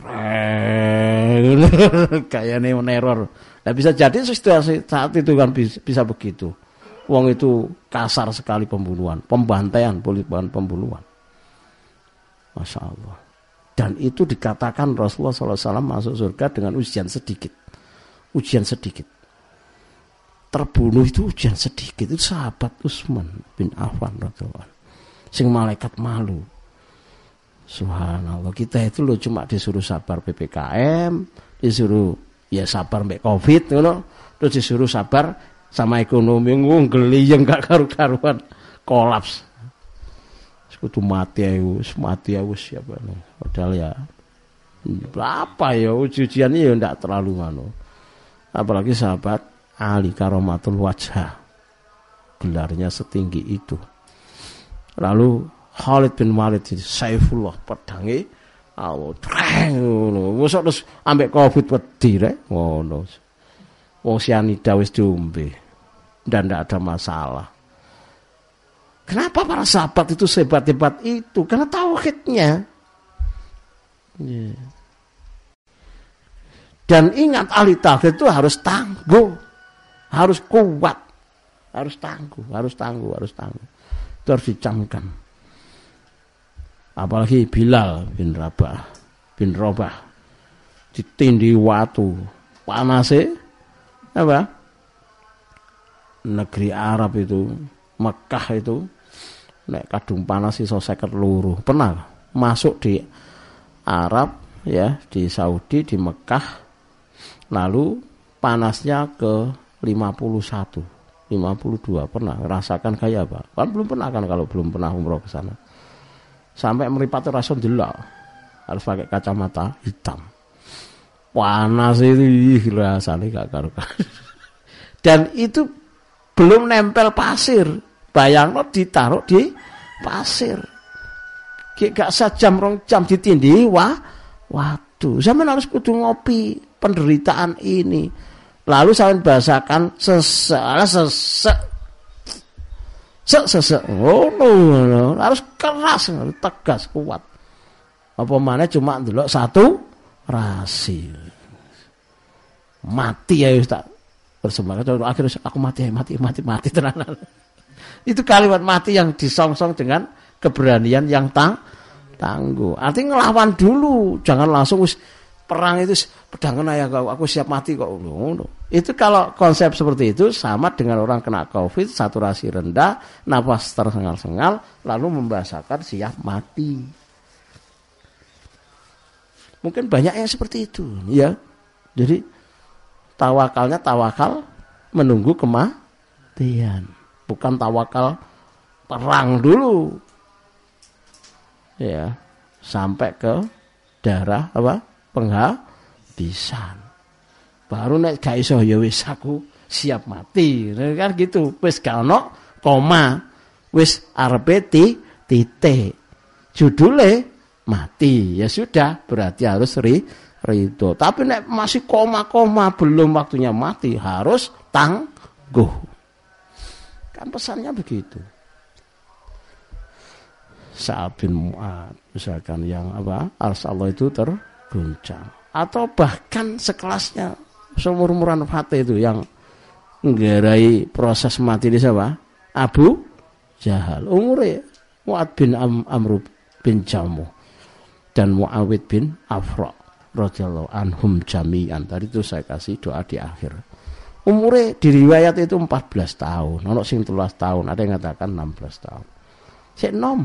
Kayane neror. Nah bisa jadi situasi saat itu kan bisa, bisa begitu. Wong itu kasar sekali pembunuhan, pembantaian, politik pembunuhan. Masya Allah. Dan itu dikatakan Rasulullah shallallahu alaihi wasallam masuk surga dengan ujian sedikit. Ujian sedikit. Terbunuh itu ujian sedikit. Itu sahabat Utsman bin Affan radhiyallahu anhu. Sing malaikat malu. Subhanallah. Kita itu loh cuma disuruh sabar P P K M, disuruh ya sabar mbek Covid ngono, terus disuruh sabar sama ekonomi ngunggeli yang gak karu-karuan, kolaps. Kudu mati ayo, mati ayo siapa nih. Padahal ya berapa ya ujiannya ya ndak terlalu ngono. Apalagi sahabat Ali Karomatul Wajah. Gelarnya setinggi itu. Lalu Khalid bin Walid Saifullah pedange Allah treng ngono. Mosok terus ambek Covid wedi rek ngono. Wong sianida wis diombe. Dan ndak ada masalah. Kenapa para sahabat itu sebat-hebat itu? Karena tauhidnya. Yeah. Dan ingat ahli tauhid itu harus tangguh, harus kuat, harus tangguh, harus tangguh, harus tangguh. Itu harus dicamkan. Apalagi Bilal bin Rabah, bin Rabah ditindih watu, panasnya apa? Negeri Arab itu, Mekah itu, nek kadung panas iso seket loro. Pernah masuk di Arab ya, di Saudi, di Mekah, lalu panasnya ke lima puluh satu, lima puluh dua. Pernah rasakan kayak apa? Kan belum pernah kan kalau belum pernah umroh ke sana. Sampai meripat rasa delok. Harus pakai kacamata hitam. Panas itu rasanya gak karu-karu. Dan itu belum nempel pasir. Bayangno ditaruh di pasir. Gak sejam rong jam ditindih, wah, waduh. Sampeyan harus kudu ngopi penderitaan ini. Lalu sampeyan bahasakan sesek, sesek, sesek, sesek. Oh no, harus keras, harus tegas, kuat. Apa mana cuma ndelok satu rasi. Mati ya Ustaz. Bersemangat akhirnya aku mati, mati, mati, mati tenanan. Itu kalimat mati yang disongsong dengan keberanian yang tang tangguh. Artinya ngelawan dulu, jangan langsung us, perang itu pedangan ya aku siap mati kok. Itu kalau konsep seperti itu sama dengan orang kena Covid, saturasi rendah, nafas tersengal-sengal, lalu membahasakan siap mati. Mungkin banyak yang seperti itu, ya. Jadi tawakalnya tawakal menunggu kematian, bukan tawakal perang dulu, ya, sampai ke darah apa penghabisan. Baru nek gak iso ya wis aku siap mati, kan gitu. Wis gak ono koma, wis arepe titik, judule mati, ya sudah berarti harus ri ridho. Tapi nek masih koma-koma belum waktunya mati harus tangguh. Kan pesannya begitu. Sa'ad bin Mu'ad misalkan yang apa? Arsy Allah itu terguncang. Atau bahkan sekelasnya seumur-umuran Fatih itu yang nggarai proses mati di siapa? Abu Jahal. Umurnya Mu'ad bin Am Amr bin Jamuh dan Muawid bin Afra radhiyallahu anhum jami'an. Tadi itu saya kasih doa di akhir. Umurnya di riwayat itu empat belas tahun, ono sing tiga belas tahun, ada yang mengatakan enam belas tahun. Sik nom.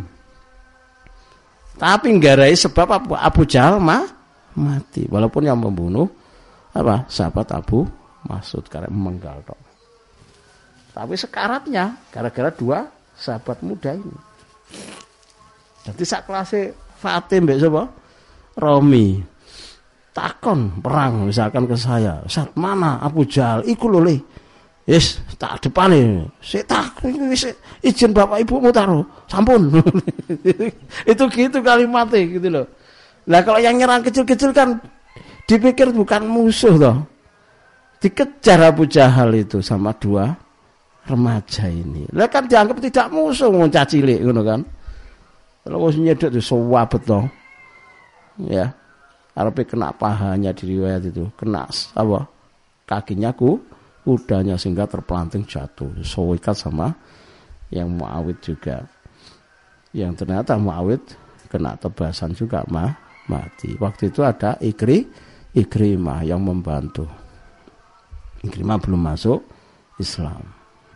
Tapi nggarai sebab Abu, Abu Jahal mah mati, walaupun yang membunuh apa? Sahabat Abu Mas'ud karena memenggal tok. Tapi sekaratnya gara-gara dua sahabat muda ini. Jadi sak kelas Fatih mbek sapa? Romi. Takon perang misalkan ke saya, saat mana Abu Jahal iku lho le Yes, tak depane. Sik tak wis izin bapak ibumu taruh. Sampun. Itu gitu kalimatnya gitu loh. Lah kalau yang nyerang kecil-kecil kan dipikir bukan musuh toh. Dikejar Abu Jahal itu sama dua remaja ini. Lah kan dianggap tidak musuh wong cilik ngono kan. Kalau wis nyedhek itu sewabet toh. Ya. Arepe kena pahanya di riwayat itu, kena apa? Kakinya ku kudanya sehingga terpelanting jatuh. Sowikat sama yang Muawid juga. Yang ternyata Muawid kena tebasan juga mah mati. Waktu itu ada Ikri, Ikrimah yang membantu. Ikrimah belum masuk Islam.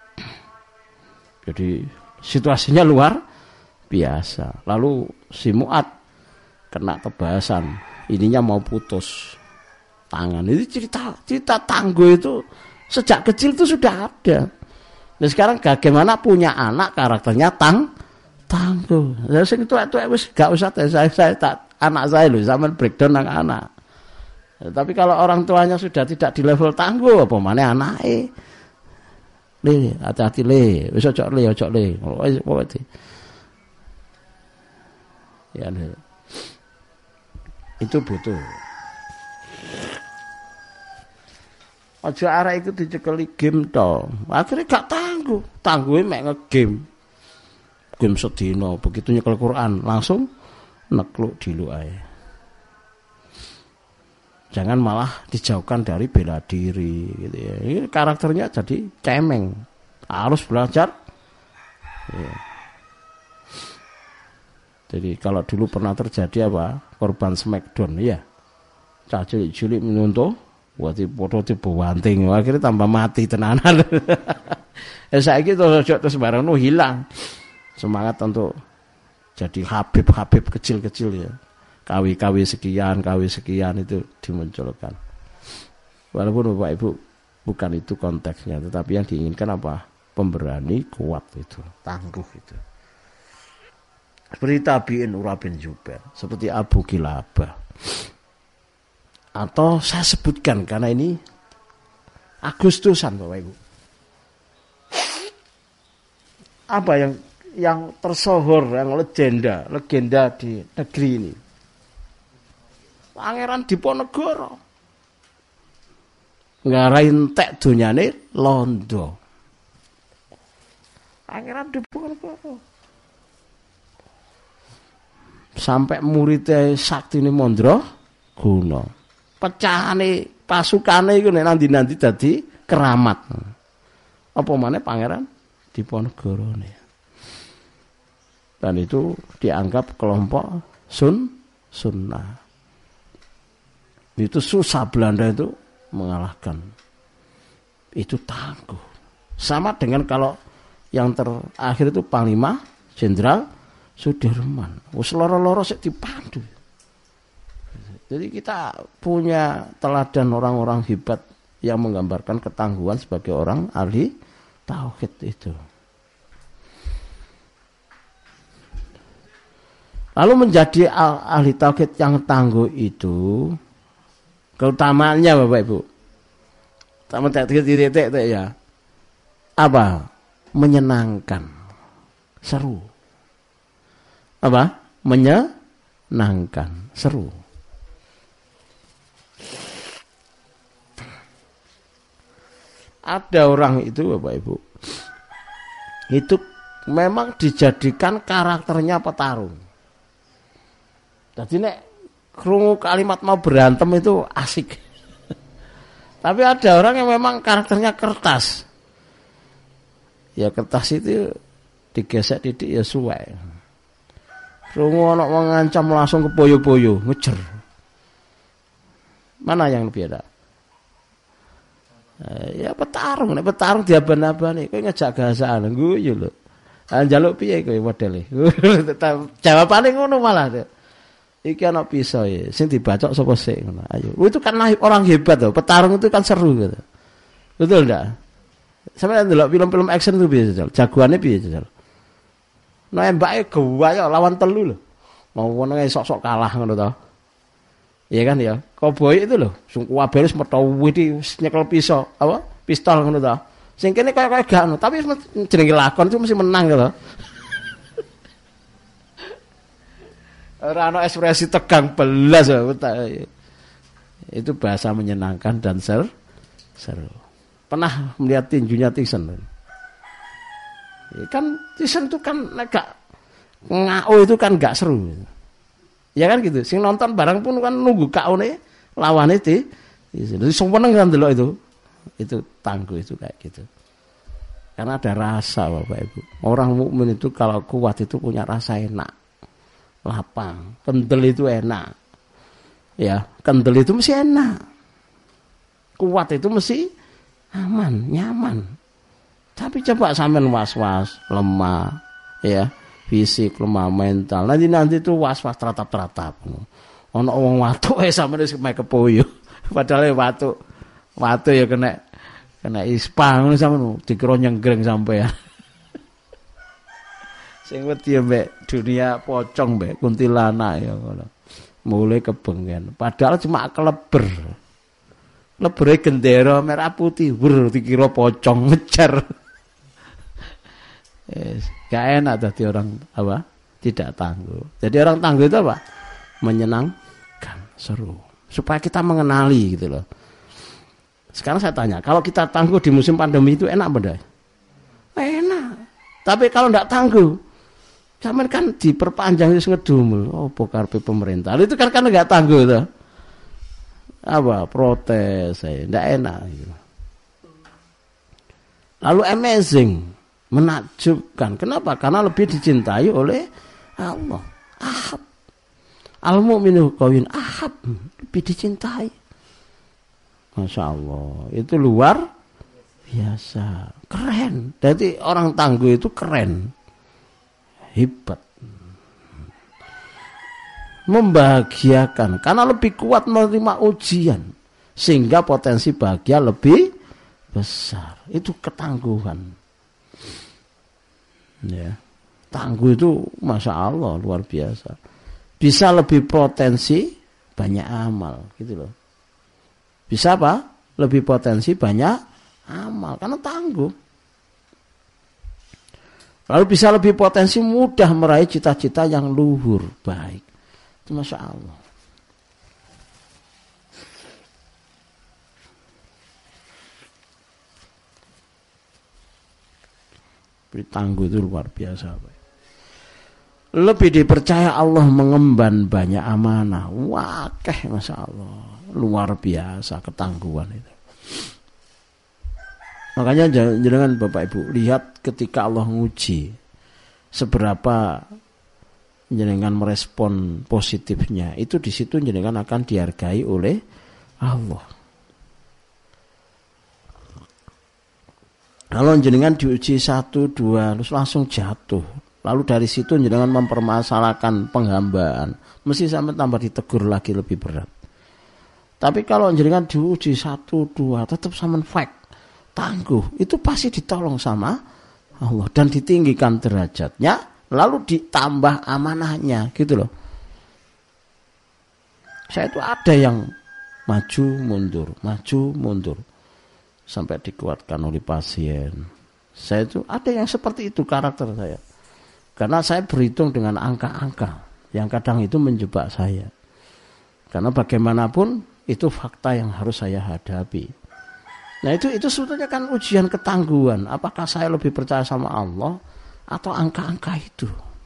Jadi situasinya luar biasa. Lalu si Mu'ad kena tebasan. Ininya mau putus tangan. Itu cerita cerita tangguh itu sejak kecil itu sudah ada. Nah sekarang bagaimana punya anak karakternya tang tangguh. Saya sing tuwek-tuwek wis gak usah saya saya tak anak saya lho sampean breakdown nang anak. Ya, tapi kalau orang tuanya sudah tidak di level tangguh apa maneh anake. Le, hati-hati le, wis ojo le, ojo le. Wis pokoke. Ya ne. Itu butuh. Aja arek iku dicekeli game to. Akhirnya gak tangguh. Tangguhe mek nge-game. Game sedina, begitu nyekel Quran langsung nekluk diluk ae. Jangan malah dijauhkan dari bela diri gitu ya. Ini karakternya jadi cemeng. Harus belajar. Ya. Jadi kalau dulu pernah terjadi apa? Korban smackdown ya. Cah cilik-cilik menuntuh wati foto dibanting, akhirnya tambah mati tenanan. Ya saiki terus terus barang nu hilang semangat untuk jadi Habib-habib kecil-kecil ya. K W-K W sekian, K W sekian itu dimunculkan. Walaupun Bapak Ibu bukan itu konteksnya, tetapi yang diinginkan apa? Pemberani, kuat itu, tangguh itu. Seperti tabi'in Urwa bin Zubair, seperti Abu Kilabah. Atau saya sebutkan karena ini Agustusan Bapak Ibu. Apa yang yang tersohor, yang legenda, legenda di negeri ini? Pangeran Diponegoro. Ngarai entek dunyane londo. Pangeran Diponegoro. Sampai muridnya Saktine Mondro Guna. Pecahane pasukane iku nek nanti-nanti dadi keramat. Apa maneh Pangeran Diponegoro ne. Dan itu dianggap kelompok sun sunnah. Itu susah Belanda itu mengalahkan. Itu tangguh. Sama dengan kalau yang terakhir itu Panglima Jenderal Sudirman. Wis loro-loro sik dipandu. Jadi kita punya teladan orang-orang hebat yang menggambarkan ketangguhan sebagai orang ahli tauhid itu. Lalu menjadi ahli tauhid yang tangguh itu keutamaannya Bapak Ibu. Sama titik-titik ya. Apa? Menyenangkan. Seru. Apa? Menyenangkan. Seru. Ada orang itu Bapak Ibu. Itu memang dijadikan karakternya petarung. Jadi nek krungu kalimat mau berantem itu asik. Tapi ada orang yang memang karakternya kertas. Ya kertas itu digesek titik ya suwe. Krungu ana wong ngancam langsung kepoyo-poyo, ngejer. Mana yang lebih ada? Ya petarung, nek petarung diaban-abani, kowe ngejak gasaan, guyu lho. Ah njaluk piye kowe modele? Jawabane ngono malah. Iki ana pisau ya, sing dibacok sapa sik ngono. Ayo. Itu kan orang hebat loh, petarung itu kan seru gitu. Betul enggak? Sampeyan ndelok film-film action itu piye, Jal? Jagoane piye, Jal? Nembake gawaya lawan telu lho. Mau ngono sok-sok kalah ngono to. Iya kan ya, koboi itu loh, sungguh wabelis metau widi nyekel pisau, apa? Pistol ngono ta. Sing kene kaya-kaya gak ono, tapi jenenge lakon itu mesti menang gitu. Ora ono ekspresi tegang belas ya. Itu bahasa menyenangkan dan ser seru. Pernah melihat tinjunya Tyson? Ya kan Tyson itu kan agak ngao itu kan gak seru. Ya kan gitu. Sing nonton bareng pun kan nunggu kaone lawane itu. Jadi seneng kan delok itu. Itu tangguh itu kayak gitu. Karena ada rasa Bapak Ibu. Orang mukmin itu kalau kuat itu punya rasa enak. Lapang, kendel itu enak. Ya, kendel itu mesti enak. Kuat itu mesti aman, nyaman. Tapi coba sampean was-was, lemah, ya, fisik lemah, mental. Nanti nanti itu was-was teratap-teratap. Ono wong watuk eh sampean wis mek kepoyo. Padahal watuk watuk ya kena kena ispa ngono sampean dikira nyenggreng sampean. Sing wedi mbek dunia pocong mbek kuntilanak ya ngono. Mulai kebengen. Padahal cuma keleber. Lebere gendera merah putih, wer dikira pocong ngejar. Yes, gak enak dadi orang apa? Tidak tangguh. Jadi orang tangguh itu apa? Menyenangkan, seru. Supaya kita mengenali gitu loh. Sekarang saya tanya, kalau kita tangguh di musim pandemi itu enak benda? Enak. Tapi kalau enggak tangguh, sampean kan diperpanjang wis ngedumel. Opo karepe pemerintah. Itu kan kan enggak tangguh itu. Apa? Protes saya. Enggak enak gitu. Lalu amazing, menakjubkan. Kenapa? Karena lebih dicintai oleh Allah. Ahab. Al-mu'minu qawiyun ahab, lebih dicintai. Masya Allah, itu luar biasa, keren. Jadi orang tangguh itu keren, hebat, membahagiakan. Karena lebih kuat menerima ujian, sehingga potensi bahagia lebih besar. Itu ketangguhan. Ya, tangguh itu Masya Allah luar biasa. Bisa lebih potensi banyak amal, gitu loh. Bisa apa? Lebih potensi banyak amal karena tangguh. Lalu bisa lebih potensi mudah meraih cita-cita yang luhur, baik. Itu Masya Allah. Tangguh itu luar biasa, baik. Lebih dipercaya Allah mengemban banyak amanah. Wah, keh Masya Allah. Luar biasa ketangguhan itu. Makanya jangan Bapak Ibu lihat ketika Allah nguji seberapa jenengan merespon positifnya, itu di situ jenengan akan dihargai oleh Allah. Kalau jenengan diuji satu dua terus langsung jatuh, lalu dari situ jenengan mempermasalahkan penghambaan, mesti sampai tambah ditegur lagi lebih berat. Tapi kalau jenengan diuji satu dua tetap sama fact, tangguh, itu pasti ditolong sama Allah dan ditinggikan derajatnya, lalu ditambah amanahnya, gitu loh. Saya itu ada yang maju mundur, maju mundur sampai dikuatkan oleh pasien. Saya itu ada yang seperti itu karakter saya. Karena saya berhitung dengan angka-angka yang kadang itu menjebak saya. Karena bagaimanapun itu fakta yang harus saya hadapi. Nah itu itu sebetulnya kan ujian ketangguhan. Apakah saya lebih percaya sama Allah atau angka-angka itu?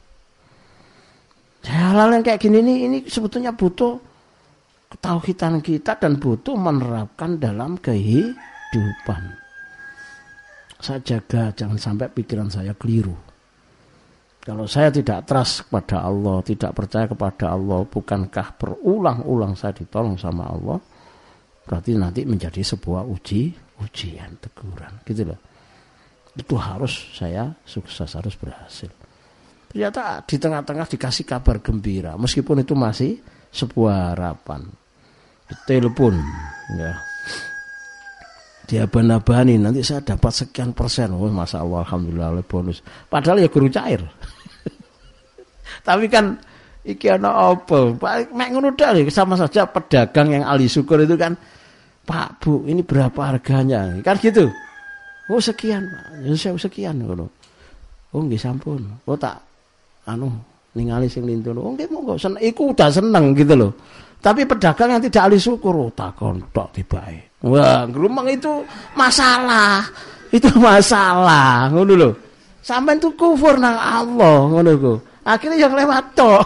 Hal-hal yang kayak gini ini, ini sebetulnya butuh ketauhidan kita dan butuh menerapkan dalam kehidupan. Saya jaga jangan sampai pikiran saya keliru. Kalau saya tidak trust kepada Allah, tidak percaya kepada Allah, bukankah berulang-ulang saya ditolong sama Allah? Berarti nanti menjadi sebuah uji, ujian, teguran, gitu loh. Itu harus saya sukses, harus berhasil. Ternyata di tengah-tengah dikasih kabar gembira, meskipun itu masih sebuah harapan. Telepon, ya. Diaban-abani, nanti saya dapat sekian persen. Oh, Masya Allah, Alhamdulillah, bonus. Padahal ya guru cair. Tapi kan iki ana apa? Mek ngono tok sama saja pedagang yang ahli syukur itu kan, Pak Bu, ini berapa harganya? Kan gitu. Oh sekian Pak, ya saya sekian ngono. Oh nggih sampun. Oh tak anu ningali sing lintun. Oh nggih monggo. Iku udah seneng gitu loh. Tapi pedagang yang tidak ahli syukur, oh takon tok tibae. Wah, grumeng itu masalah. Itu masalah, ngono lho. Sampeyan tuh kufur nang Allah, ngono iku. Akhirnya yang lewat tok.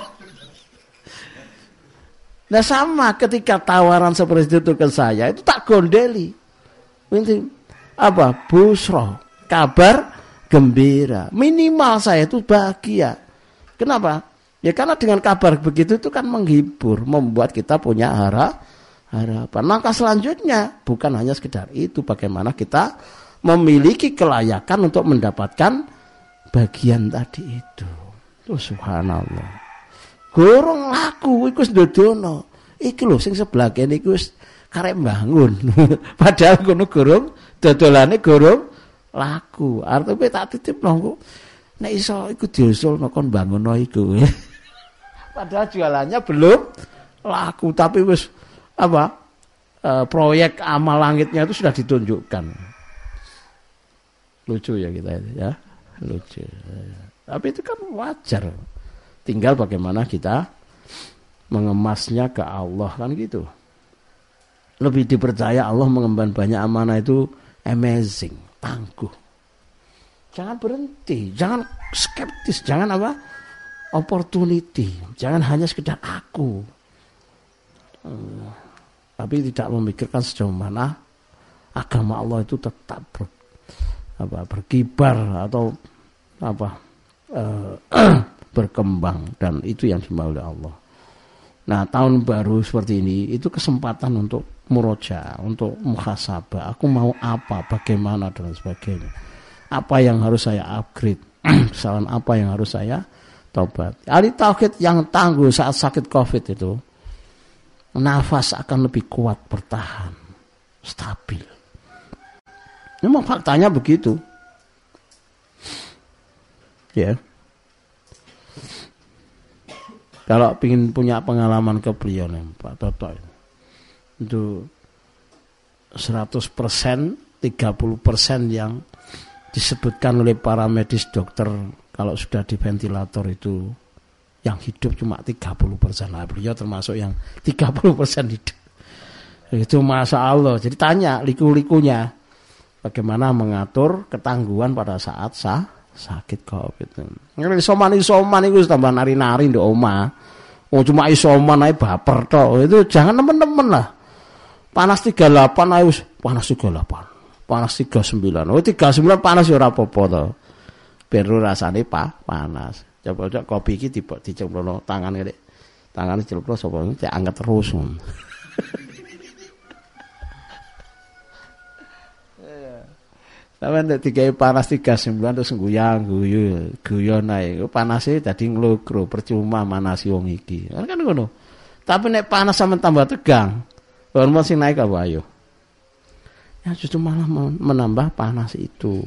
Nah sama ketika tawaran seperti itu ke saya, itu tak gondeli. Ini apa? Busro, kabar gembira. Minimal saya itu bahagia. Kenapa? Ya karena dengan kabar begitu itu kan menghibur, membuat kita punya harap, harapan. Langkah selanjutnya bukan hanya sekedar itu, bagaimana kita memiliki kelayakan untuk mendapatkan bagian tadi itu. Oh, subhanallah. Gorong laku iku wis ndodono. Iki lho sing sebelah kene iku wis karep bangun. Padahal kono gorong dodolane gorong laku. Artinya tak titip nongko. Nek iso iku diusul kon bangunno iku. Padahal jualannya belum laku tapi wis apa? E, proyek amal langitnya itu sudah ditunjukkan. Lucu ya kita itu ya. Lucu. Tapi itu kan wajar. Tinggal bagaimana kita mengemasnya ke Allah kan gitu. Lebih dipercaya Allah mengemban banyak amanah itu amazing, tangguh. Jangan berhenti, jangan skeptis, jangan apa? Opportunity, jangan hanya sekedar aku. Hmm, tapi tidak memikirkan sejauh mana agama Allah itu tetap ber, apa, berkibar atau apa uh, berkembang, dan itu yang dimau oleh Allah. Nah tahun baru seperti ini itu kesempatan untuk muroja, untuk muhasabah. Aku mau apa, bagaimana dan sebagainya. Apa yang harus saya upgrade, kesalahan apa yang harus saya tobat. Ahli tauhid yang tangguh saat sakit COVID itu, nafas akan lebih kuat, bertahan, stabil. Memang faktanya begitu. Ya. Kalau ingin punya pengalaman ke beliau nih, Pak Toto, itu seratus persen, tiga puluh persen yang disebutkan oleh para medis dokter kalau sudah di ventilator itu yang hidup cuma tiga puluh persen. Nah, beliau termasuk yang tiga puluh persen hidup. Itu Masya Allah. Jadi tanya liku-likunya bagaimana mengatur ketangguhan pada saat sah, sakit COVID. Ini isoman-isoman itu tambah nari-nari di omah. Oh cuma isoman aja baper toh. Itu jangan temen-temen lah. Panas tiga puluh delapan ayo panas tiga puluh delapan. Panas tiga puluh sembilan. Oh tiga puluh sembilan panas ya ora apa-apa to. Biru rasane pak panas. Coba-coba kopi iki tiba dicemplungno tangan ngene. Tangane dicelupno sapa iki angkat terus. Sampeyan nek digawe panas tiga puluh sembilan terus guyang guyu guyon ae. Panase dadi nglogro percuma manasi wong iki. Kan kan ngono. Tapi nek panas sampean tambah tegang, hormon sing naik apa ayo? Ya justru malah menambah panas itu.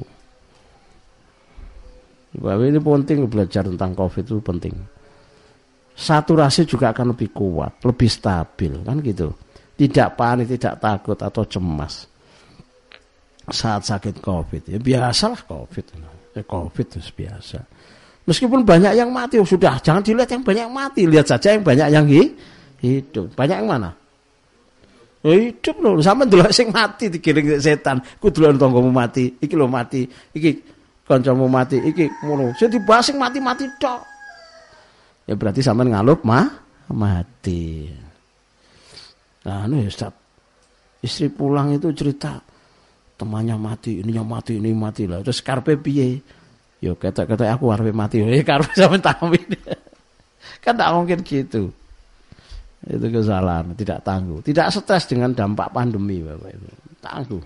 Bahwa ini penting belajar tentang COVID itu penting. Saturasi juga akan lebih kuat, lebih stabil kan gitu. Tidak panik, tidak takut atau cemas saat sakit COVID. Ya biasalah COVID. Ya COVID itu biasa. Meskipun banyak yang mati, oh, sudah jangan dilihat yang banyak mati, lihat saja yang banyak yang hidup. Banyak yang mana? Hidup lho, sampean delok sing mati digiring setan. Ku delok tanggamu mati, iki lho mati, iki kancamu mati, iki ngono. Sing dibahas sing mati-mati tok. Ya berarti sampean ngalup mah mati. Nah, anu ya Ustaz. Istri pulang itu cerita temannya mati, ininya mati, ini mati lah. Terus karepe piye? Yo ketok-ketok aku arepe mati. Ya karepe sampean tahu. Kan tak mungkin gitu. Itu kesalahan, tidak tangguh, tidak stres dengan dampak pandemi, Bapak Ibu, tangguh.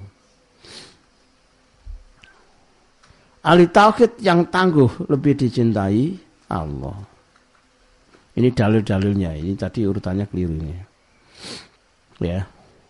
Ahli tauhid yang tangguh lebih dicintai Allah. Ini dalil-dalilnya, ini tadi urutannya keliru ini. Ya.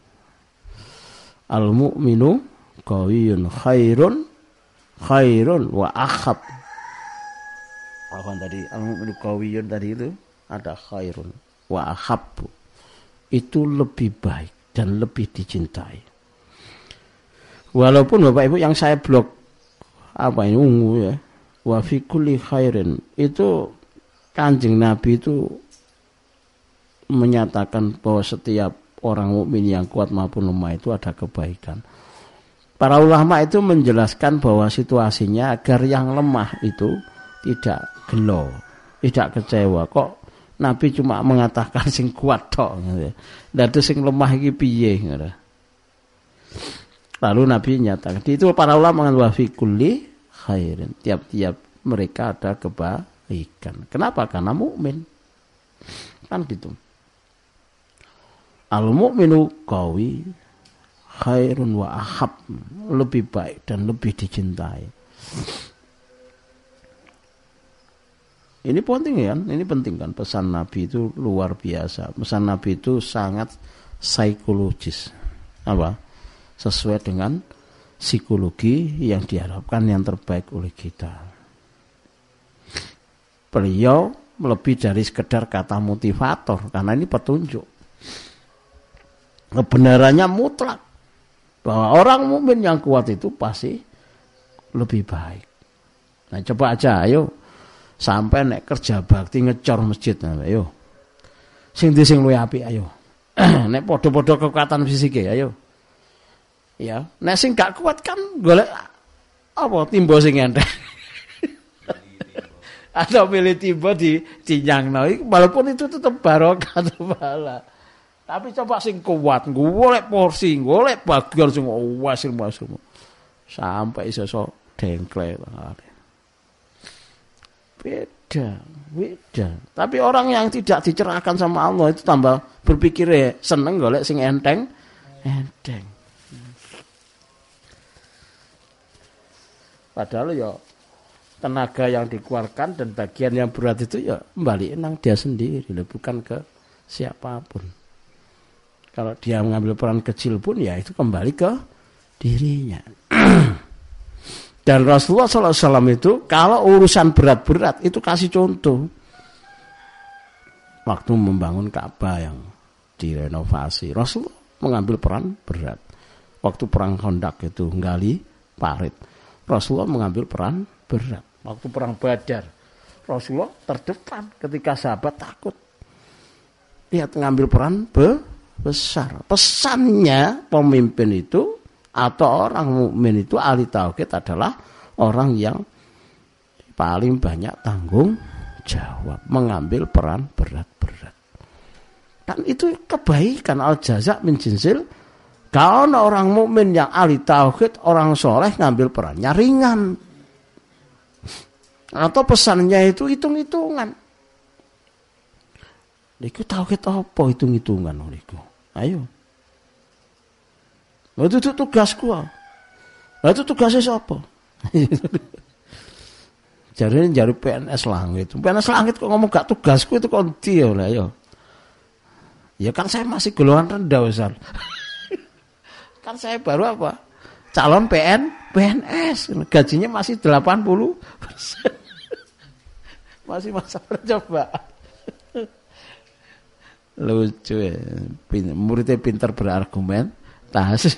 Al-mu'minu qawiyyun khairun khairun wa akhab. Apa tadi? Al-mu'minu qawiyyun tadi itu ada khairun wa ahabbu, itu lebih baik dan lebih dicintai. Walaupun Bapak Ibu yang saya blog apa ini ungu ya, wa fi kulli khairin, itu Kanjeng Nabi itu menyatakan bahwa setiap orang mukmin yang kuat maupun lemah itu ada kebaikan. Para ulama itu menjelaskan bahwa situasinya agar yang lemah itu tidak gelo, tidak kecewa. Kok Nabi cuma mengatakan sing kuat tok gitu. Dadi sing lemah iki piye gitu. Lalu Nabi nyatakan, itu para ulama mengatakan wa fi kulli khairin. Tiap-tiap mereka ada kebaikan. Kenapa? Karena mukmin. Kan gitu. Al-mu'minu qawi khairun wa ahab, lebih baik dan lebih dicintai. Ini penting kan? Ini penting kan? Pesan Nabi itu luar biasa. Pesan Nabi itu sangat psikologis. Apa? Sesuai dengan psikologi yang diharapkan yang terbaik oleh kita. Beliau lebih dari sekedar kata motivator, karena ini petunjuk. Kebenarannya mutlak bahwa orang mukmin yang kuat itu pasti lebih baik. Nah, coba aja, ayo sampai nek kerja bakti ngecor masjid, nah, ayo. Sing ndi sing luwih apik, ayo. Nek padha-padha kekuatan fisike, ayo. Ya, nek sing gak kuat kan golek apa timba sing enteng. Atau pilih timba di dinyangno, walaupun itu tetap barokah pahala. Tapi coba sing kuat, golek porsi, golek bagian sing wasil-wasil. Sampai iso so dengklek. Beda, beda. Tapi orang yang tidak dicerahkan sama Allah itu tambah berpikir seneng golek sing enteng, enteng. Padahal ya tenaga yang dikeluarkan dan bagian yang berat itu ya kembali nang dia sendiri, bukan ke siapapun. Kalau dia mengambil peran kecil pun ya itu kembali ke dirinya. Dan Rasulullah shallallahu alaihi wasallam itu kalau urusan berat-berat itu kasih contoh. Waktu membangun Ka'bah yang direnovasi, Rasulullah mengambil peran berat. Waktu perang Khandaq itu nggali parit, Rasulullah mengambil peran berat. Waktu perang Badar, Rasulullah terdepan ketika sahabat takut. Lihat mengambil peran be besar. Pesannya pemimpin itu atau orang mukmin itu ahli tauhid adalah orang yang paling banyak tanggung jawab, mengambil peran berat-berat. Dan itu kebaikan, al jaza min jinsil. Kalau orang mukmin yang ahli tauhid, orang soleh ngambil perannya ringan. Atau pesannya itu hitung-hitungan. Niku tauhid apa hitung-hitungan niku? Ayo. Lah itu tugasku. Lah itu tugasnya siapa? Jarine jare P N S langit. P N S langit kok ngomong gak tugasku itu kok ndi ya lah ya. Ya kan saya masih golongan rendah besar. Kan saya baru apa? Calon P N P N S. Gajinya masih delapan puluh persen. Masih masa percobaan. Lucu ya, muridnya pintar berargumen, tas.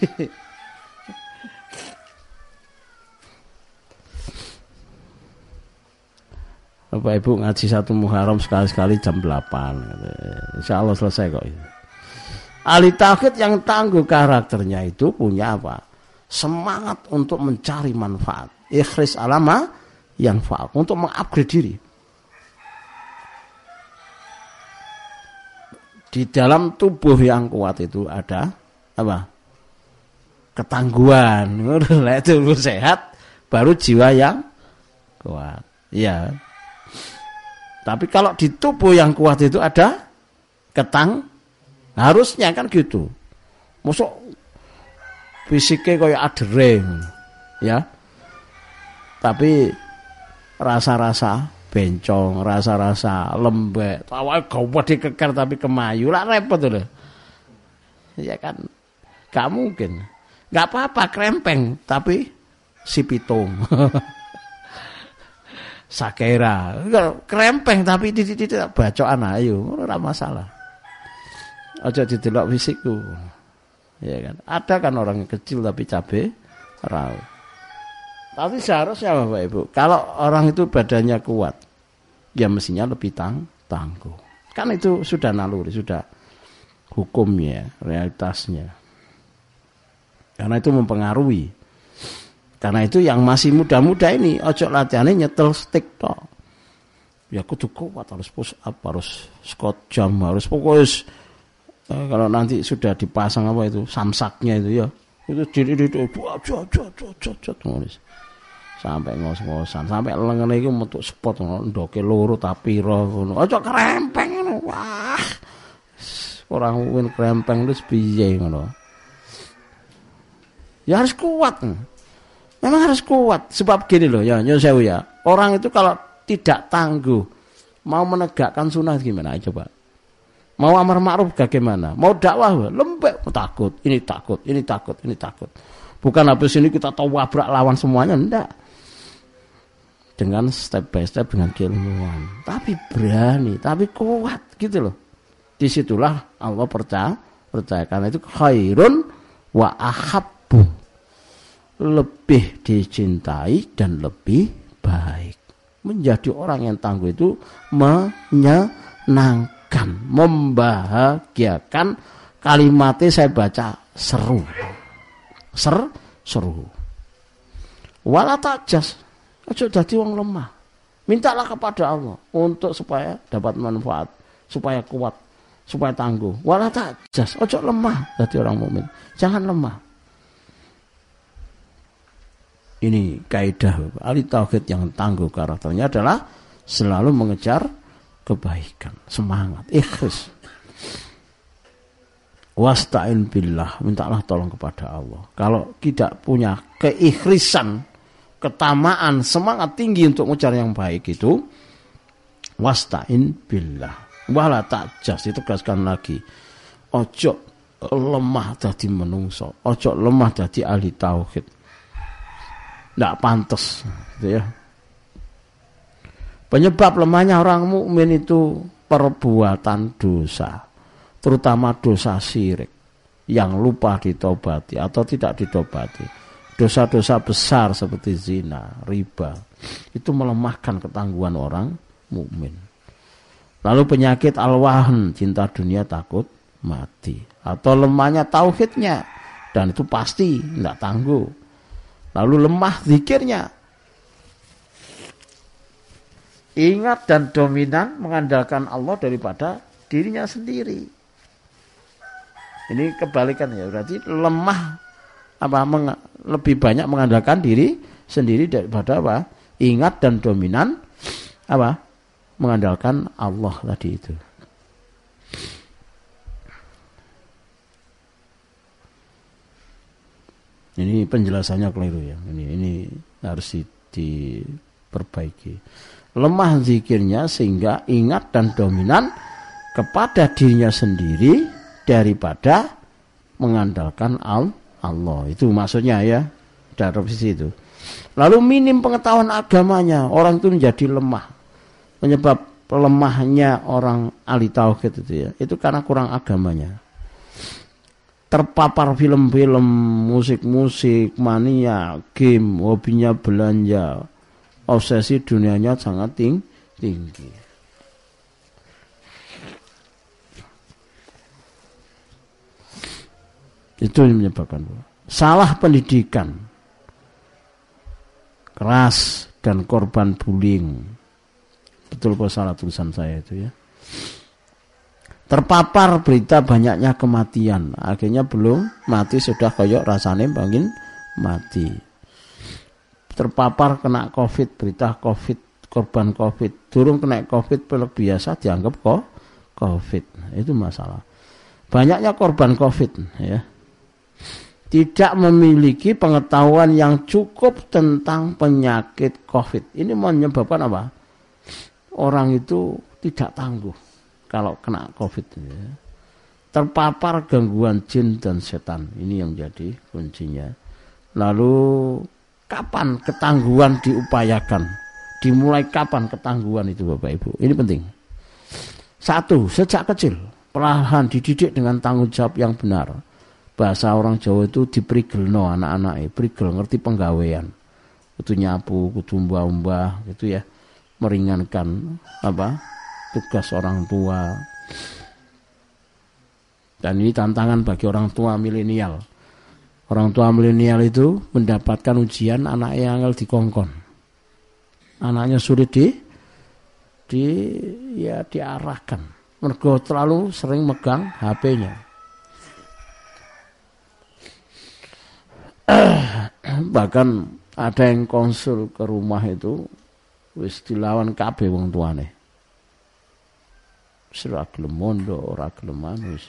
Bapak Ibu ngaji satu Muharram sekali-sekali jam delapan. Insya Allah selesai kok. Ahli tauhid yang tangguh karakternya itu punya apa? Semangat untuk mencari manfaat. Ikhlas alama yang faat, untuk mengupgrade diri. Di dalam tubuh yang kuat itu ada apa? Ketangguhan. Lah tubuh sehat baru jiwa yang kuat. Ya. Tapi kalau di tubuh yang kuat itu ada ketang, harusnya kan gitu. Mosok fisiknya kayak adering, ya. Tapi rasa-rasa bencong, rasa-rasa lembek, awake gawat dikeker tapi kemayu, lah repot lho. Ya kan, gak mungkin. Gak apa-apa krempeng, tapi si pitung. Sakera, krempeng tapi titik-titik bacokan ayo, ora masalah. Aja didelok fisikku. Ya kan. Ada kan orang kecil tapi cabe raut. Tapi seharusnya Bapak Ibu, kalau orang itu badannya kuat, ya mestinya lebih tang tangguh. Kan itu sudah naluri, sudah hukumnya, realitasnya. Karena itu mempengaruhi. Karena itu yang masih muda-muda ini, ojo latihannya nyetel stick tok. Ya kudu kuat, harus push up, harus squat jam, harus pokoknya eh, kalau nanti sudah dipasang apa itu samsaknya itu ya, itu diri itu buat jod jod jod jod sampai ngos-ngosan, sampai lengan itu metu spot ndoke loro tapi ro ngono. Ojo krempeng ngono. Wah. Orang mungkin krempeng terus piye ngono. Ya harus kuat. Memang harus kuat. Sebab gini loh ya, nyun sewu ya. Orang itu kalau tidak tangguh, mau menegakkan sunnah gimana? Coba. Mau amar ma'ruf bagaimana? Mau dakwah lembek, takut, ini takut, ini takut, ini takut. Bukan habis ini kita tahu wabrak lawan semuanya, enggak. Dengan step by step, dengan keilmuan. Tapi berani, tapi kuat gitu loh. Disitulah Allah percaya, percaya karena itu khairun wa ahabbu. Lebih dicintai dan lebih baik. Menjadi orang yang tangguh itu menyenangkan, membahagiakan. Kalimatnya saya baca seru, ser, seru. Wala tajas, ojo dadi wong lemah. Mintalah kepada Allah untuk supaya dapat manfaat, supaya kuat, supaya tangguh. Wala tajas, ojo lemah dadi orang mukmin. Jangan lemah. Ini kaidah ahli tauhid yang tangguh karakternya adalah selalu mengejar kebaikan, semangat, ikhlas. Wasta'in billah, mintalah tolong kepada Allah. Kalau tidak punya keikhlasan, ketamaan, semangat tinggi untuk mengejar yang baik itu, wasta'in billah. Wala ta'jas, ditegaskan lagi. Ojo lemah dadi menungso, ojo lemah dadi ahli tauhid. Tidak pantas gitu ya. Penyebab lemahnya orang mukmin itu perbuatan dosa, terutama dosa syirik yang lupa ditobati atau tidak ditobati. Dosa-dosa besar seperti zina, riba, itu melemahkan ketangguhan orang mukmin. Lalu penyakit al-wahn, cinta dunia takut mati, atau lemahnya tauhidnya, dan itu pasti tidak tangguh. Lalu lemah zikirnya. Ingat dan dominan mengandalkan Allah daripada dirinya sendiri. Ini kebalikan ya, berarti lemah apa meng, lebih banyak mengandalkan diri sendiri daripada apa? Ingat dan dominan apa? Mengandalkan Allah tadi itu. Ini penjelasannya keliru ya. Ini ini harus di, diperbaiki. Lemah zikirnya sehingga ingat dan dominan kepada dirinya sendiri daripada mengandalkan Allah. Itu maksudnya ya. Dari sisi itu. Lalu minim pengetahuan agamanya, orang itu menjadi lemah. Penyebab lemahnya orang ahli tauhid itu ya, itu karena kurang agamanya. Terpapar film-film, musik-musik, mania, game, hobinya belanja, obsesi dunianya sangat ting tinggi. Itu yang menyebabkan salah pendidikan, keras dan korban bullying. Betul apa salah tulisan saya itu ya? Terpapar berita banyaknya kematian, akhirnya belum mati sudah koyok rasane bangin mati. Terpapar kena covid, berita covid, korban covid, durung kena covid pelek biasa dianggap kok covid. Itu masalah. Banyaknya korban covid ya. Tidak memiliki pengetahuan yang cukup tentang penyakit covid. Ini menyebabkan apa? Orang itu tidak tangguh kalau kena covid ya. Terpapar gangguan jin dan setan, ini yang jadi kuncinya. Lalu kapan ketangguhan diupayakan? Dimulai kapan ketangguhan itu Bapak Ibu? Ini penting. Satu, sejak kecil perlahan dididik dengan tanggung jawab yang benar. bahasa orang Jawa itu diprigelno anak-anake, prigel ngerti penggawean. Kudu nyapu, kudu mbah-mbah gitu ya. Meringankan apa? Tugas orang tua. Dan ini tantangan bagi orang tua milenial. Orang tua milenial itu mendapatkan ujian anak yang angel dikongkon. Anaknya sulit di di ya diarahkan. Mergo terlalu sering megang H P-nya. Bahkan ada yang konsul ke rumah itu wis dilawan kabeh wong tuane. Wis ora gelem mondo, ora gelem wis.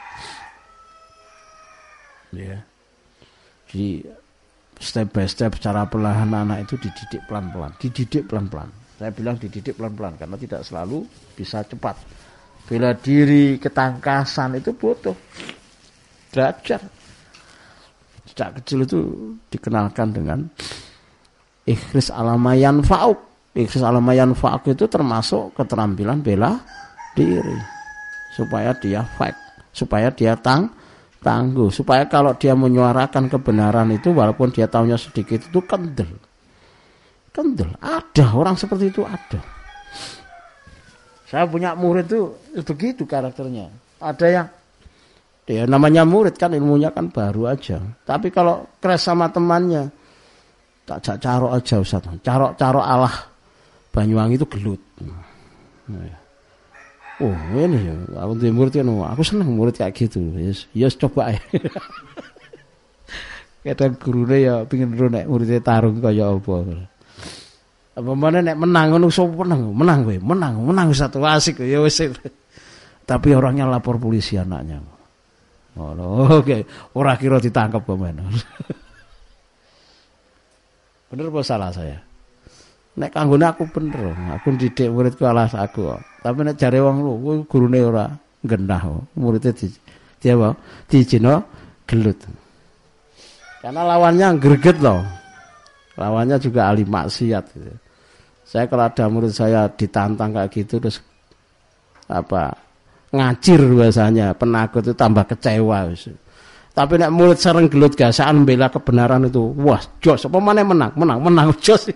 Ya. Jadi step by step secara perlahan anak itu dididik pelan-pelan, dididik pelan-pelan. Saya bilang dididik pelan-pelan karena tidak selalu bisa cepat. Bela diri, ketangkasan itu butuh belajar. Sejak kecil itu dikenalkan dengan ikhris alamayan fauk. Ikhris alamayan fauk itu termasuk keterampilan bela diri supaya dia fight, supaya dia tang tangguh, supaya kalau dia menyuarakan kebenaran itu walaupun dia tahunya sedikit itu kendel. Kendel. Ada orang seperti itu ada. Saya punya murid itu begitu karakternya. Ada yang dia namanya murid kan ilmunya kan baru aja. Tapi kalau keras sama temannya tak jak carok aja Ustaz. Carok-carok Allah Banyuwangi itu gelut. Oh ini ya, aku di murid itu, aku seneng murid kayak gitu. Yes, yes coba ya. Kadang gurune ya pingin ro nek muridnya tarung kaya apa. Apa mana nek menang ngono sapa menang, menang kowe, menang, menang satu asik ya wis. Tapi orangnya lapor polisi anaknya. Oh, oke, ora kira ditangkap kok men. Bener apa salah saya? Nek kanggone aku bener, aku didik muridku alas aku. Tapi nek jare wong lu, kuwi gurune ora genah, muridnya di dia apa? Dijino gelut. Karena lawannya greget loh. Lawannya juga ahli maksiat gitu. Saya kalau ada murid saya ditantang kayak gitu terus apa? Ngacir biasanya, penakut itu tambah kecewa. Tapi nek murid sering gelut gasaan membela kebenaran itu, wah, jos, apa mana menang, menang, menang jos.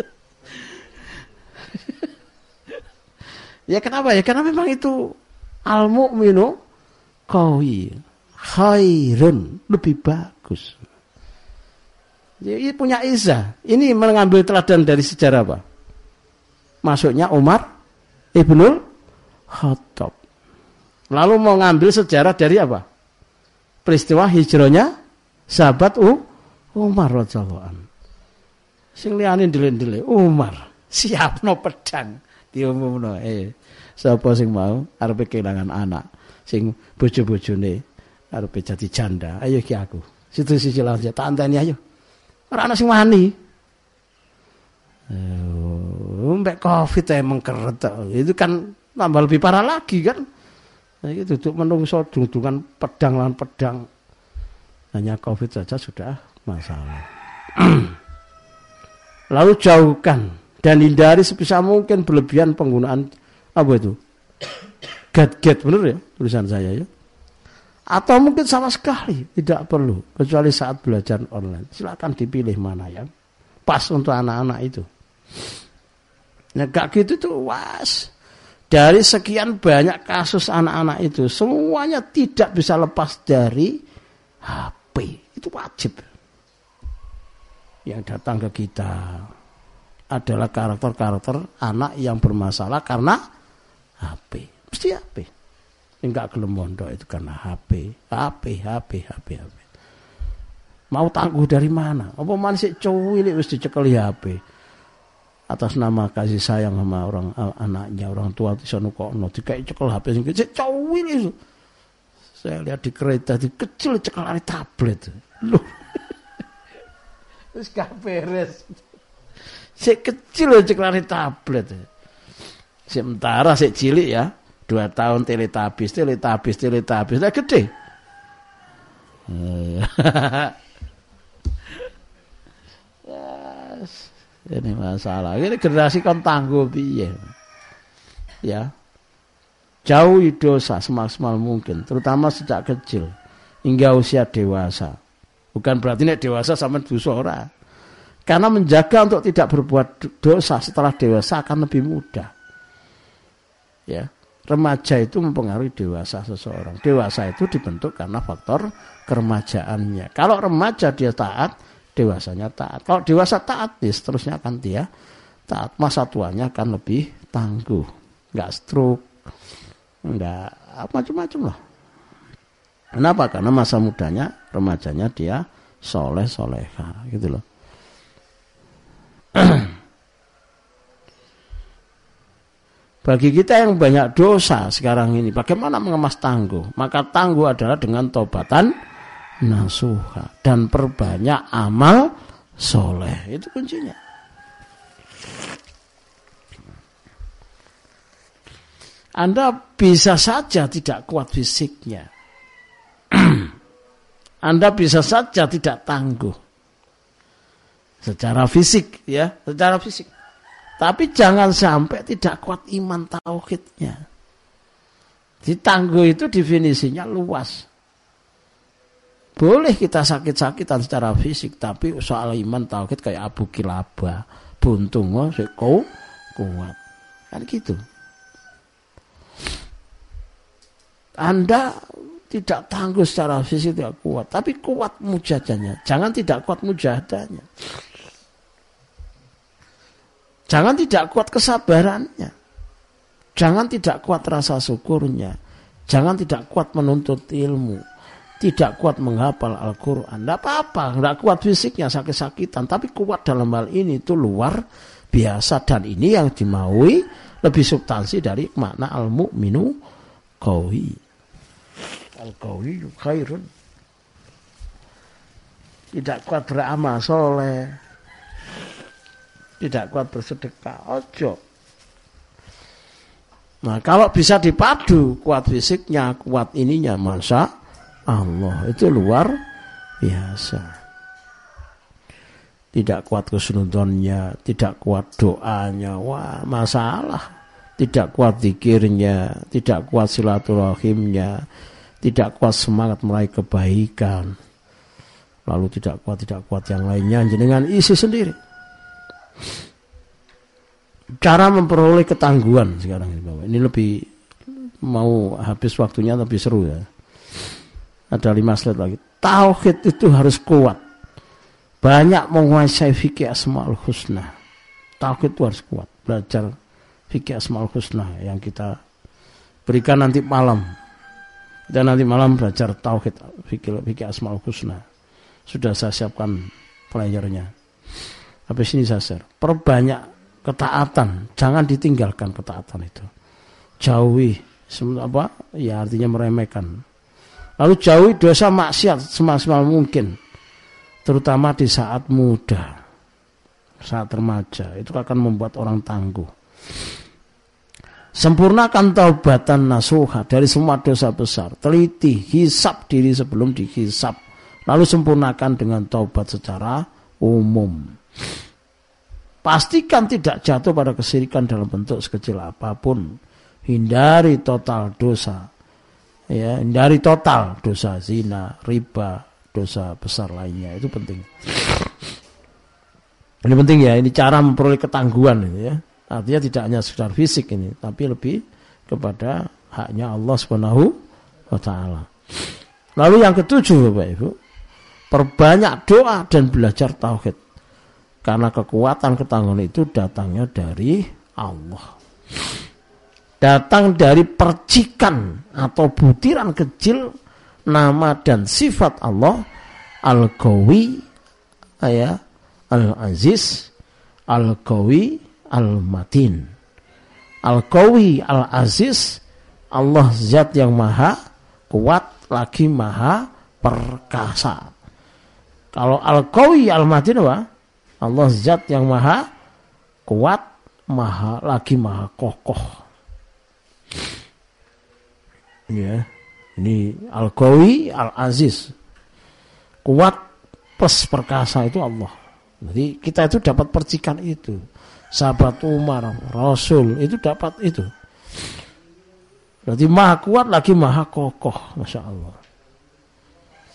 Ya kenapa ya? Karena memang itu al-mu'minu qawi khairun, lebih bagus. Jadi punya izah. Ini mengambil teladan dari sejarah apa? Masuknya Umar Ibnul Khattab. Lalu mau ngambil sejarah dari apa? Peristiwa hijrahnya sahabat U Umar radhiyallahu anhu. Sing liyane ndelek-ndelek Umar siapno pedang diumumno. Eh, sapa sing mau arep kehilangan anak, sing bojo-bojone arep jadi janda. Ayo ki aku. Situ sisi langsung tak anteni ayo. Ora ana sing wani. Eh, mbek Covid emang keret. Itu kan tambah lebih parah lagi kan. Nah, itu duduk menungso dung-dungan pedang lawan pedang. Hanya Covid saja sudah masalah. Lalu jauhkan dan hindari sebisa mungkin berlebihan penggunaan apa itu? Gadget, benar ya tulisan saya ya. Atau mungkin sama sekali tidak perlu kecuali saat belajar online. Silakan dipilih mana yang pas untuk anak-anak itu. Nah, gak gitu tuh was. Dari sekian banyak kasus anak-anak itu semuanya tidak bisa lepas dari H P. Itu wajib. Yang datang ke kita adalah karakter-karakter anak yang bermasalah karena H P. Mesti H P. Enggak gelem mondok itu karena H P. H P, H P, H P, H P. Mau tangguh dari mana? Apa man sik cuwilik wis dicekeli H P. Atas nama kasih sayang sama orang anaknya, orang tua di sana kok no dikai cekel H P sing kecil cuwilik. Saya lihat di kereta di kecil cekelane tablet. Loh. Wis gak beres. Sik kecil aja cekelane tablet. Sementara sik cilik ya, dua tahun Teletubbies, Teletubbies, Teletubbies, lah gede. Yes. Ini masalah. Ini generasi kan tangguh piye. Ya. Jauhi dosa semaksimal mungkin, terutama sejak kecil. hingga usia dewasa. Bukan berarti nek dewasa sama dosa ora. Karena menjaga untuk tidak berbuat dosa setelah dewasa akan lebih mudah. Ya, remaja itu mempengaruhi dewasa seseorang. Dewasa itu dibentuk karena faktor keremajaannya. Kalau remaja dia taat, dewasanya taat. Kalau dewasa taat, ya seterusnya akan dia taat. Masa tuanya akan lebih tangguh, nggak stroke, nggak macam-macam lah. Kenapa? Karena masa mudanya, remajanya dia soleh soleha, gitu loh. Bagi kita yang banyak dosa sekarang ini, bagaimana mengemas tangguh? Maka tangguh adalah dengan taubatan nasuha dan perbanyak amal soleh. Itu kuncinya. Anda bisa saja tidak kuat fisiknya. Anda bisa saja tidak tangguh secara fisik, ya, secara fisik. Tapi jangan sampai tidak kuat iman tauhidnya. Ditangguh itu definisinya luas. Boleh kita sakit-sakitan secara fisik, tapi soal iman tauhid kayak Abu Kilabah, buntung oh, kau kuat. Kan gitu. Anda tidak tangguh secara fisik tidak kuat, tapi kuat mujahadahnya. Jangan tidak kuat mujahadahnya. Jangan tidak kuat kesabarannya. Jangan tidak kuat rasa syukurnya. Jangan tidak kuat menuntut ilmu. Tidak kuat menghafal Al-Quran. Tidak apa-apa. Tidak kuat fisiknya sakit-sakitan. Tapi kuat dalam hal ini itu luar biasa. Dan ini yang dimaui lebih substansi dari makna al-mu'minu qawi. Al-qawi khairun. Tidak kuat beramal soleh. Tidak kuat bersedekah, ojo. Nah, kalau bisa dipadu kuat fisiknya, kuat ininya, masya Allah, itu luar biasa. Tidak kuat kesunudonnya, tidak kuat doanya, wah masalah. Tidak kuat zikirnya, tidak kuat silaturahimnya, tidak kuat semangat meraih kebaikan. Lalu tidak kuat, tidak kuat yang lainnya, jenengan isi sendiri. Cara memperoleh ketangguhan sekarang ini Bapak. Ini lebih mau habis waktunya lebih seru ya. Ada lima slide lagi. Tauhid itu harus kuat. Banyak menguasai fikih Asmaul Husna. Tauhid itu harus kuat. Belajar fikih Asmaul Husna yang kita berikan nanti malam. Dan nanti malam belajar tauhid fikih, fikih Asmaul Husna. Sudah saya siapkan pelajarnya. Habis ini saya share. Perbanyak ketaatan, jangan ditinggalkan ketaatan itu. Jauhi apa? Ya artinya meremehkan. Lalu jauhi dosa maksiat semaksimal mungkin, terutama di saat muda, saat remaja. Itu akan membuat orang tangguh. Sempurnakan taubatan nasuha dari semua dosa besar. Teliti, hisab diri sebelum dihisab. Lalu sempurnakan dengan taubat secara umum. Pastikan tidak jatuh pada kesyirikan dalam bentuk sekecil apapun. Hindari total dosa. Ya, hindari total dosa zina, riba, dosa besar lainnya. Itu penting. Ini penting ya, ini cara memperoleh ketangguhan ini ya. Artinya tidak hanya sekedar fisik ini, tapi lebih kepada haknya Allah Subhanahu wa taala. Lalu yang ketujuh Bapak Ibu, perbanyak doa dan belajar tauhid. Karena kekuatan ketangguhan itu datangnya dari Allah. Datang dari percikan atau butiran kecil nama dan sifat Allah. Al-Qawi, ya, Al-Aziz, Al-Qawi, Al-Matin. Al-Qawi, Al-Aziz, Allah zat yang maha kuat lagi maha perkasa. Kalau Al-Qawi, Al-Matin apa? Allah zat yang maha kuat, maha lagi maha kokoh. Ya, ini Al-Qawi, Al-Aziz. Kuat plus perkasa itu Allah. Jadi kita itu dapat percikan itu. Sahabat Umar, Rasul itu dapat itu. Berarti maha kuat lagi maha kokoh, masya Allah.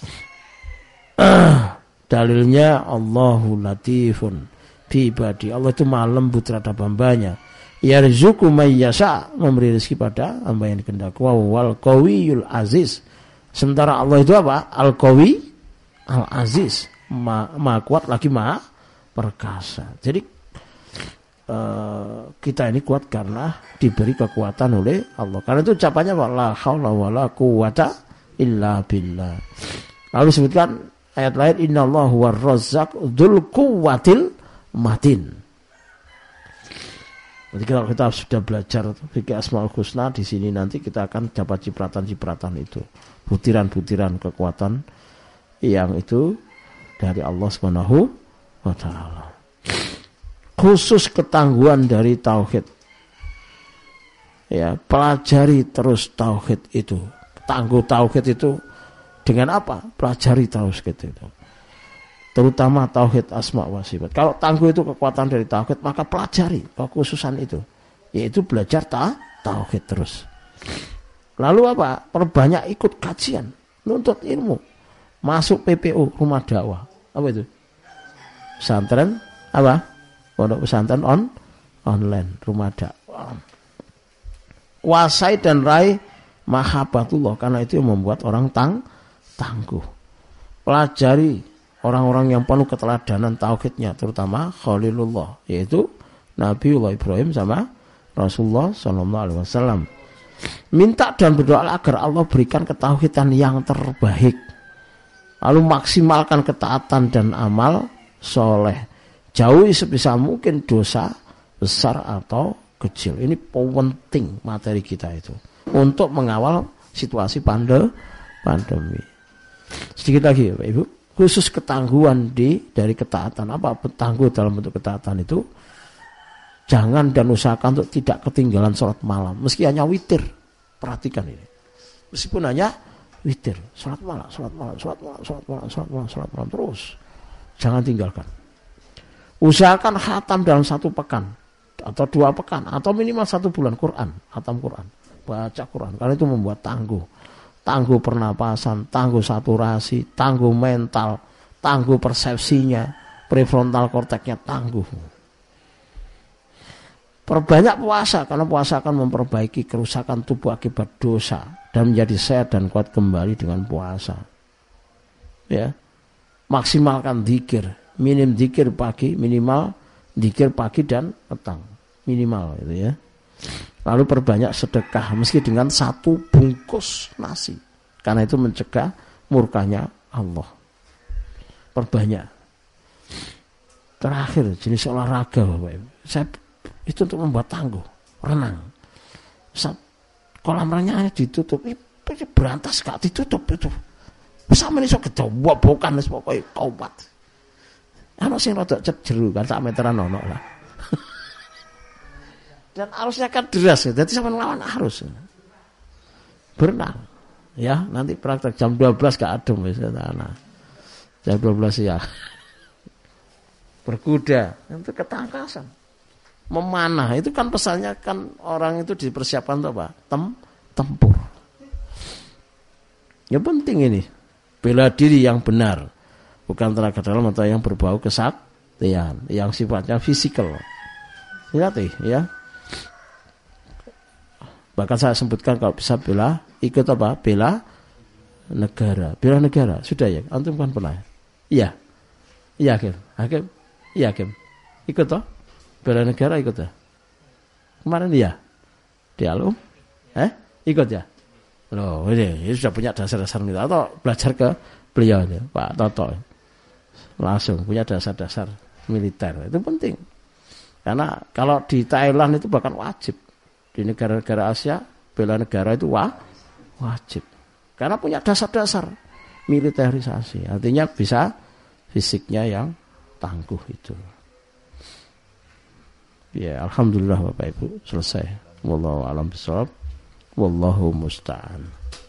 Dalilnya Allahu latifun bi ibadi. Allah itu maha lembut terhadap hambanya. Yarzuqu may yasha, memberi rezeki pada hamba yang dikehendaki. Wa wal qawiyul aziz. Sementara Allah itu apa? Al-Qawi, Al-Aziz, maha, maha kuat lagi maha perkasa. Jadi uh, kita ini kuat karena diberi kekuatan oleh Allah. Karena itu ucapannya la haula wala quwata illa billah. Lalu sebutkan ayat lain, innallahu huwar razzaq dzul quwwatil matin. Jadi kalau kita sudah belajar fikih Asmaul Husna di sini, nanti kita akan dapat cipratan-cipratan itu, butiran-butiran kekuatan yang itu dari Allah Subhanahu wa taala. Khusus ketangguhan dari tauhid. Ya, pelajari terus tauhid itu. Tangguh tauhid itu dengan apa? Pelajari tauhid itu. Terutama tauhid asma wa sifat. Kalau tangguh itu kekuatan dari tauhid, maka pelajari kekhususan itu, yaitu belajar ta tauhid terus. Lalu apa? Perbanyak ikut kajian, nuntut ilmu, masuk P P U, rumah dakwah. Apa itu? Pesantren apa? Pondok pesantren on online, rumah dakwah. Kuasai dan raih mahabbatullah, karena itu yang membuat orang tang tangguh. Pelajari orang-orang yang penuh keteladanan tauhidnya, terutama Khalilullah, yaitu Nabiullah Ibrahim sama Rasulullah Sallallahu Alaihi Wasallam. Minta dan berdoa agar Allah berikan ketauhidan yang terbaik. Lalu maksimalkan ketaatan dan amal soleh. Jauhi sebisa mungkin dosa besar atau kecil. Ini penting materi kita itu untuk mengawal situasi pande pandemi. Sedikit lagi ya Pak Ibu. Khusus ketangguhan di dari ketaatan. Apa tangguh dalam bentuk ketaatan itu? Jangan dan usahakan untuk tidak ketinggalan sholat malam. Meski hanya witir. Perhatikan ini. Meskipun hanya witir. Sholat malam, sholat malam, sholat malam, sholat malam, sholat malam, sholat malam. Terus. Jangan tinggalkan. Usahakan khatam dalam satu pekan. Atau dua pekan. Atau minimal satu bulan Quran. Khatam Quran. Baca Quran. Karena itu membuat tangguh. Tangguh pernapasan, tangguh saturasi, tangguh mental, tangguh persepsinya, prefrontal korteksnya tangguh. Perbanyak puasa, karena puasa akan memperbaiki kerusakan tubuh akibat dosa dan menjadi sehat dan kuat kembali dengan puasa. Ya, maksimalkan zikir, minim zikir pagi, minimal zikir pagi dan petang, minimal itu ya. Lalu perbanyak sedekah meski dengan satu bungkus nasi, karena itu mencegah murkanya Allah. Perbanyak. Terakhir jenis olahraga Bapak Ibu. Saya itu untuk membuat tangguh, renang. Saat kolam renangnya ditutup, itu berantas gak ditutup itu. Bisa menisok kedawa bukan wis pokoke kuat. Ana sing rada cedru kan sak meteran ono lah. Dan arusnya kan deras ya. Jadi sama lawan arus. Berenang. Ya, nanti praktek jam dua belas ke adem misalnya. Jam dua belas ya. Berkuda, itu ketangkasan. Memanah, itu kan pesannya kan orang itu dipersiapkan untuk apa? Tem tempur. Ya penting ini. Bela diri yang benar. Bukan tenaga dalam atau yang berbau kesaktian, yang sifatnya fisikal. Lihat ya. Bahkan saya sebutkan kalau bisa bela, ikut apa? Bela negara. Bela negara. Sudah ya? Antum kan pernah? Iya. Iya, Hakim. Hakim. Iya, Hakim. Ikut toh? Bela negara ikut ya? Kemarin iya? Dialog? Eh? Ikut ya? Loh, ini, ini sudah punya dasar-dasar militer. Atau belajar ke beliau ini, Pak Toto. Langsung punya dasar-dasar militer. Itu penting. Karena kalau di Thailand itu bahkan wajib. Di negara-negara Asia, bela negara itu wah, wajib. Karena punya dasar-dasar militerisasi. Artinya bisa fisiknya yang tangguh itu. Ya, alhamdulillah Bapak Ibu, selesai. Wallahu a'lam bishawab. Wallahu musta'an.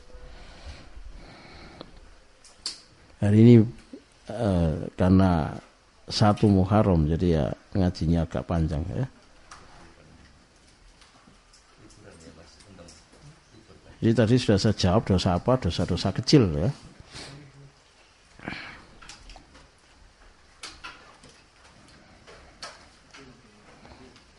Hari ini uh, karena satu Muharram, jadi ya ngajinya agak panjang ya. Jadi tadi sudah saya jawab dosa apa, dosa-dosa kecil ya.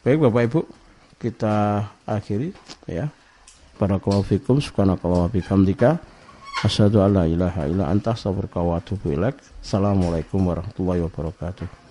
Baik Bapak Ibu, kita akhiri ya. Barakallahu fikum, subhanakallah wa bihamdika, asyhadu an la ilaha illa anta, astaghfiruka wa atubu ilaik. Assalamualaikum warahmatullahi wabarakatuh.